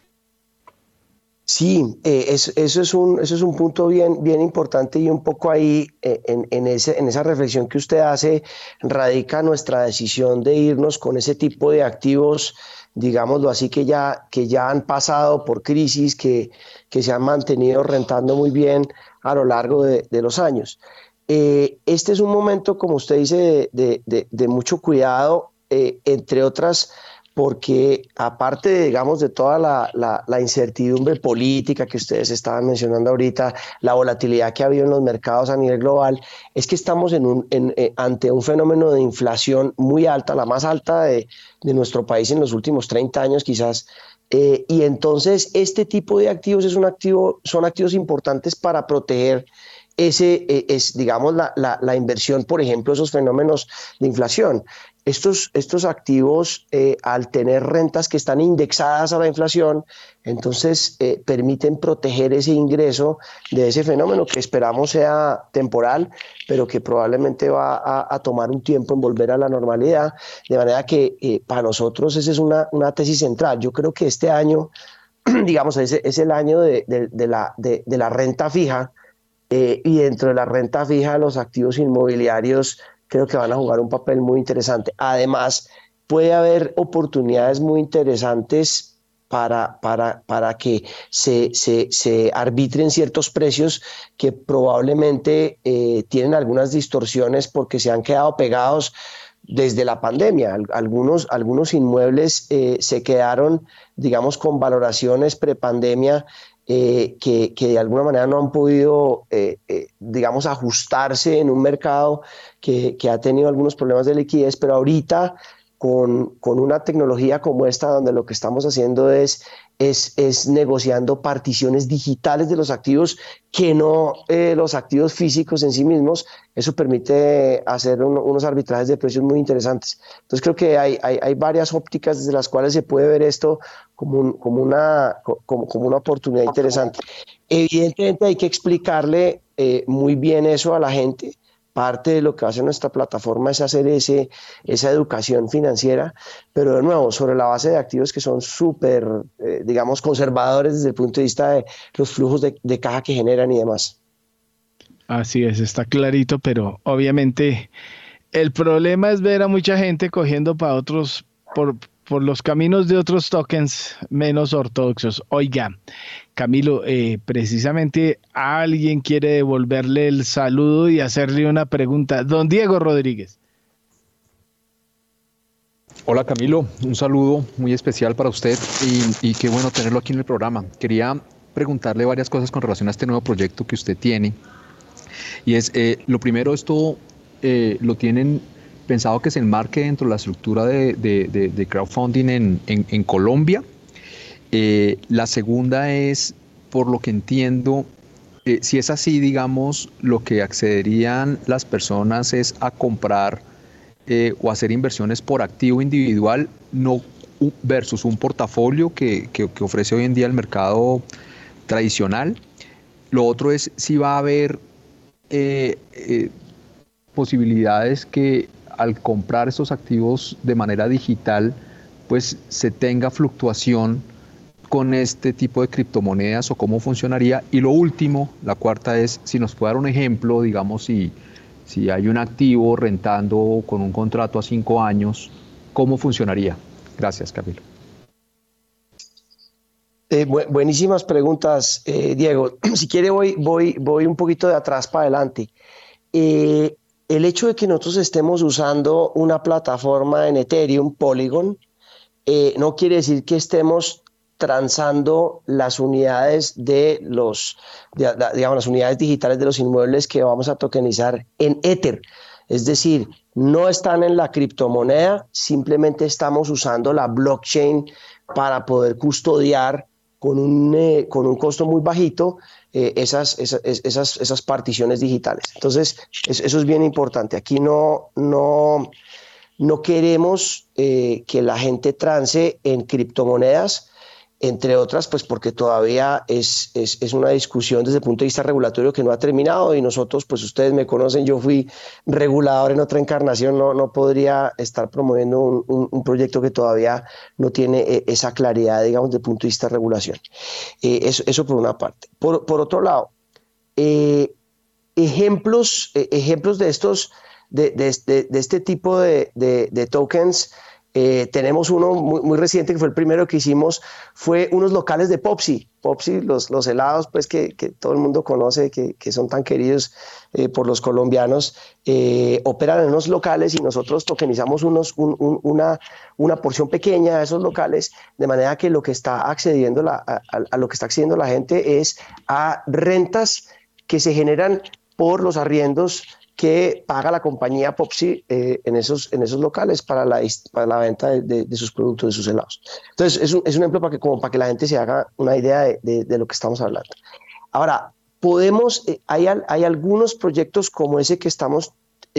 Sí, eh, eso, eso, es un, eso es un punto bien, bien importante, y un poco ahí eh, en, en, ese, en esa reflexión que usted hace radica nuestra decisión de irnos con ese tipo de activos, digámoslo así, que ya, que ya han pasado por crisis, que, que se han mantenido rentando muy bien a lo largo de, de los años. Eh, este es un momento, como usted dice, de, de, de, de mucho cuidado, eh, entre otras, porque aparte, de, digamos, de toda la, la, la incertidumbre política que ustedes estaban mencionando ahorita, la volatilidad que ha habido en los mercados a nivel global, es que estamos en un, en, eh, ante un fenómeno de inflación muy alta, la más alta de, de nuestro país en los últimos treinta años quizás, eh, y entonces este tipo de activos es un activo, son activos importantes para proteger ese, eh, es, digamos, la, la, la inversión, por ejemplo, esos fenómenos de inflación. Estos, estos activos, eh, al tener rentas que están indexadas a la inflación, entonces eh, permiten proteger ese ingreso de ese fenómeno que esperamos sea temporal, pero que probablemente va a, a tomar un tiempo en volver a la normalidad. De manera que eh, para nosotros esa es una, una tesis central. Yo creo que este año, digamos, es, es el año de, de, de, la, de, de la renta fija, eh, y dentro de la renta fija los activos inmobiliarios creo que van a jugar un papel muy interesante. Además, puede haber oportunidades muy interesantes para, para, para que se, se, se arbitren ciertos precios que probablemente eh, tienen algunas distorsiones porque se han quedado pegados desde la pandemia. Algunos, algunos inmuebles eh, se quedaron, digamos, con valoraciones prepandemia, Eh, que, que de alguna manera no han podido, eh, eh, digamos, ajustarse en un mercado que, que ha tenido algunos problemas de liquidez, pero ahorita con, con una tecnología como esta, donde lo que estamos haciendo es, es, es negociando particiones digitales de los activos que no eh, los activos físicos en sí mismos. Eso permite hacer un, unos arbitrajes de precios muy interesantes. Entonces creo que hay, hay, hay varias ópticas desde las cuales se puede ver esto como, un, como, una, como, como una oportunidad interesante. Evidentemente hay que explicarle eh, muy bien eso a la gente. Parte de lo que hace nuestra plataforma es hacer ese, esa educación financiera, pero de nuevo, sobre la base de activos que son súper, eh, digamos, conservadores desde el punto de vista de los flujos de, de caja que generan y demás. Así es, está clarito, pero obviamente el problema es ver a mucha gente cogiendo para otros, por, por los caminos de otros tokens menos ortodoxos. Oiga, Camilo, eh, precisamente alguien quiere devolverle el saludo y hacerle una pregunta. Don Diego Rodríguez. Hola Camilo, un saludo muy especial para usted y, y qué bueno tenerlo aquí en el programa. Quería preguntarle varias cosas con relación a este nuevo proyecto que usted tiene. Y es, eh, lo primero, esto eh, lo tienen pensado que se enmarque dentro de la estructura de, de, de, de crowdfunding en, en, en Colombia. Eh, la segunda es, por lo que entiendo, eh, si es así, digamos, lo que accederían las personas es a comprar eh, o hacer inversiones por activo individual, no versus un portafolio que, que, que ofrece hoy en día el mercado tradicional. Lo otro es si va a haber eh, eh, posibilidades que al comprar estos activos de manera digital, pues se tenga fluctuación con este tipo de criptomonedas o cómo funcionaría. Y lo último, la cuarta es, si nos puede dar un ejemplo, digamos, si, si hay un activo rentando con un contrato a cinco años, ¿cómo funcionaría? Gracias, Camilo. Eh, bu buenísimas preguntas, eh, Diego. Si quiere voy, voy, voy un poquito de atrás para adelante. Eh, el hecho de que nosotros estemos usando una plataforma en Ethereum, Polygon, eh, no quiere decir que estemos transando las unidades de los, de, de, digamos, las unidades digitales de los inmuebles que vamos a tokenizar en Ether. Es decir, no están en la criptomoneda, simplemente estamos usando la blockchain para poder custodiar con un, eh, con un costo muy bajito eh, esas, esas, esas, esas particiones digitales. Entonces, es, eso es bien importante. Aquí no, no, no queremos eh, que la gente trance en criptomonedas, entre otras, pues porque todavía es, es, es una discusión desde el punto de vista regulatorio que no ha terminado, y nosotros, pues ustedes me conocen, yo fui regulador en otra encarnación, no, no podría estar promoviendo un, un, un proyecto que todavía no tiene eh, esa claridad, digamos, desde el punto de vista de regulación. Eh, eso, eso por una parte. Por, por otro lado, eh, ejemplos, eh, ejemplos de estos, de, de, de, de este tipo de, de, de tokens. Eh, tenemos uno muy, muy reciente que fue el primero que hicimos, fue unos locales de Popsi. Popsi, los, los helados pues que, que todo el mundo conoce, que, que son tan queridos eh, por los colombianos, eh, operan en unos locales y nosotros tokenizamos unos, un, un, una, una porción pequeña de esos locales, de manera que lo que está accediendo la, a, a lo que está accediendo la gente es a rentas que se generan por los arriendos que paga la compañía Popsi eh, en, esos, en esos locales para la, para la venta de, de, de sus productos, de sus helados. Entonces, es un, es un ejemplo para que, como para que la gente se haga una idea de, de, de lo que estamos hablando. Ahora, podemos, eh, hay, hay algunos proyectos como ese que estamos,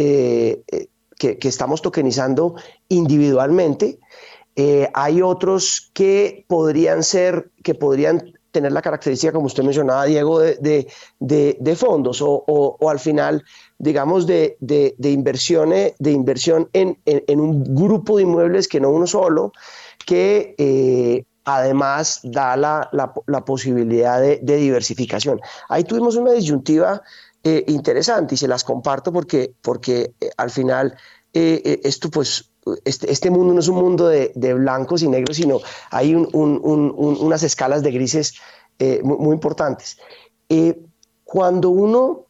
eh, eh, que, que estamos tokenizando individualmente. Eh, hay otros que podrían ser, que podrían tener la característica, como usted mencionaba, Diego, de, de, de, de fondos o, o, o al final, digamos, de, de, de, inversiones, de inversión en, en, en un grupo de inmuebles que no uno solo, que eh, además da la, la, la posibilidad de, de diversificación. Ahí tuvimos una disyuntiva eh, interesante y se las comparto porque, porque eh, al final eh, eh, esto pues... Este, este mundo no es un mundo de, de blancos y negros, sino hay un, un, un, un, unas escalas de grises eh, muy, muy importantes. Eh, cuando uno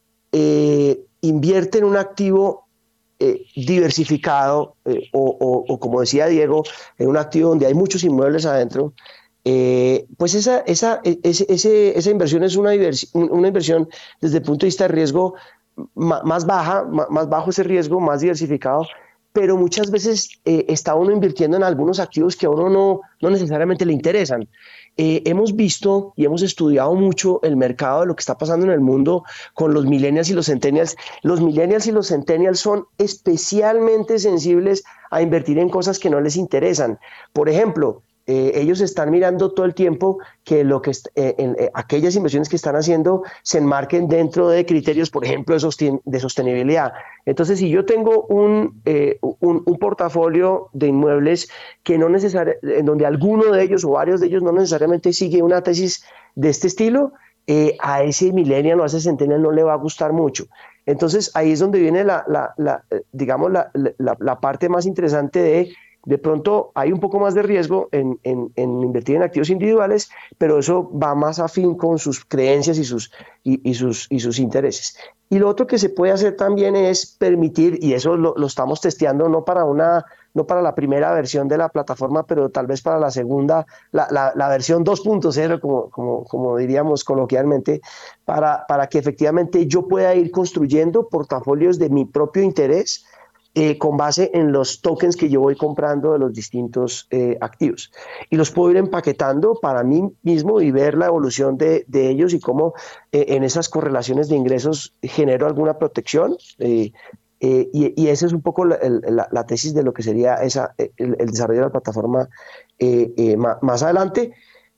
eh, invierte en un activo eh, diversificado, eh, o, o, o como decía Diego, en un activo donde hay muchos inmuebles adentro, eh, pues esa, esa, ese, ese, esa inversión es una, una inversión desde el punto de vista de riesgo más baja, más bajo ese riesgo, más diversificado, pero muchas veces eh, está uno invirtiendo en algunos activos que a uno no, no necesariamente le interesan. Eh, hemos visto y hemos estudiado mucho el mercado de lo que está pasando en el mundo con los millennials y los centennials. Los millennials y los centennials son especialmente sensibles a invertir en cosas que no les interesan. Por ejemplo, Eh, ellos están mirando todo el tiempo que, lo que eh, en, eh, aquellas inversiones que están haciendo se enmarquen dentro de criterios, por ejemplo, de, sosten de sostenibilidad. Entonces, si yo tengo un, eh, un, un portafolio de inmuebles que no necesariamente, en donde alguno de ellos o varios de ellos no necesariamente sigue una tesis de este estilo, eh, a ese millennial o a ese centennial no le va a gustar mucho. Entonces, ahí es donde viene la, la, la digamos, la, la, la parte más interesante de De pronto hay un poco más de riesgo en, en, en invertir en activos individuales, pero eso va más afín con sus creencias y sus, y, y sus, y sus intereses. Y lo otro que se puede hacer también es permitir, y eso lo, lo estamos testeando no para, una, no para la primera versión de la plataforma, pero tal vez para la segunda, la, la, la versión dos punto cero, como, como, como diríamos coloquialmente, para, para que efectivamente yo pueda ir construyendo portafolios de mi propio interés, Eh, con base en los tokens que yo voy comprando de los distintos eh, activos. Y los puedo ir empaquetando para mí mismo y ver la evolución de, de ellos y cómo eh, en esas correlaciones de ingresos genero alguna protección. Eh, eh, y, y esa es un poco la, la, la tesis de lo que sería esa, el, el desarrollo de la plataforma eh, eh, más, más adelante.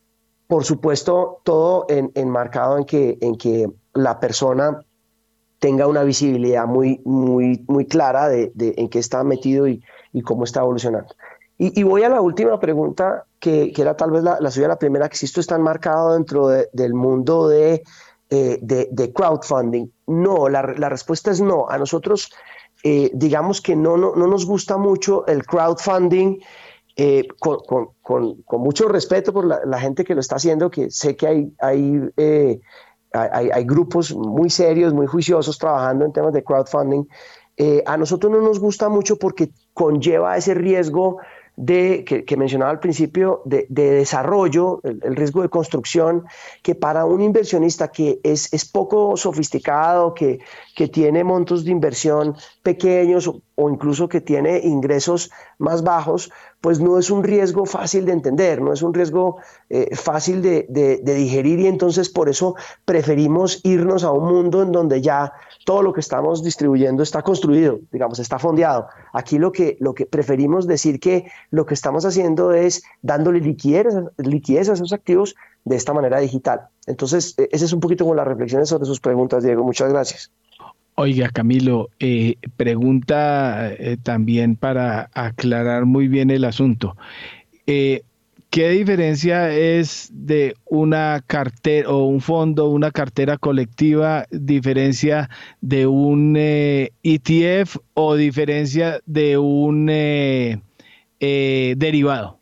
Por supuesto, todo en, enmarcado en que, en que la persona tenga una visibilidad muy, muy, muy clara de, de en qué está metido y, y cómo está evolucionando. Y, y voy a la última pregunta, que, que era tal vez la, la suya, la primera, que si esto está enmarcado dentro de, del mundo de, eh, de, de crowdfunding. No, la, la respuesta es no. A nosotros, eh, digamos que no, no, no nos gusta mucho el crowdfunding, eh, con, con, con, con mucho respeto por la, la gente que lo está haciendo, que sé que hay... hay eh, Hay, hay grupos muy serios, muy juiciosos trabajando en temas de crowdfunding. Eh, a nosotros no nos gusta mucho porque conlleva ese riesgo de, que, que mencionaba al principio, de, de desarrollo, el, el riesgo de construcción, que para un inversionista que es, es poco sofisticado, que, que tiene montos de inversión pequeños o, o incluso que tiene ingresos más bajos, pues no es un riesgo fácil de entender, no es un riesgo eh, fácil de, de, de digerir, y entonces por eso preferimos irnos a un mundo en donde ya todo lo que estamos distribuyendo está construido, digamos, está fondeado. Aquí lo que, lo que preferimos decir que lo que estamos haciendo es dándole liquidez, liquidez a esos activos de esta manera digital. Entonces, esa es un poquito como las reflexiones sobre sus preguntas, Diego. Muchas gracias. Oiga, Camilo, eh, pregunta eh, también para aclarar muy bien el asunto. Eh, ¿Qué diferencia es de una cartera o un fondo, una cartera colectiva, diferencia de un eh, E T F o diferencia de un eh, eh, derivado?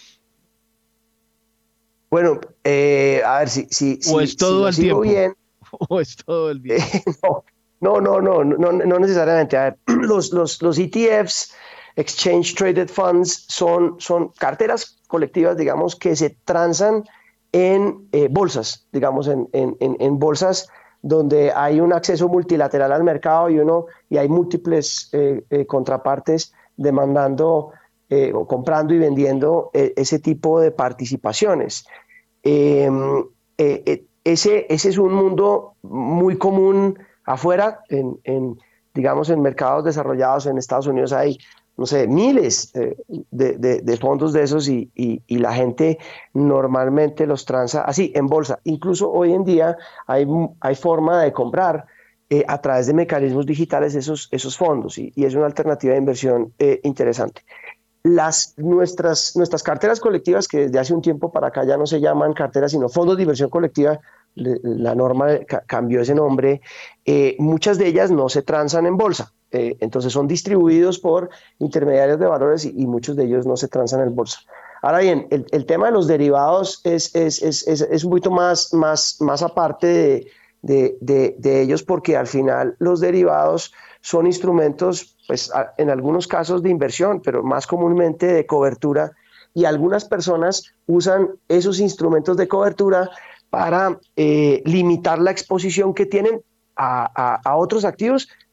Bueno, eh, a ver si... si ¿O es todo si el tiempo? Bien, ¿O es todo el tiempo? Eh, no. No, no, no, no, no necesariamente. A ver, los, los, los E T Fs, Exchange Traded Funds, son, son carteras colectivas, digamos, que se transan en eh, bolsas, digamos, en, en, en bolsas donde hay un acceso multilateral al mercado y, uno, y hay múltiples eh, eh, contrapartes demandando eh, o comprando y vendiendo eh, ese tipo de participaciones. Eh, eh, eh, ese, ese es un mundo muy común afuera, en, en, digamos, en mercados desarrollados. En Estados Unidos hay, no sé, miles eh, de, de, de fondos de esos y, y, y la gente normalmente los transa así, en bolsa. Incluso hoy en día hay, hay forma de comprar eh, a través de mecanismos digitales esos, esos fondos y, y es una alternativa de inversión eh, interesante. Las, nuestras, nuestras carteras colectivas, que desde hace un tiempo para acá ya no se llaman carteras, sino fondos de inversión colectiva, la norma cambió ese nombre, eh, muchas de ellas no se transan en bolsa, eh, entonces son distribuidos por intermediarios de valores y, y muchos de ellos no se transan en bolsa. Ahora bien, el, el tema de los derivados es, es, es, es, es un poquito más, más, más aparte de, de, de, de ellos, porque al final los derivados son instrumentos, pues en algunos casos de inversión, pero más comúnmente de cobertura, y algunas personas usan esos instrumentos de cobertura para eh, limitar la exposición que tienen a, a, a otros activos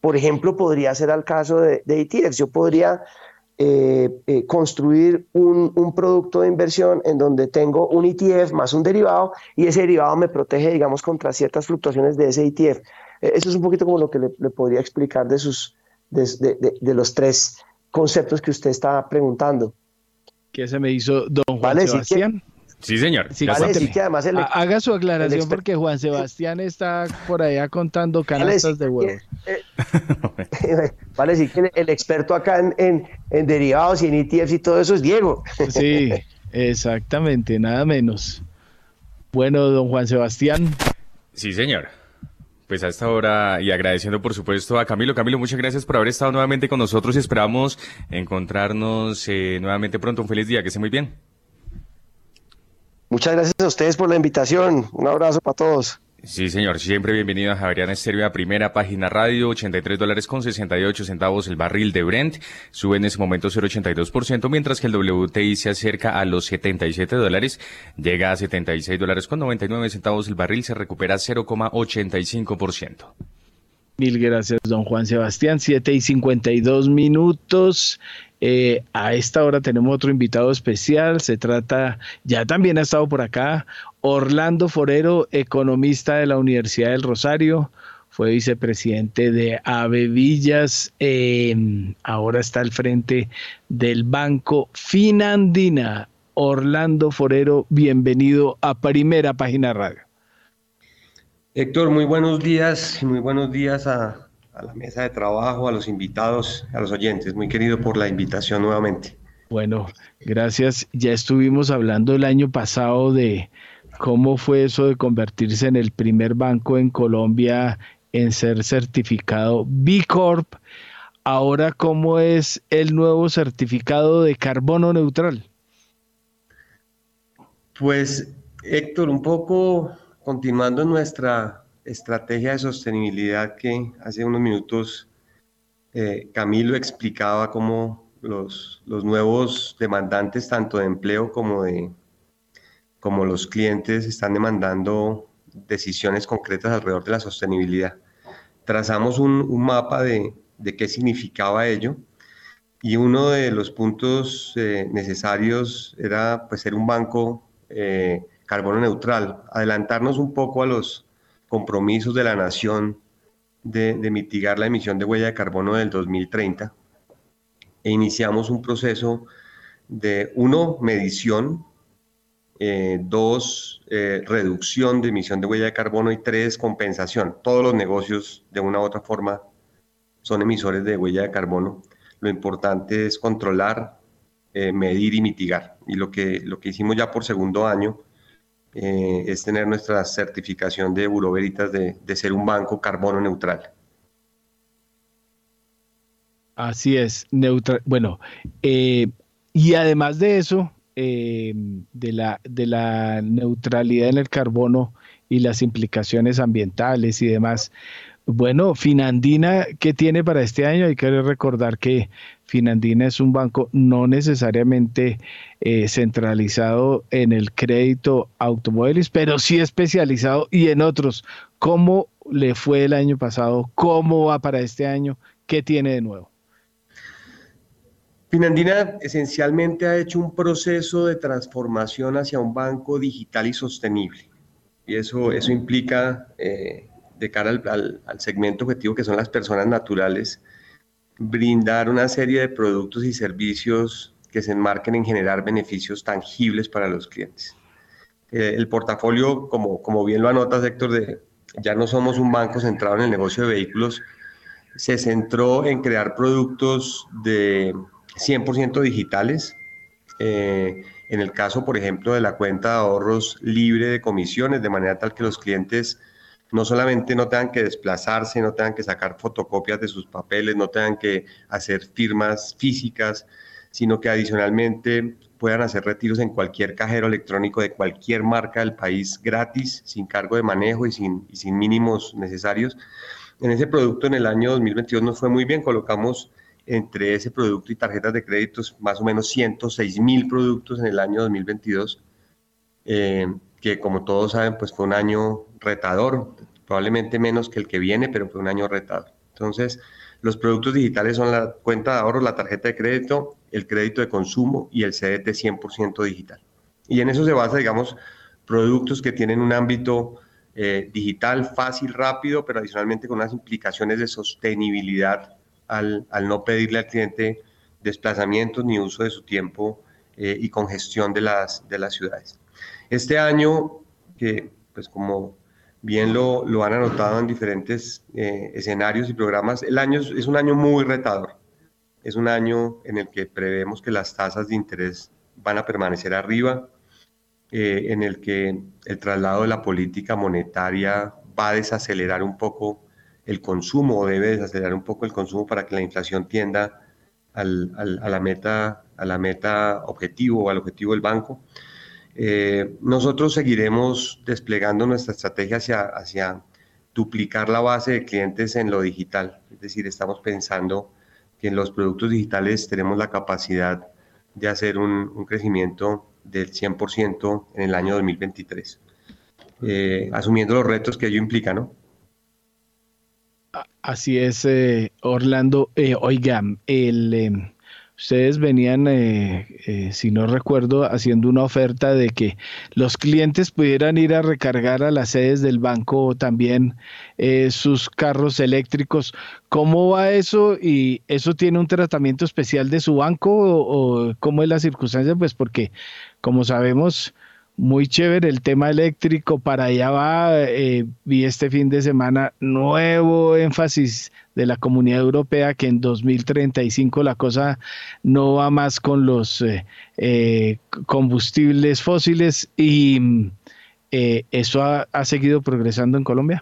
Por ejemplo, podría ser el caso de, de E T Fs. Yo podría eh, eh, construir un, un producto de inversión en donde tengo un E T F más un derivado y ese derivado me protege, digamos, contra ciertas fluctuaciones de ese E T F. Eh, eso es un poquito como lo que le, le podría explicar de, sus, de, de, de, de los tres conceptos que usted está preguntando. ¿Qué se me hizo don Juan Vale, Sebastián? Sí, que, sí señor. Sí, vale, sí que además el, haga su aclaración exper- porque Juan Sebastián está por allá contando canastas vale, de huevos. Que, eh, vale, sí que el, el experto acá en, en, en derivados y en E T Fs y todo eso es Diego. Sí, exactamente, nada menos. Bueno, don Juan Sebastián. Sí, señor. Pues a esta hora, y agradeciendo por supuesto a Camilo. Camilo, muchas gracias por haber estado nuevamente con nosotros y esperamos encontrarnos eh, nuevamente pronto. Un feliz día, que esté muy bien. Muchas gracias a ustedes por la invitación. Un abrazo para todos. Sí, señor. Siempre bienvenido a Javeriana Estéreo, a Primera Página Radio. ochenta y tres dólares con sesenta y ocho centavos el barril de Brent. Sube en ese momento cero coma ochenta y dos por ciento, mientras que el W T I se acerca a los setenta y siete dólares. Llega a setenta y seis dólares con noventa y nueve centavos el barril. Se recupera cero coma ochenta y cinco por ciento. Mil gracias, don Juan Sebastián. siete y cincuenta y dos minutos. Eh, a esta hora tenemos otro invitado especial. Se trata, ya también ha estado por acá, Orlando Forero, economista de la Universidad del Rosario. Fue vicepresidente de Avevillas. Eh, ahora está al frente del Banco Finandina. Orlando Forero, bienvenido a Primera Página Radio. Héctor, muy buenos días, muy buenos días a, a la mesa de trabajo, a los invitados, a los oyentes. Muy querido por la invitación nuevamente. Bueno, gracias. Ya estuvimos hablando el año pasado de cómo fue eso de convertirse en el primer banco en Colombia en ser certificado B Corp. Ahora, ¿cómo es el nuevo certificado de carbono neutral? Pues, Héctor, un poco continuando nuestra estrategia de sostenibilidad que hace unos minutos eh, Camilo explicaba cómo los, los nuevos demandantes tanto de empleo como, de, como los clientes están demandando decisiones concretas alrededor de la sostenibilidad. Trazamos un, un mapa de, de qué significaba ello y uno de los puntos eh, necesarios era pues, ser un banco eh, carbono neutral, adelantarnos un poco a los compromisos de la nación de, de mitigar la emisión de huella de carbono del dos mil treinta e iniciamos un proceso de, uno, medición, eh, dos, eh, reducción de emisión de huella de carbono y tres, compensación. Todos los negocios de una u otra forma son emisores de huella de carbono. Lo importante es controlar, eh, medir y mitigar. Y lo que, lo que hicimos ya por segundo año Eh, es tener nuestra certificación de Bureau Veritas de, de ser un banco carbono neutral. Así es, neutral. Bueno, eh, y además de eso, eh, de la, de la neutralidad en el carbono y las implicaciones ambientales y demás, bueno, Finandina, ¿qué tiene para este año? Hay que recordar que Finandina es un banco no necesariamente eh, centralizado en el crédito automóviles, pero sí especializado y en otros. ¿Cómo le fue el año pasado? ¿Cómo va para este año? ¿Qué tiene de nuevo? Finandina esencialmente ha hecho un proceso de transformación hacia un banco digital y sostenible. Y eso, eso implica... Eh, de cara al, al, al segmento objetivo que son las personas naturales, brindar una serie de productos y servicios que se enmarquen en generar beneficios tangibles para los clientes. Eh, el portafolio, como, como bien lo anotas, Héctor, de, ya no somos un banco centrado en el negocio de vehículos, se centró en crear productos de cien por ciento digitales, eh, en el caso, por ejemplo, de la cuenta de ahorros libre de comisiones, de manera tal que los clientes no solamente no tengan que desplazarse, no tengan que sacar fotocopias de sus papeles, no tengan que hacer firmas físicas, sino que adicionalmente puedan hacer retiros en cualquier cajero electrónico de cualquier marca del país gratis, sin cargo de manejo y sin, y sin mínimos necesarios. En ese producto en el año dos mil veintidós nos fue muy bien, colocamos entre ese producto y tarjetas de créditos más o menos ciento seis mil productos en el año dos mil veintidós. Eh, que como todos saben, pues fue un año retador, probablemente menos que el que viene, pero fue un año retador. Entonces, los productos digitales son la cuenta de ahorros, la tarjeta de crédito, el crédito de consumo y el C D T cien por ciento digital. Y en eso se basa, digamos, productos que tienen un ámbito eh, digital fácil, rápido, pero adicionalmente con unas implicaciones de sostenibilidad al, al no pedirle al cliente desplazamientos ni uso de su tiempo eh, y congestión de las, de las ciudades. Este año, que pues como bien lo, lo han anotado en diferentes eh, escenarios y programas, el año es, es un año muy retador. Es un año en el que prevemos que las tasas de interés van a permanecer arriba, eh, en el que el traslado de la política monetaria va a desacelerar un poco el consumo, o debe desacelerar un poco el consumo para que la inflación tienda al, al, a, la meta, a la meta objetivo o al objetivo del banco. Eh, nosotros seguiremos desplegando nuestra estrategia hacia, hacia duplicar la base de clientes en lo digital. Es decir, estamos pensando que en los productos digitales tenemos la capacidad de hacer un, un crecimiento del cien por ciento en el año dos mil veintitrés, eh, asumiendo los retos que ello implica, ¿no? Así es, eh, Orlando. Eh, oigan, el... Eh... Ustedes venían, eh, eh, si no recuerdo, haciendo una oferta de que los clientes pudieran ir a recargar a las sedes del banco también eh, sus carros eléctricos. ¿Cómo va eso? ¿Y eso tiene un tratamiento especial de su banco o, o cómo es la circunstancia? Pues porque, como sabemos, muy chévere el tema eléctrico, para allá va. Eh, vi este fin de semana nuevo énfasis de la Comunidad Europea que en dos mil treinta y cinco la cosa no va más con los eh, eh, combustibles fósiles y eh, ¿eso ha, ha seguido progresando en Colombia?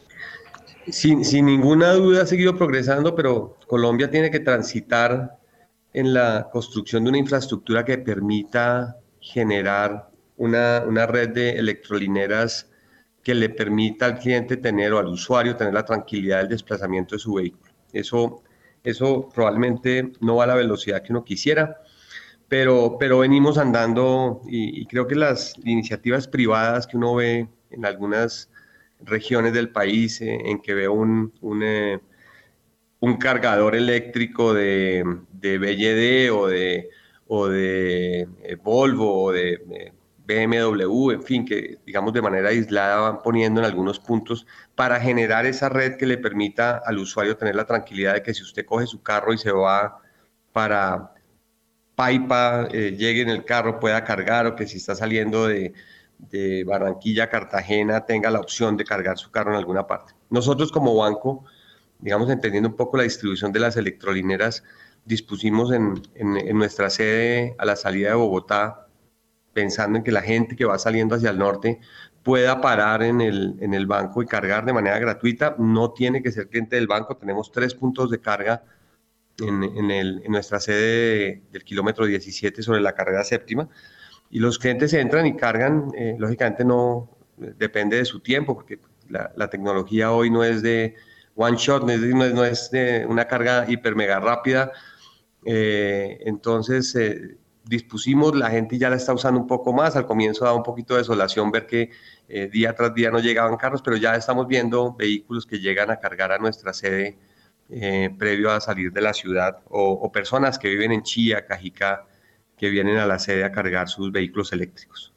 Sin, sin ninguna duda ha seguido progresando, pero Colombia tiene que transitar en la construcción de una infraestructura que permita generar una, una red de electrolineras que le permita al cliente tener o al usuario tener la tranquilidad del desplazamiento de su vehículo. Eso, eso probablemente no va a la velocidad que uno quisiera, pero, pero venimos andando y, y creo que las iniciativas privadas que uno ve en algunas regiones del país, eh, en que veo un, un, eh, un cargador eléctrico de, de B Y D o de, o de eh, Volvo o de... de B M W, en fin, que digamos de manera aislada van poniendo en algunos puntos para generar esa red que le permita al usuario tener la tranquilidad de que si usted coge su carro y se va para Paipa, eh, llegue en el carro, pueda cargar, o que si está saliendo de, de Barranquilla a Cartagena tenga la opción de cargar su carro en alguna parte. Nosotros como banco, digamos entendiendo un poco la distribución de las electrolineras, dispusimos en, en, en nuestra sede a la salida de Bogotá, pensando en que la gente que va saliendo hacia el norte pueda parar en el, en el banco y cargar de manera gratuita. No tiene que ser cliente del banco, tenemos tres puntos de carga en, en, el, en nuestra sede de, del kilómetro diecisiete sobre la carrera séptima, y los clientes entran y cargan, eh, lógicamente no depende de su tiempo, porque la, la tecnología hoy no es de one shot, no es de, no es, no es de una carga hiper mega rápida, eh, entonces... Eh, dispusimos, la gente ya la está usando un poco más. Al comienzo daba un poquito de desolación ver que eh, día tras día no llegaban carros, pero ya estamos viendo vehículos que llegan a cargar a nuestra sede eh, previo a salir de la ciudad, o, o personas que viven en Chía, Cajicá, que vienen a la sede a cargar sus vehículos eléctricos.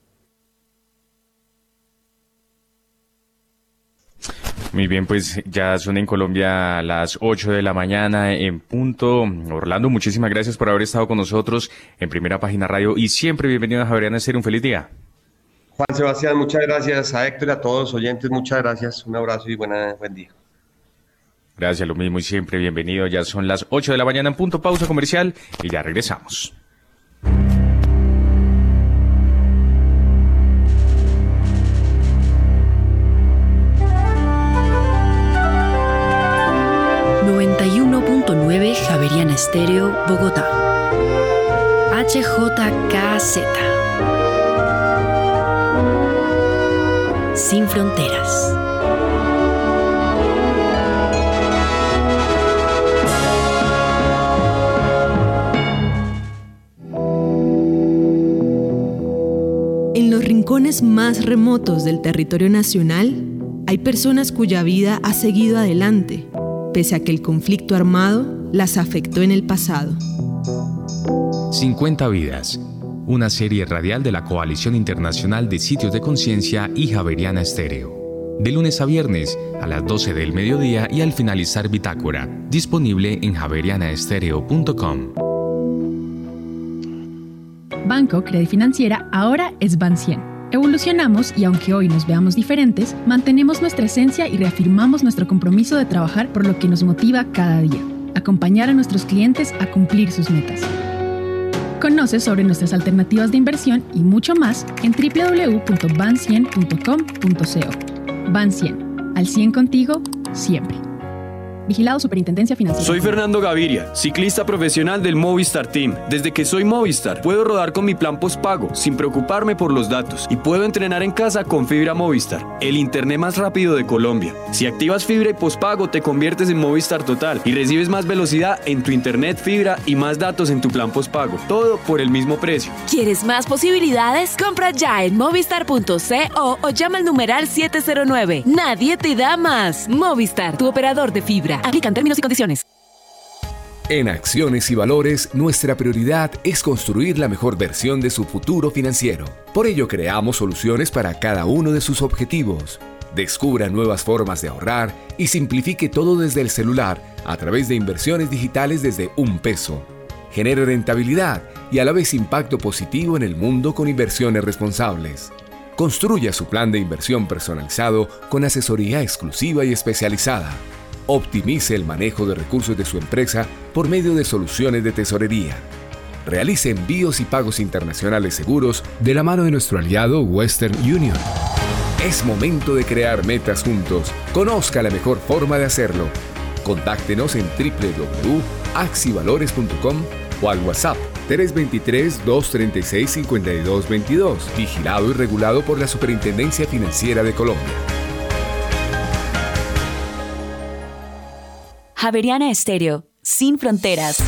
Muy bien, pues ya son en Colombia las ocho de la mañana en punto. Orlando, muchísimas gracias por haber estado con nosotros en Primera Página Radio y siempre bienvenido a Javeriana Estéreo. Un feliz día. Juan Sebastián, muchas gracias. A Héctor y a todos los oyentes, muchas gracias. Un abrazo y buena, buen día. Gracias, lo mismo y siempre bienvenido. Ya son las ocho de la mañana en punto, pausa comercial y ya regresamos. noventa y uno punto nueve Javeriana Estéreo, Bogotá. H J K Z. Sin fronteras. En los rincones más remotos del territorio nacional, hay personas cuya vida ha seguido adelante, pese a que el conflicto armado las afectó en el pasado. cincuenta vidas, una serie radial de la Coalición Internacional de Sitios de Conciencia y Javeriana Estéreo. De lunes a viernes a las doce del mediodía y al finalizar Bitácora, disponible en javeriana estéreo punto com. Banco Credit Financiera ahora es Bancien. Evolucionamos y aunque hoy nos veamos diferentes, mantenemos nuestra esencia y reafirmamos nuestro compromiso de trabajar por lo que nos motiva cada día, acompañar a nuestros clientes a cumplir sus metas. Conoce sobre nuestras alternativas de inversión y mucho más en doble u doble u doble u punto bancien punto com punto co. Bancien, al cien contigo, siempre. Vigilado Superintendencia Financiera. Soy Fernando Gaviria, ciclista profesional del Movistar Team. Desde que soy Movistar, puedo rodar con mi plan postpago sin preocuparme por los datos y puedo entrenar en casa con fibra Movistar, el internet más rápido de Colombia. Si activas fibra y postpago, te conviertes en Movistar Total y recibes más velocidad en tu internet, fibra y más datos en tu plan postpago. Todo por el mismo precio. ¿Quieres más posibilidades? Compra ya en movistar punto co o llama al numeral siete cero nueve. Nadie te da más. Movistar, tu operador de fibra. Aplican términos y condiciones. En Acciones y Valores, nuestra prioridad es construir la mejor versión de su futuro financiero. Por ello, creamos soluciones para cada uno de sus objetivos. Descubra nuevas formas de ahorrar y simplifique todo desde el celular a través de inversiones digitales desde un peso. Genere rentabilidad y a la vez impacto positivo en el mundo con inversiones responsables. Construya su plan de inversión personalizado con asesoría exclusiva y especializada. Optimice el manejo de recursos de su empresa por medio de soluciones de tesorería. Realice envíos y pagos internacionales seguros de la mano de nuestro aliado Western Union. Es momento de crear metas juntos. Conozca la mejor forma de hacerlo. Contáctenos en doble u doble u doble u punto axivalores punto com o al WhatsApp tres dos tres, dos tres seis, cinco dos dos dos, vigilado y regulado por la Superintendencia Financiera de Colombia. Javeriana Estéreo, sin fronteras.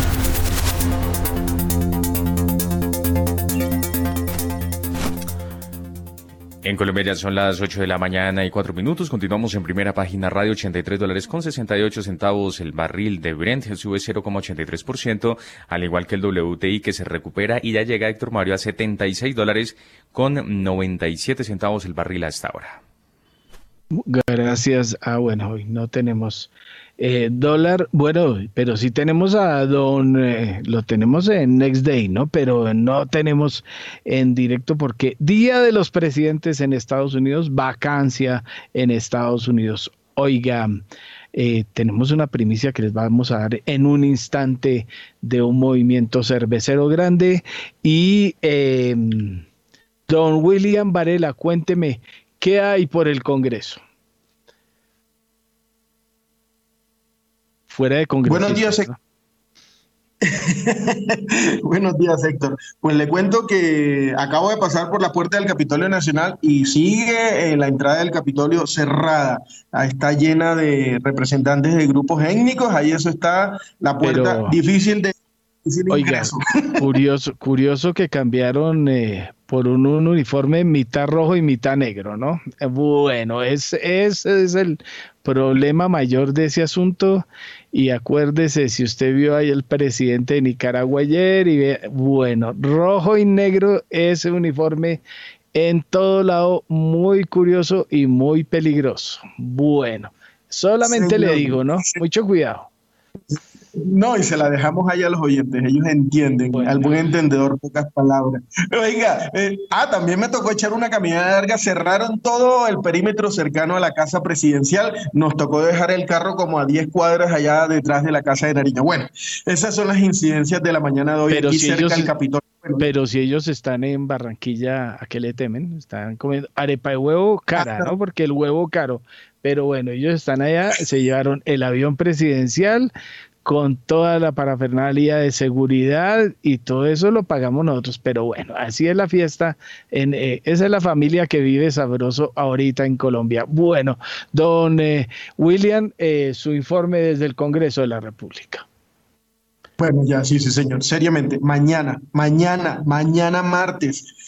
En Colombia ya son las ocho de la mañana y cuatro minutos. Continuamos en Primera Página Radio. Ochenta y tres dólares con sesenta y ocho centavos el barril de Brent, sube cero coma ochenta y tres por ciento, al igual que el W T I, que se recupera y ya llega, Héctor Mario, a setenta y seis dólares con noventa y siete centavos el barril hasta ahora. Gracias. Ah, bueno, hoy no tenemos eh, dólar, bueno, pero sí tenemos a don, eh, lo tenemos en Next Day, ¿no? Pero no tenemos en directo porque Día de los Presidentes en Estados Unidos, vacancia en Estados Unidos. Oiga, eh, tenemos una primicia que les vamos a dar en un instante de un movimiento cervecero grande y eh, don William Varela, cuénteme, ¿qué hay por el Congreso? Fuera de Congreso. Buenos días, Héctor. Buenos días, Héctor. Pues le cuento que acabo de pasar por la puerta del Capitolio Nacional y sigue eh, la entrada del Capitolio cerrada. Está llena de representantes de grupos étnicos. Ahí eso está, la puerta Pero... difícil de... Oiga, curioso, curioso que cambiaron eh, por un, un uniforme mitad rojo y mitad negro, ¿no? Bueno, ese es, es el problema mayor de ese asunto. Y acuérdese, si usted vio ahí el presidente de Nicaragua ayer, y ve, bueno, rojo y negro, ese uniforme en todo lado, muy curioso y muy peligroso. Bueno, solamente Señor. le digo, ¿no? Mucho cuidado. No, y se la dejamos ahí a los oyentes, ellos entienden, bueno. Al buen entendedor, pocas palabras. Oiga, eh, ah, también me tocó echar una caminada larga, cerraron todo el perímetro cercano a la casa presidencial, nos tocó dejar el carro como a diez cuadras allá detrás de la casa de Nariño. Bueno, esas son las incidencias de la mañana de hoy pero aquí si cerca ellos, del Capitolio. Pero si ellos están en Barranquilla, ¿a qué le temen? Están comiendo arepa de huevo cara, ¿no? Porque el huevo caro. Pero bueno, ellos están allá, se llevaron el avión presidencial con toda la parafernalia de seguridad y todo eso lo pagamos nosotros. Pero bueno, así es la fiesta. En, eh, esa es la familia que vive sabroso ahorita en Colombia. Bueno, don eh, William, eh, su informe desde el Congreso de la República. Bueno, ya, sí, sí, señor. Seriamente, mañana, mañana, mañana martes,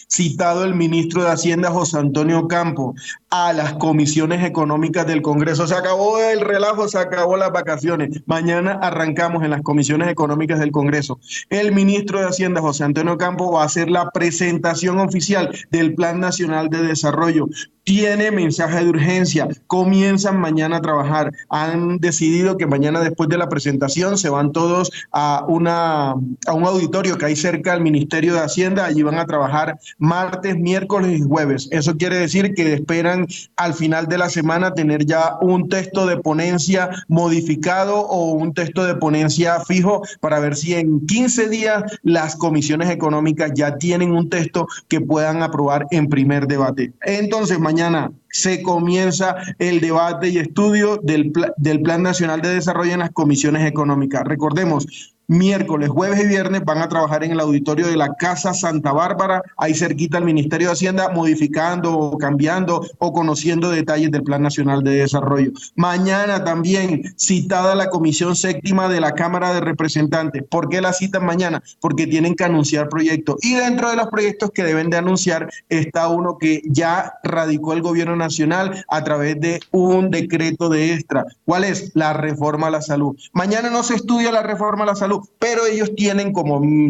citado el ministro de Hacienda, José Antonio Campo, a las comisiones económicas del Congreso. Se acabó el relajo, se acabó las vacaciones. Mañana arrancamos en las comisiones económicas del Congreso. El ministro de Hacienda, José Antonio Campo, va a hacer la presentación oficial del Plan Nacional de Desarrollo. Tiene mensaje de urgencia, comienzan mañana a trabajar. Han decidido que mañana, después de la presentación, se van todos a, una, a un auditorio que hay cerca del Ministerio de Hacienda. Allí van a trabajar martes, miércoles y jueves. Eso quiere decir que esperan al final de la semana tener ya un texto de ponencia modificado o un texto de ponencia fijo para ver si en quince días las comisiones económicas ya tienen un texto que puedan aprobar en primer debate. Entonces, mañana Mañana se comienza el debate y estudio del, pl- del Plan Nacional de Desarrollo en las comisiones económicas. Recordemos, miércoles, jueves y viernes van a trabajar en el auditorio de la Casa Santa Bárbara, ahí cerquita al Ministerio de Hacienda, modificando o cambiando o conociendo detalles del Plan Nacional de Desarrollo. Mañana también citada la Comisión Séptima de la Cámara de Representantes. ¿Por qué la citan mañana? Porque tienen que anunciar proyectos. Y dentro de los proyectos que deben de anunciar está uno que ya radicó el Gobierno Nacional a través de un decreto de extra. ¿Cuál es? La reforma a la salud. Mañana no se estudia la reforma a la salud, pero ellos tienen como mm,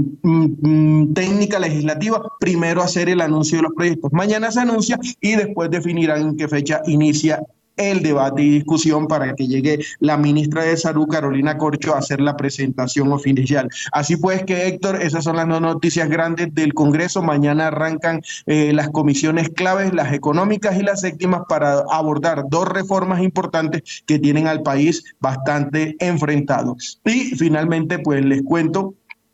mm, técnica legislativa primero hacer el anuncio de los proyectos. Mañana se anuncia y después definirán en qué fecha inicia el debate y discusión para que llegue la ministra de Salud, Carolina Corcho, a hacer la presentación oficial. Así pues que, Héctor, esas son las noticias grandes del Congreso. Mañana arrancan eh, las comisiones claves, las económicas y las séptimas, para abordar dos reformas importantes que tienen al país bastante enfrentado. Y finalmente, pues les cuento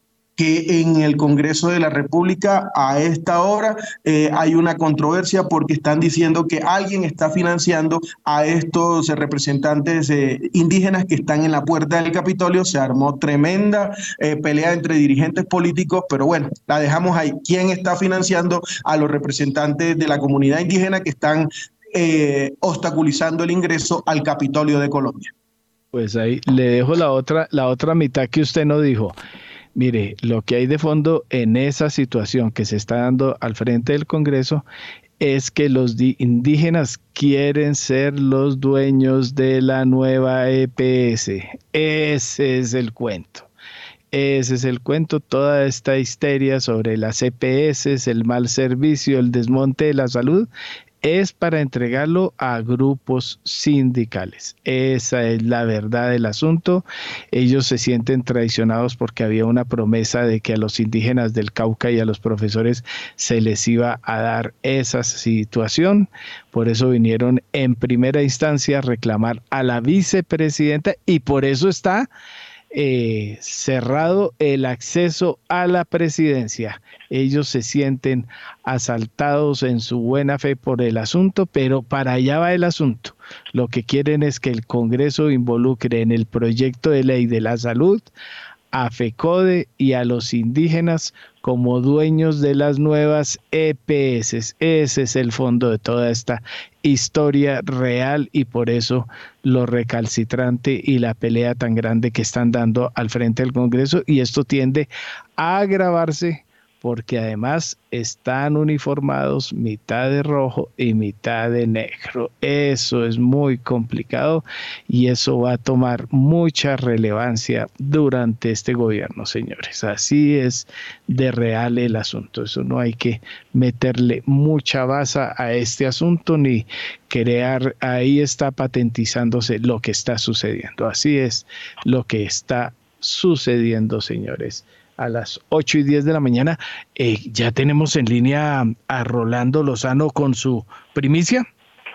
que en el Congreso de la República a esta hora eh, hay una controversia porque están diciendo que alguien está financiando a estos eh, representantes eh, indígenas que están en la puerta del Capitolio. Se armó tremenda eh, pelea entre dirigentes políticos, pero bueno, la dejamos ahí. ¿Quién está financiando a los representantes de la comunidad indígena que están eh, obstaculizando el ingreso al Capitolio de Colombia? Pues ahí le dejo la otra, la otra mitad que usted no dijo. Mire, lo que hay de fondo en esa situación que se está dando al frente del Congreso es que los indígenas quieren ser los dueños de la nueva E P S. Ese es el cuento. Ese es el cuento, toda esta histeria sobre las E P S, el mal servicio, el desmonte de la salud, es para entregarlo a grupos sindicales. Esa es la verdad del asunto. Ellos se sienten traicionados porque había una promesa de que a los indígenas del Cauca y a los profesores se les iba a dar esa situación. Por eso vinieron en primera instancia a reclamar a la vicepresidenta y por eso está Eh, cerrado el acceso a la presidencia. Ellos se sienten asaltados en su buena fe por el asunto, pero para allá va el asunto. Lo que quieren es que el Congreso involucre en el proyecto de ley de la salud a FECODE y a los indígenas como dueños de las nuevas E P S. Ese es el fondo de toda esta historia real y por eso lo recalcitrante y la pelea tan grande que están dando al frente del Congreso, y esto tiende a agravarse porque además están uniformados mitad de rojo y mitad de negro. Eso es muy complicado y eso va a tomar mucha relevancia durante este gobierno, señores. Así es de real el asunto. Eso no hay que meterle mucha baza a este asunto ni crear, ahí está patentizándose lo que está sucediendo. Así es lo que está sucediendo, señores. A las ocho y diez de la mañana, eh, ya tenemos en línea a Rolando Lozano con su primicia.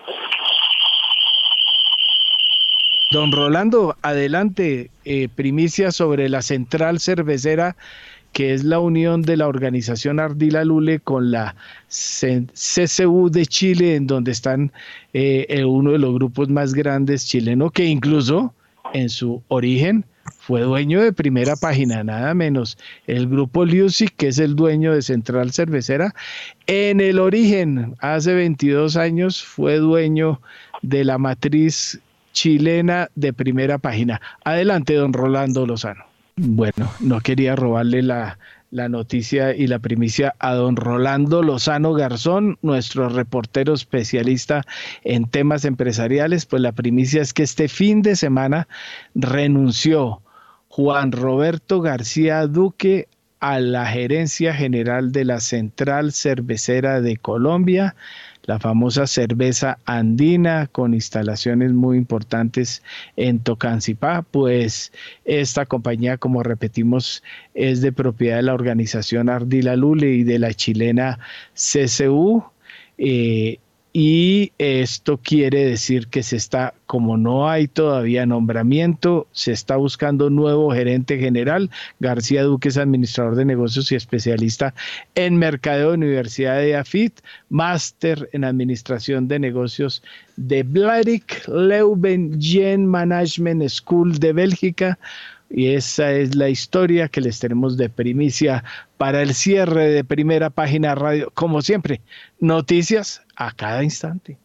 Don Rolando, adelante, eh, primicia sobre la central cervecera, que es la unión de la organización Ardila Lule con la C C U de Chile, en donde están eh, uno de los grupos más grandes chilenos, que incluso en su origen fue dueño de Primera Página, nada menos. El grupo Liusic, que es el dueño de Central Cervecera, en el origen, hace veintidós años, fue dueño de la matriz chilena de Primera Página. Adelante, don Rolando Lozano. Bueno, no quería robarle la, la noticia y la primicia a don Rolando Lozano Garzón, nuestro reportero especialista en temas empresariales. Pues la primicia es que este fin de semana renunció Juan Roberto García Duque a la gerencia general de la Central Cervecera de Colombia, la famosa cerveza andina con instalaciones muy importantes en Tocancipá. Pues esta compañía, como repetimos, es de propiedad de la organización Ardila Lule y de la chilena C C U, eh, y esto quiere decir que se está, como no hay todavía nombramiento, se está buscando un nuevo gerente general. García Duque es administrador de negocios y especialista en mercadeo de Universidad de Afit, máster en administración de negocios de Blarick Leuven Gen Management School de Bélgica. Y esa es la historia que les tenemos de primicia para el cierre de Primera Página Radio. Como siempre, noticias a cada instante.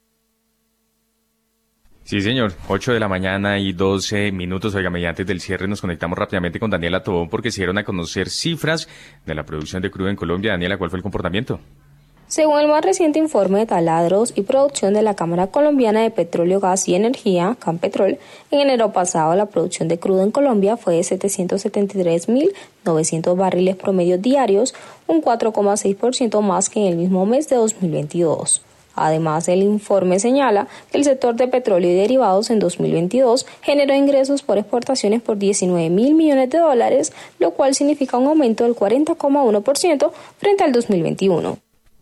Sí, señor. ocho de la mañana y doce minutos. Oiga, mediante del cierre nos conectamos rápidamente con Daniela Tobón porque se dieron a conocer cifras de la producción de crudo en Colombia. Daniela, ¿cuál fue el comportamiento? Según el más reciente informe de taladros y producción de la Cámara Colombiana de Petróleo, Gas y Energía, Campetrol, en enero pasado la producción de crudo en Colombia fue de setecientos setenta y tres mil novecientos barriles promedios diarios, un cuatro coma seis por ciento más que en el mismo mes de dos mil veintidós. Además, el informe señala que el sector de petróleo y derivados en dos mil veintidós generó ingresos por exportaciones por diecinueve mil millones de dólares, lo cual significa un aumento del cuarenta coma uno por ciento frente al dos mil veintiuno.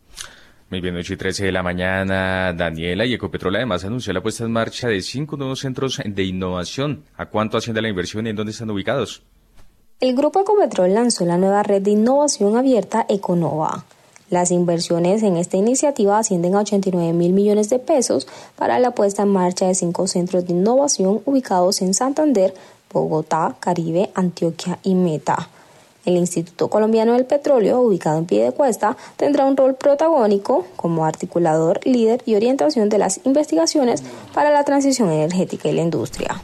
Muy bien, ocho y trece de la mañana, Daniela, y Ecopetrol además anunció la puesta en marcha de cinco nuevos centros de innovación. ¿A cuánto asciende la inversión y en dónde están ubicados? El Grupo Ecopetrol lanzó la nueva red de innovación abierta Econova. Las inversiones en esta iniciativa ascienden a ochenta y nueve mil millones de pesos para la puesta en marcha de cinco centros de innovación ubicados en Santander, Bogotá, Caribe, Antioquia y Meta. El Instituto Colombiano del Petróleo, ubicado en Piedecuesta, tendrá un rol protagónico como articulador, líder y orientación de las investigaciones para la transición energética y la industria.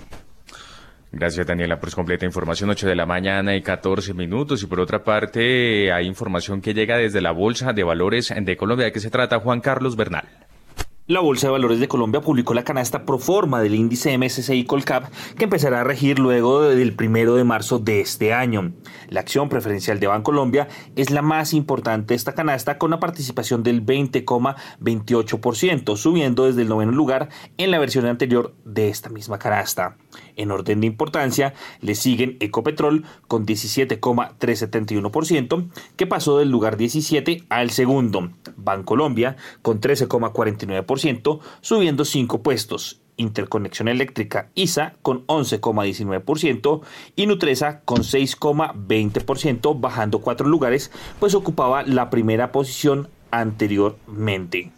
Gracias, Daniela, por su completa información. ocho de la mañana y catorce minutos. Y por otra parte, hay información que llega desde la Bolsa de Valores de Colombia. ¿De qué se trata, Juan Carlos Bernal? La Bolsa de Valores de Colombia publicó la canasta proforma del índice M S C I Colcap, que empezará a regir luego del primero de marzo de este año. La acción preferencial de Bancolombia es la más importante de esta canasta, con una participación del veinte coma veintiocho por ciento, subiendo desde el noveno lugar en la versión anterior de esta misma canasta. En orden de importancia, le siguen Ecopetrol con diecisiete coma trescientos setenta y uno por ciento, que pasó del lugar diecisiete al segundo. Bancolombia con trece coma cuarenta y nueve por ciento, subiendo cinco puestos. Interconexión Eléctrica I S A con once coma diecinueve por ciento y Nutresa con seis coma veinte por ciento, bajando cuatro lugares, pues ocupaba la primera posición anteriormente.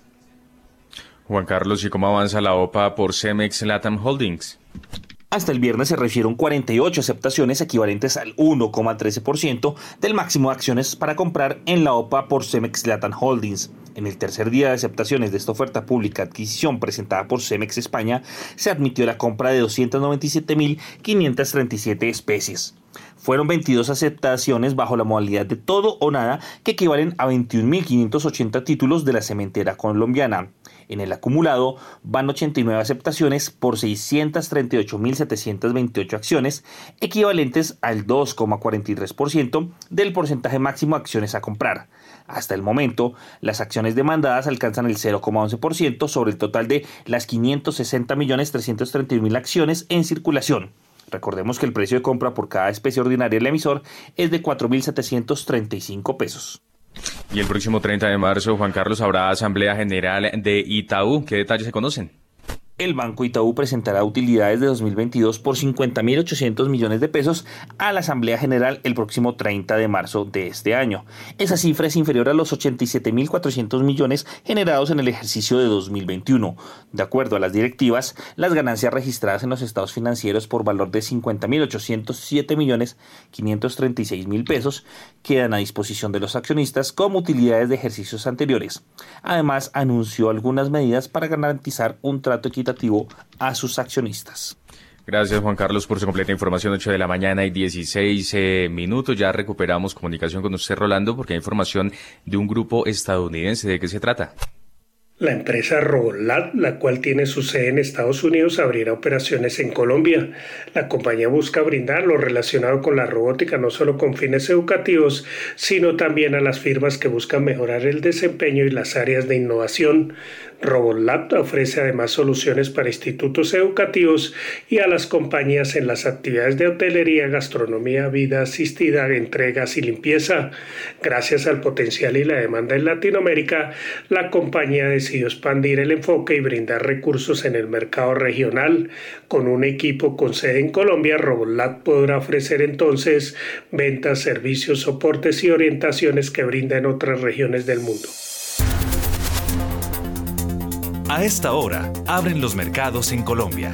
Juan Carlos, ¿y cómo avanza la O P A por Cemex Latam Holdings? Hasta el viernes se recibieron cuarenta y ocho aceptaciones equivalentes al uno coma trece por ciento del máximo de acciones para comprar en la O P A por Cemex Latam Holdings. En el tercer día de aceptaciones de esta oferta pública de adquisición presentada por Cemex España, se admitió la compra de doscientas noventa y siete mil quinientas treinta y siete especies. Fueron veintidós aceptaciones bajo la modalidad de todo o nada, que equivalen a veintiún mil quinientos ochenta títulos de la cementera colombiana. En el acumulado van ochenta y nueve aceptaciones por seiscientas treinta y ocho mil setecientas veintiocho acciones, equivalentes al dos coma cuarenta y tres por ciento del porcentaje máximo de acciones a comprar. Hasta el momento, las acciones demandadas alcanzan el cero coma once por ciento sobre el total de las quinientos sesenta millones trescientos treinta y uno mil acciones en circulación. Recordemos que el precio de compra por cada especie ordinaria del emisor es de cuatro mil setecientos treinta y cinco pesos. Y el próximo treinta de marzo, Juan Carlos, habrá Asamblea General de Itaú. ¿Qué detalles se conocen? El Banco Itaú presentará utilidades de dos mil veintidós por cincuenta mil ochocientos millones de pesos a la Asamblea General el próximo treinta de marzo de este año. Esa cifra es inferior a los ochenta y siete mil cuatrocientos millones generados en el ejercicio de dos mil veintiuno. De acuerdo a las directivas, las ganancias registradas en los estados financieros por valor de cincuenta mil ochocientos siete millones quinientos treinta y seis mil pesos quedan a disposición de los accionistas como utilidades de ejercicios anteriores. Además, anunció algunas medidas para garantizar un trato equitativo a sus accionistas. Gracias, Juan Carlos, por su completa información. Ocho de la mañana y dieciséis eh, minutos. Ya recuperamos comunicación con usted, Rolando, porque hay información de un grupo estadounidense. ¿De qué se trata? La empresa Robolat, la cual tiene su sede en Estados Unidos, abrirá operaciones en Colombia. La compañía busca brindar lo relacionado con la robótica no solo con fines educativos, sino también a las firmas que buscan mejorar el desempeño y las áreas de innovación. Robolat ofrece además soluciones para institutos educativos y a las compañías en las actividades de hotelería, gastronomía, vida asistida, entregas y limpieza. Gracias al potencial y la demanda en Latinoamérica, la compañía decidió expandir el enfoque y brindar recursos en el mercado regional. Con un equipo con sede en Colombia, Robolat podrá ofrecer entonces ventas, servicios, soportes y orientaciones que brinda en otras regiones del mundo. A esta hora, abren los mercados en Colombia.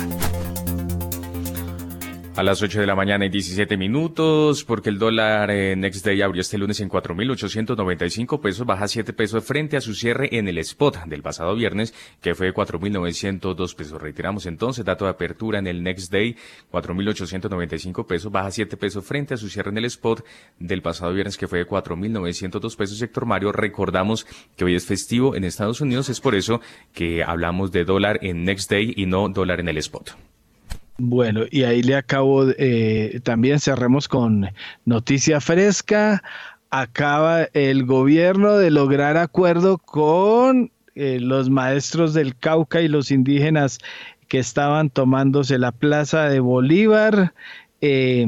A las ocho de la mañana y diecisiete minutos, porque el dólar eh, Next Day abrió este lunes en cuatro mil ochocientos noventa y cinco pesos, baja siete pesos frente a su cierre en el spot del pasado viernes, que fue cuatro mil novecientos dos pesos. Reiteramos entonces, dato de apertura en el Next Day, cuatro mil ochocientos noventa y cinco pesos, baja siete pesos frente a su cierre en el spot del pasado viernes, que fue de cuatro mil novecientos dos pesos. Héctor Mario, recordamos que hoy es festivo en Estados Unidos, es por eso que hablamos de dólar en Next Day y no dólar en el spot. Bueno, y ahí le acabo, eh, también cerremos con noticia fresca. Acaba el gobierno de lograr acuerdo con eh, los maestros del Cauca y los indígenas que estaban tomándose la plaza de Bolívar, eh,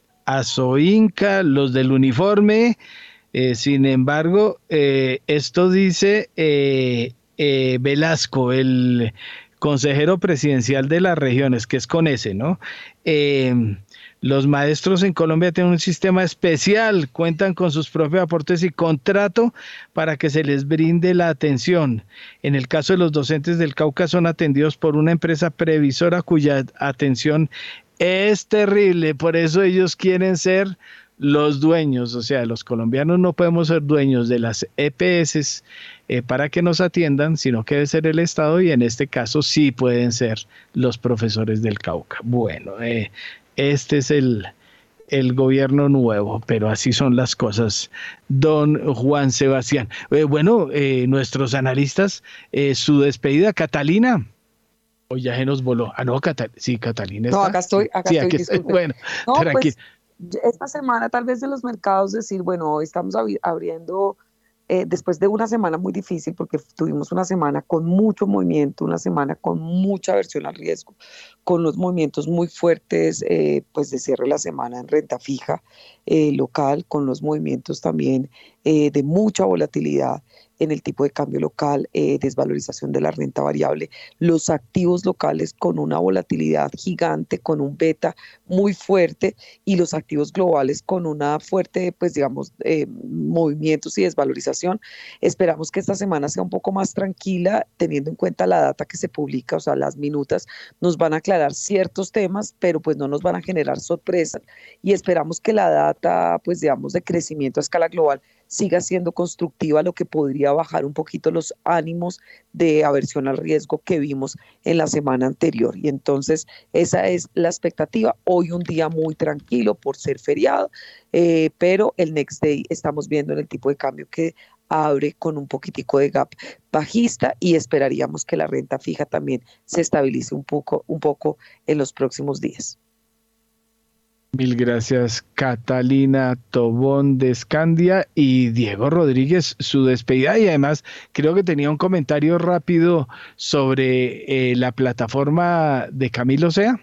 Azoinca, los del uniforme. Eh, sin embargo, eh, esto dice eh, eh, Velasco, el consejero presidencial de las regiones, que es con ese, ¿no? Eh, los maestros en Colombia tienen un sistema especial, cuentan con sus propios aportes y contrato para que se les brinde la atención. En el caso de los docentes del Cauca, son atendidos por una empresa previsora cuya atención es terrible, por eso ellos quieren ser los dueños, o sea, los colombianos no podemos ser dueños de las E P S eh, para que nos atiendan, sino que debe ser el Estado, y en este caso sí pueden ser los profesores del Cauca. Bueno, eh, este es el, el gobierno nuevo, pero así son las cosas, don Juan Sebastián. Eh, bueno, eh, nuestros analistas, eh, su despedida, Catalina. Hoy ya se nos voló. Ah, no, Catal sí, Catalina está. No, acá estoy, acá sí, estoy, aquí estoy. Bueno, no, tranquilo. Pues, esta semana tal vez de los mercados decir, bueno, hoy estamos abri abriendo eh, después de una semana muy difícil, porque tuvimos una semana con mucho movimiento, una semana con mucha aversión al riesgo, con los movimientos muy fuertes, eh, pues de cierre la semana en renta fija eh, local, con los movimientos también eh, de mucha volatilidad en el tipo de cambio local, eh, desvalorización de la renta variable, los activos locales con una volatilidad gigante, con un beta muy fuerte, y los activos globales con una fuerte, pues digamos, eh, movimientos y desvalorización. Esperamos que esta semana sea un poco más tranquila, teniendo en cuenta la data que se publica, o sea, las minutas nos van a aclarar ciertos temas, pero pues no nos van a generar sorpresas, y esperamos que la data, pues digamos, de crecimiento a escala global siga siendo constructiva, lo que podría bajar un poquito los ánimos de aversión al riesgo que vimos en la semana anterior. Y entonces esa es la expectativa. Hoy un día muy tranquilo por ser feriado, eh, pero el next day estamos viendo en el tipo de cambio que abre con un poquitico de gap bajista, y esperaríamos que la renta fija también se estabilice un poco, un poco en los próximos días. Mil gracias, Catalina Tobón de Scandia, y Diego Rodríguez, su despedida. Y además creo que tenía un comentario rápido sobre eh, la plataforma de Camilo Sea.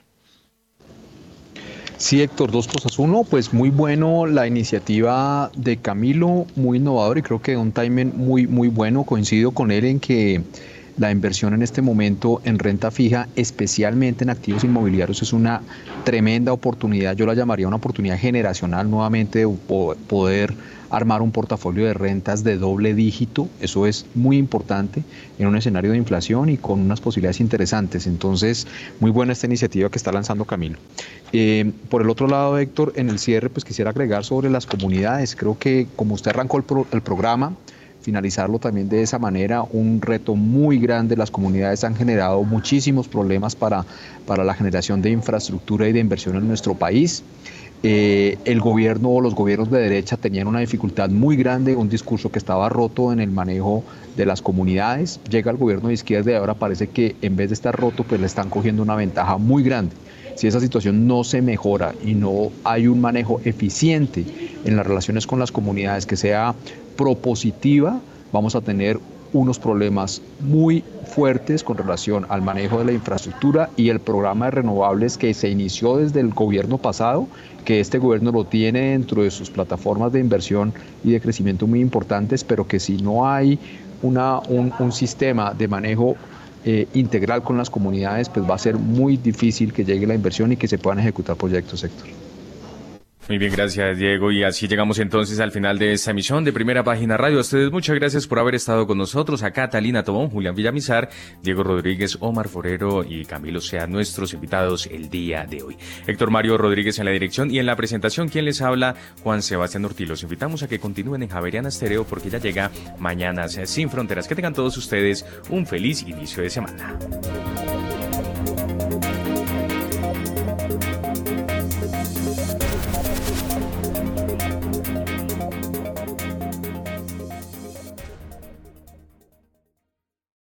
Sí, Héctor, dos cosas. Uno, pues muy bueno la iniciativa de Camilo, muy innovador, y creo que de un timing muy, muy bueno. Coincido con él en que la inversión en este momento en renta fija, especialmente en activos inmobiliarios, es una tremenda oportunidad. Yo la llamaría una oportunidad generacional nuevamente de poder armar un portafolio de rentas de doble dígito. Eso es muy importante en un escenario de inflación y con unas posibilidades interesantes. Entonces, muy buena esta iniciativa que está lanzando Camilo. Eh, por el otro lado, Héctor, en el cierre, pues quisiera agregar sobre las comunidades. Creo que como usted arrancó el, pro, el programa, finalizarlo también de esa manera, un reto muy grande. Las comunidades han generado muchísimos problemas para, para la generación de infraestructura y de inversión en nuestro país. Eh, el gobierno o los gobiernos de derecha tenían una dificultad muy grande, un discurso que estaba roto en el manejo de las comunidades. Llega el gobierno de izquierda y ahora parece que en vez de estar roto, pues le están cogiendo una ventaja muy grande. Si esa situación no se mejora y no hay un manejo eficiente en las relaciones con las comunidades que sea propositiva, vamos a tener unos problemas muy fuertes con relación al manejo de la infraestructura y el programa de renovables que se inició desde el gobierno pasado, que este gobierno lo tiene dentro de sus plataformas de inversión y de crecimiento muy importantes, pero que si no hay una, un, un sistema de manejo Eh, integral con las comunidades, pues va a ser muy difícil que llegue la inversión y que se puedan ejecutar proyectos, Héctor. Muy bien, gracias Diego, y así llegamos entonces al final de esta emisión de Primera Página Radio. A ustedes muchas gracias por haber estado con nosotros, a Catalina Tobón, Julián Villamizar, Diego Rodríguez, Omar Forero y Camilo Sea, nuestros invitados el día de hoy. Héctor Mario Rodríguez en la dirección y en la presentación, quien les habla, Juan Sebastián Ortiz. Los invitamos a que continúen en Javeriana Estéreo porque ya llega Mañanas Sin Fronteras. Que tengan todos ustedes un feliz inicio de semana.